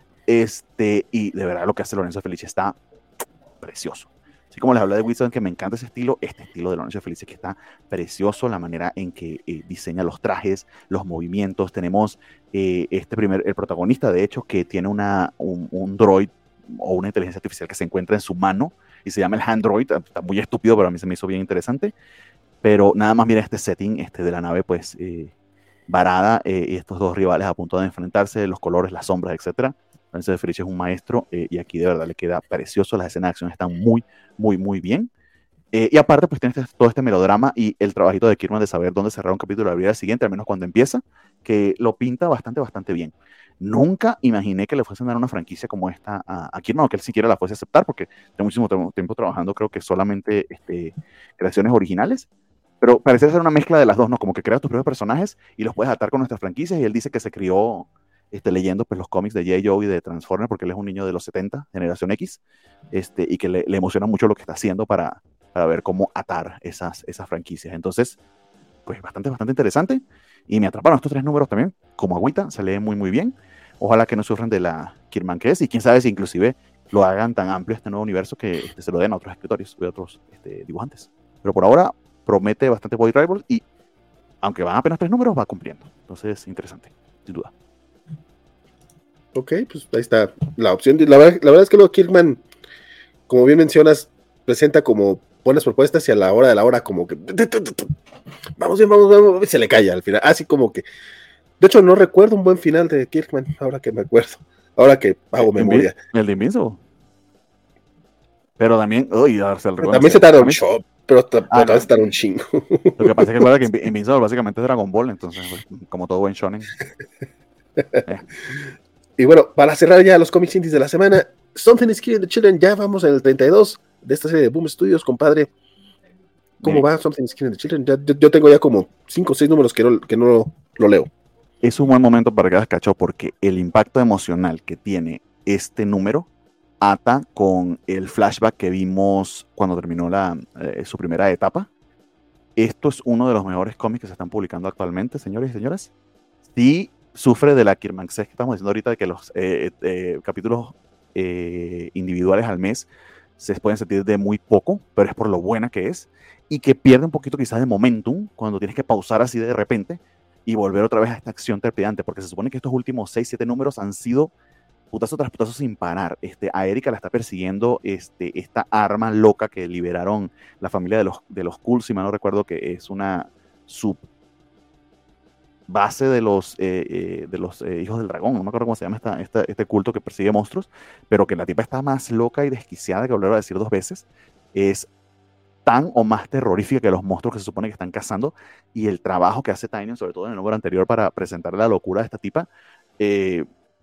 este, y de verdad lo que hace Lorenzo Felice está precioso. Así como les hablé de Wilson, que me encanta ese estilo, este estilo de Lorenzo Felice que está precioso, la manera en que eh, diseña los trajes, los movimientos. Tenemos eh, este primer, el protagonista, de hecho, que tiene una, un, un droid o una inteligencia artificial que se encuentra en su mano y se llama el Handroid. Está muy estúpido, pero a mí se me hizo bien interesante. Pero nada más mira este setting este de la nave, pues, eh, varada, eh, y estos dos rivales a punto de enfrentarse, los colores, las sombras, etcétera. Lorenzo de Felice es un maestro eh, y aquí de verdad le queda precioso. Las escenas de acción están muy, muy, muy bien. Eh, y aparte, pues tiene este, todo este melodrama y el trabajito de Kirkman de saber dónde cerrar un capítulo de la vida siguiente, al menos cuando empieza, que lo pinta bastante, bastante bien. Nunca imaginé que le fuesen a dar una franquicia como esta a, a Kirkman, o que él siquiera la fuese a aceptar, porque tengo muchísimo tiempo trabajando, creo que solamente este, creaciones originales. Pero parece ser una mezcla de las dos, ¿no? Como que creas tus propios personajes y los puedes atar con nuestras franquicias, y él dice que se crió Este, leyendo pues, los cómics de G I Joe y de Transformers, porque él es un niño de los setenta, generación X, este, y que le, le emociona mucho lo que está haciendo para, para ver cómo atar esas, esas franquicias. Entonces, pues bastante, bastante interesante, y me atraparon estos tres números también, como agüita, se lee muy, muy bien. Ojalá que no sufran de la Kirkman que es, y quién sabe si inclusive lo hagan tan amplio este nuevo universo que este, se lo den a otros escritores y a otros este, dibujantes. Pero por ahora promete bastante Boy Rivals, y aunque van apenas tres números, va cumpliendo. Entonces, interesante, sin duda. Ok, pues ahí está la opción. La verdad, la verdad es que luego Kirkman, como bien mencionas, presenta como pones propuestas y a la hora de la hora como que vamos bien, vamos, vamos, y se le calla al final, así como que, de hecho no recuerdo un buen final de Kirkman, ahora que me acuerdo, ahora que hago memoria. El de Invincible. Pero también, uy, se pero también se tarda un show, pero, pero ah, también no. se tarda un chingo. Lo que pasa es que recuerda que Invincible básicamente es Dragon Ball, entonces, pues, como todo buen shonen. eh. Y bueno, para cerrar ya los cómics indies de la semana, Something is Killing the Children, ya vamos en el treinta y dos de esta serie de Boom Studios, compadre. ¿Cómo Bien. va Something is Killing the Children? Ya, yo, yo tengo ya como cinco o seis números que no, que no lo, lo leo. Es un buen momento para que hagas cacho porque el impacto emocional que tiene este número ata con el flashback que vimos cuando terminó la, eh, su primera etapa. Esto es uno de los mejores cómics que se están publicando actualmente, señores y señoras. Sí sufre de la Kirmaxés que estamos diciendo ahorita, de que los eh, eh, capítulos eh, individuales al mes se pueden sentir de muy poco, pero es por lo buena que es, y que pierde un poquito quizás de momentum cuando tienes que pausar así de repente y volver otra vez a esta acción trepidante, porque se supone que estos últimos seis, siete números han sido putazo tras putazo sin parar. Este, a Erika la está persiguiendo este, esta arma loca que liberaron la familia de los, de los Kull, si mal no recuerdo, que es una sub base de los, eh, eh, de los eh, hijos del dragón, no me acuerdo cómo se llama esta, esta, este culto que persigue monstruos, pero que la tipa está más loca y desquiciada, que volver a decir dos veces, es tan o más terrorífica que los monstruos que se supone que están cazando, y el trabajo que hace Tynion, sobre todo en el número anterior, para presentar la locura de esta tipa. Eh,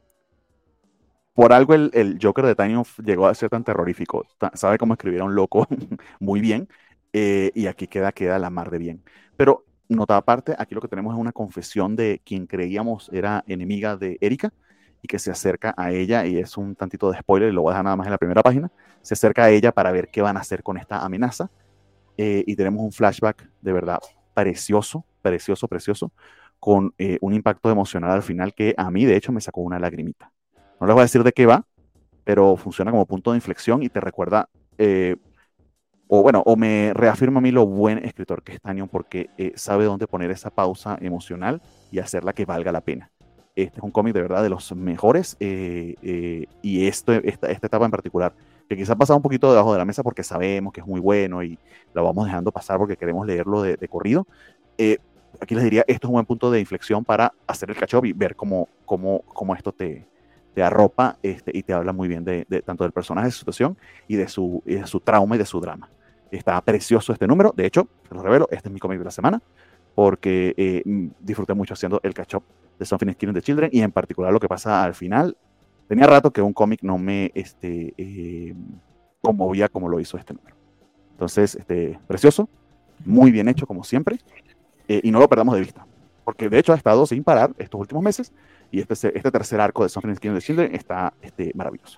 por algo el, el Joker de Tynion llegó a ser tan terrorífico, sabe cómo escribir a un loco muy bien, eh, y aquí queda, queda la mar de bien. Pero nota aparte, aquí lo que tenemos es una confesión de quien creíamos era enemiga de Erika y que se acerca a ella, y es un tantito de spoiler y lo voy a dejar nada más en la primera página, se acerca a ella para ver qué van a hacer con esta amenaza, eh, y tenemos un flashback de verdad precioso, precioso, precioso, con eh, un impacto emocional al final que a mí de hecho me sacó una lagrimita. No les voy a decir de qué va, pero funciona como punto de inflexión y te recuerda... Eh, o bueno, o me reafirma a mí lo buen escritor que es Tynion, porque eh, sabe dónde poner esa pausa emocional y hacerla que valga la pena. Este es un cómic de verdad de los mejores, eh, eh, y esto, esta, esta etapa en particular, que quizás ha pasado un poquito debajo de la mesa porque sabemos que es muy bueno y lo vamos dejando pasar porque queremos leerlo de, de corrido. Eh, aquí les diría, esto es un buen punto de inflexión para hacer el catch-up y ver cómo, cómo, cómo esto te, te arropa este, y te habla muy bien de, de tanto del personaje, de su situación y de su, y de su trauma y de su drama. Está precioso este número. De hecho, se lo revelo, este es mi cómic de la semana, porque eh, disfruté mucho haciendo el catch-up de Something is Killing the Children, y en particular lo que pasa al final. Tenía rato que un cómic no me este, eh, conmovía como lo hizo este número. Entonces, este, precioso, muy bien hecho como siempre, eh, y no lo perdamos de vista, porque de hecho ha estado sin parar estos últimos meses, y este, este tercer arco de Something is Killing the Children está este, maravilloso.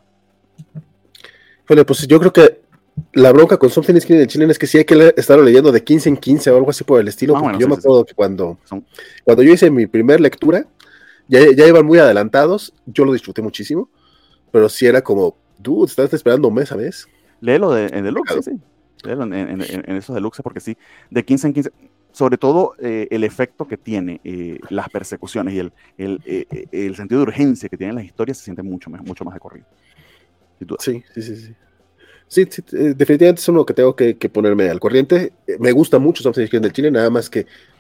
Bueno, pues yo creo que la bronca con Something is Killing the Children es que sí hay que estarlo leyendo de quince en quince o algo así por el estilo, ah, porque bueno, yo sí, me acuerdo sí. que cuando, cuando yo hice mi primer lectura, ya, ya iban muy adelantados, yo lo disfruté muchísimo, pero sí era como, dude, estás esperando mes a mes. Léelo de, en Deluxe, claro. sí, sí. Léelo en, en, en, en esos Deluxe, porque sí, de quince en quince, sobre todo eh, el efecto que tiene eh, las persecuciones y el, el, eh, el sentido de urgencia que tienen las historias se siente mucho, mucho más de corrido. Sí, sí, sí, sí. Sí, sí, definitivamente es uno que tengo que, que ponerme al corriente. Me gusta mucho Something is Killing the Children, nada más que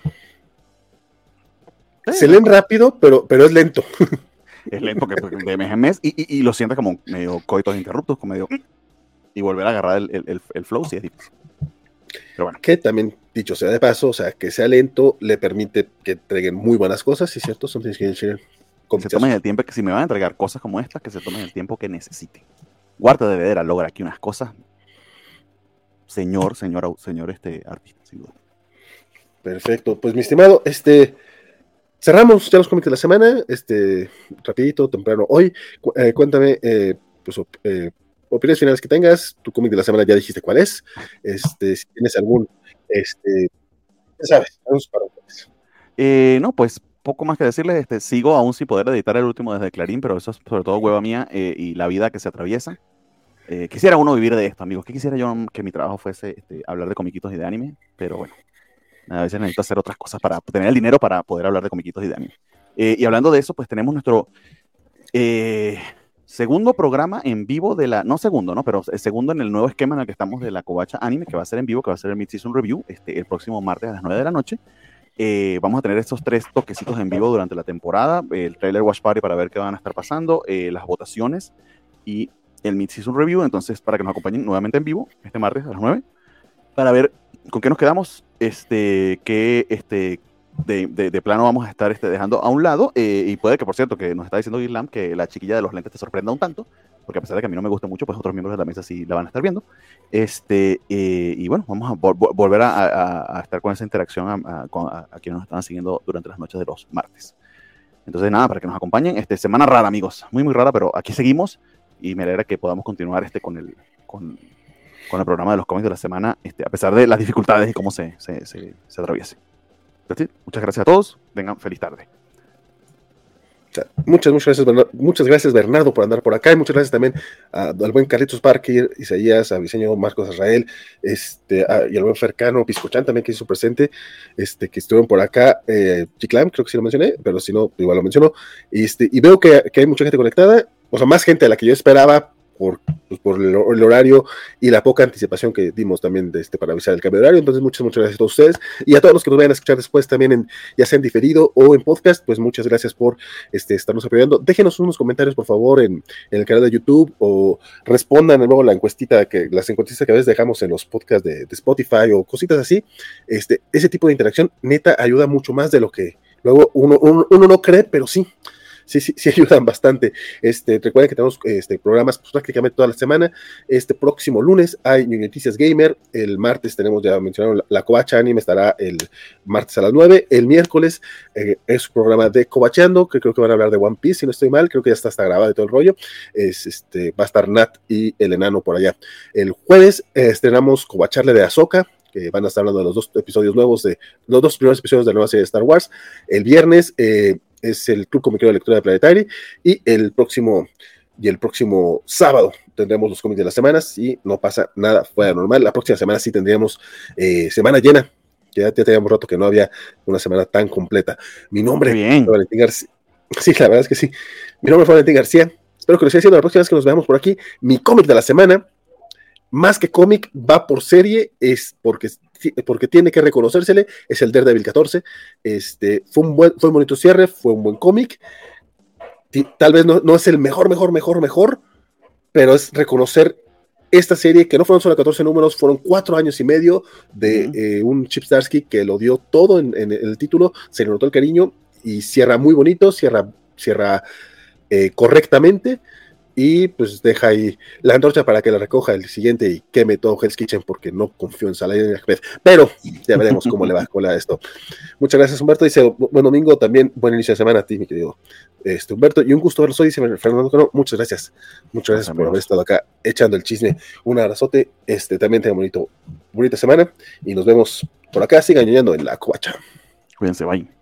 sí, se leen rápido, pero, pero es lento. Es lento que de mes en mes y, y, y lo sientes como medio coitos interruptos, como medio y volver a agarrar el, el, el flow, sí es difícil. Pero bueno. Que también, dicho sea de paso, o sea, que sea lento le permite que entreguen muy buenas cosas, ¿sí es cierto? Something is Killing the Children. Que se tomen el tiempo, que si me van a entregar cosas como estas, que se tomen el tiempo que necesiten. Guarda de Vedera logra aquí unas cosas, señor, señora, señor este artista, sin duda. Perfecto, pues mi estimado, este cerramos ya los cómics de la semana, este rapidito, temprano hoy. Cu eh, cuéntame, eh, pues, op eh, opiniones finales que tengas. Tu cómic de la semana ya dijiste cuál es. Este, si tienes algún, este, ya sabes, vamos para ustedes. Eh, no, pues poco más que decirles, este, sigo aún sin poder editar el último desde Clarín, pero eso es sobre todo hueva mía eh, y la vida que se atraviesa. Eh, quisiera uno vivir de esto, amigos. ¿Qué quisiera yo que mi trabajo fuese este, hablar de comiquitos y de anime? Pero bueno, a veces necesito hacer otras cosas para tener el dinero para poder hablar de comiquitos y de anime. Eh, y hablando de eso, pues tenemos nuestro eh, segundo programa en vivo de la, no segundo, ¿no? Pero segundo en el nuevo esquema en el que estamos de la Covacha Anime, que va a ser en vivo, que va a ser el Mid-Season Review, este, el próximo martes a las nueve de la noche. Eh, vamos a tener estos tres toquecitos en vivo durante la temporada, el trailer watch party para ver qué van a estar pasando, eh, las votaciones y el Mid-Season Review. Entonces, para que nos acompañen nuevamente en vivo este martes a las nueve, para ver con qué nos quedamos, este, qué, este, De, de, de plano vamos a estar este, dejando a un lado, eh, y puede que, por cierto, que nos está diciendo Guirlam que la chiquilla de los lentes te sorprenda un tanto, porque a pesar de que a mí no me gusta mucho, pues otros miembros de la mesa sí la van a estar viendo, este, eh, y bueno, vamos a vol volver a, a, a estar con esa interacción a, a, a, a quienes nos están siguiendo durante las noches de los martes. Entonces nada, para que nos acompañen, este, semana rara, amigos, muy muy rara, pero aquí seguimos, y me alegra que podamos continuar este, con, el, con, con el programa de los cómics de la semana, este, a pesar de las dificultades y cómo se, se, se, se atraviese. Muchas gracias a todos. Vengan, feliz tarde. Muchas, muchas gracias, Bernardo, muchas gracias, Bernardo, por andar por acá. Y muchas gracias también a, al buen Carlitos Parker, Isaías, a Viseño Marcos Israel, este, a, y al buen Fercano Piscochán también, que hizo presente, este, que estuvieron por acá. Eh, Chiclam, creo que sí lo mencioné, pero si no, igual lo mencionó. Y, este, y veo que, que hay mucha gente conectada, o sea, más gente de la que yo esperaba. Por, pues por el, el horario y la poca anticipación que dimos también de este, para avisar el cambio de horario. Entonces muchas, muchas gracias a todos ustedes y a todos los que nos vayan a escuchar después también, en, ya sea en diferido o en podcast. Pues muchas gracias por este, estarnos apoyando. Déjenos unos comentarios, por favor, en, en el canal de YouTube, o respondan luego la encuestita, que las encuestas que a veces dejamos en los podcasts de, de Spotify o cositas así. Este, ese tipo de interacción neta ayuda mucho más de lo que luego uno, uno, uno no cree, pero sí. Sí, sí, sí ayudan bastante. Este, recuerden que tenemos este, programas pues, prácticamente toda la semana. Este próximo lunes hay New Noticias Gamer. El martes tenemos, ya mencionaron, la, la Covacha Anime estará el martes a las nueve. El miércoles eh, es un programa de Covacheando, que creo que van a hablar de One Piece, si no estoy mal. Creo que ya está, está grabado y todo el rollo. Es, este, va a estar Nat y el enano por allá. El jueves eh, estrenamos Covacharle de Ahsoka, que van a estar hablando de los dos episodios nuevos, de los dos primeros episodios de la nueva serie de Star Wars. El viernes eh, es el Club Comiquero de Lectura de Planetary, y el próximo y el próximo sábado tendremos los cómics de las semanas, y no pasa nada fuera normal. La próxima semana sí tendríamos eh, semana llena, ya, ya teníamos rato que no había una semana tan completa. Mi nombre es Valentín García. Sí, la verdad es que sí. Mi nombre es Valentín García. Espero que lo esté haciendo la próxima vez que nos veamos por aquí. Mi cómic de la semana, más que cómic, va por serie, es porque, porque tiene que reconocérsele, es el Daredevil catorce. Este, fue un buen, fue un bonito cierre, fue un buen cómic. Tal vez no, no es el mejor, mejor, mejor, mejor, pero es reconocer esta serie, que no fueron solo catorce números, fueron cuatro años y medio de uh-huh. eh, un Chip Zdarsky que lo dio todo en, en el título, se le notó el cariño, y cierra muy bonito, cierra, cierra eh, correctamente. Y pues deja ahí la antorcha para que la recoja el siguiente y queme todo Hell's Kitchen, porque no confío en Saladin Ahmed. Pero ya veremos cómo le va con esto. Muchas gracias, Humberto. Dice, buen domingo, también buen inicio de semana a ti, mi querido este, Humberto. Y un gusto verlos hoy, dice Fernando Cano. Muchas gracias. Muchas gracias por haber estado acá echando el chisme. Un abrazote. Este, también tengan bonito, bonita semana. Y nos vemos por acá. Sigan ñoñando en la Covacha. Cuídense, bye.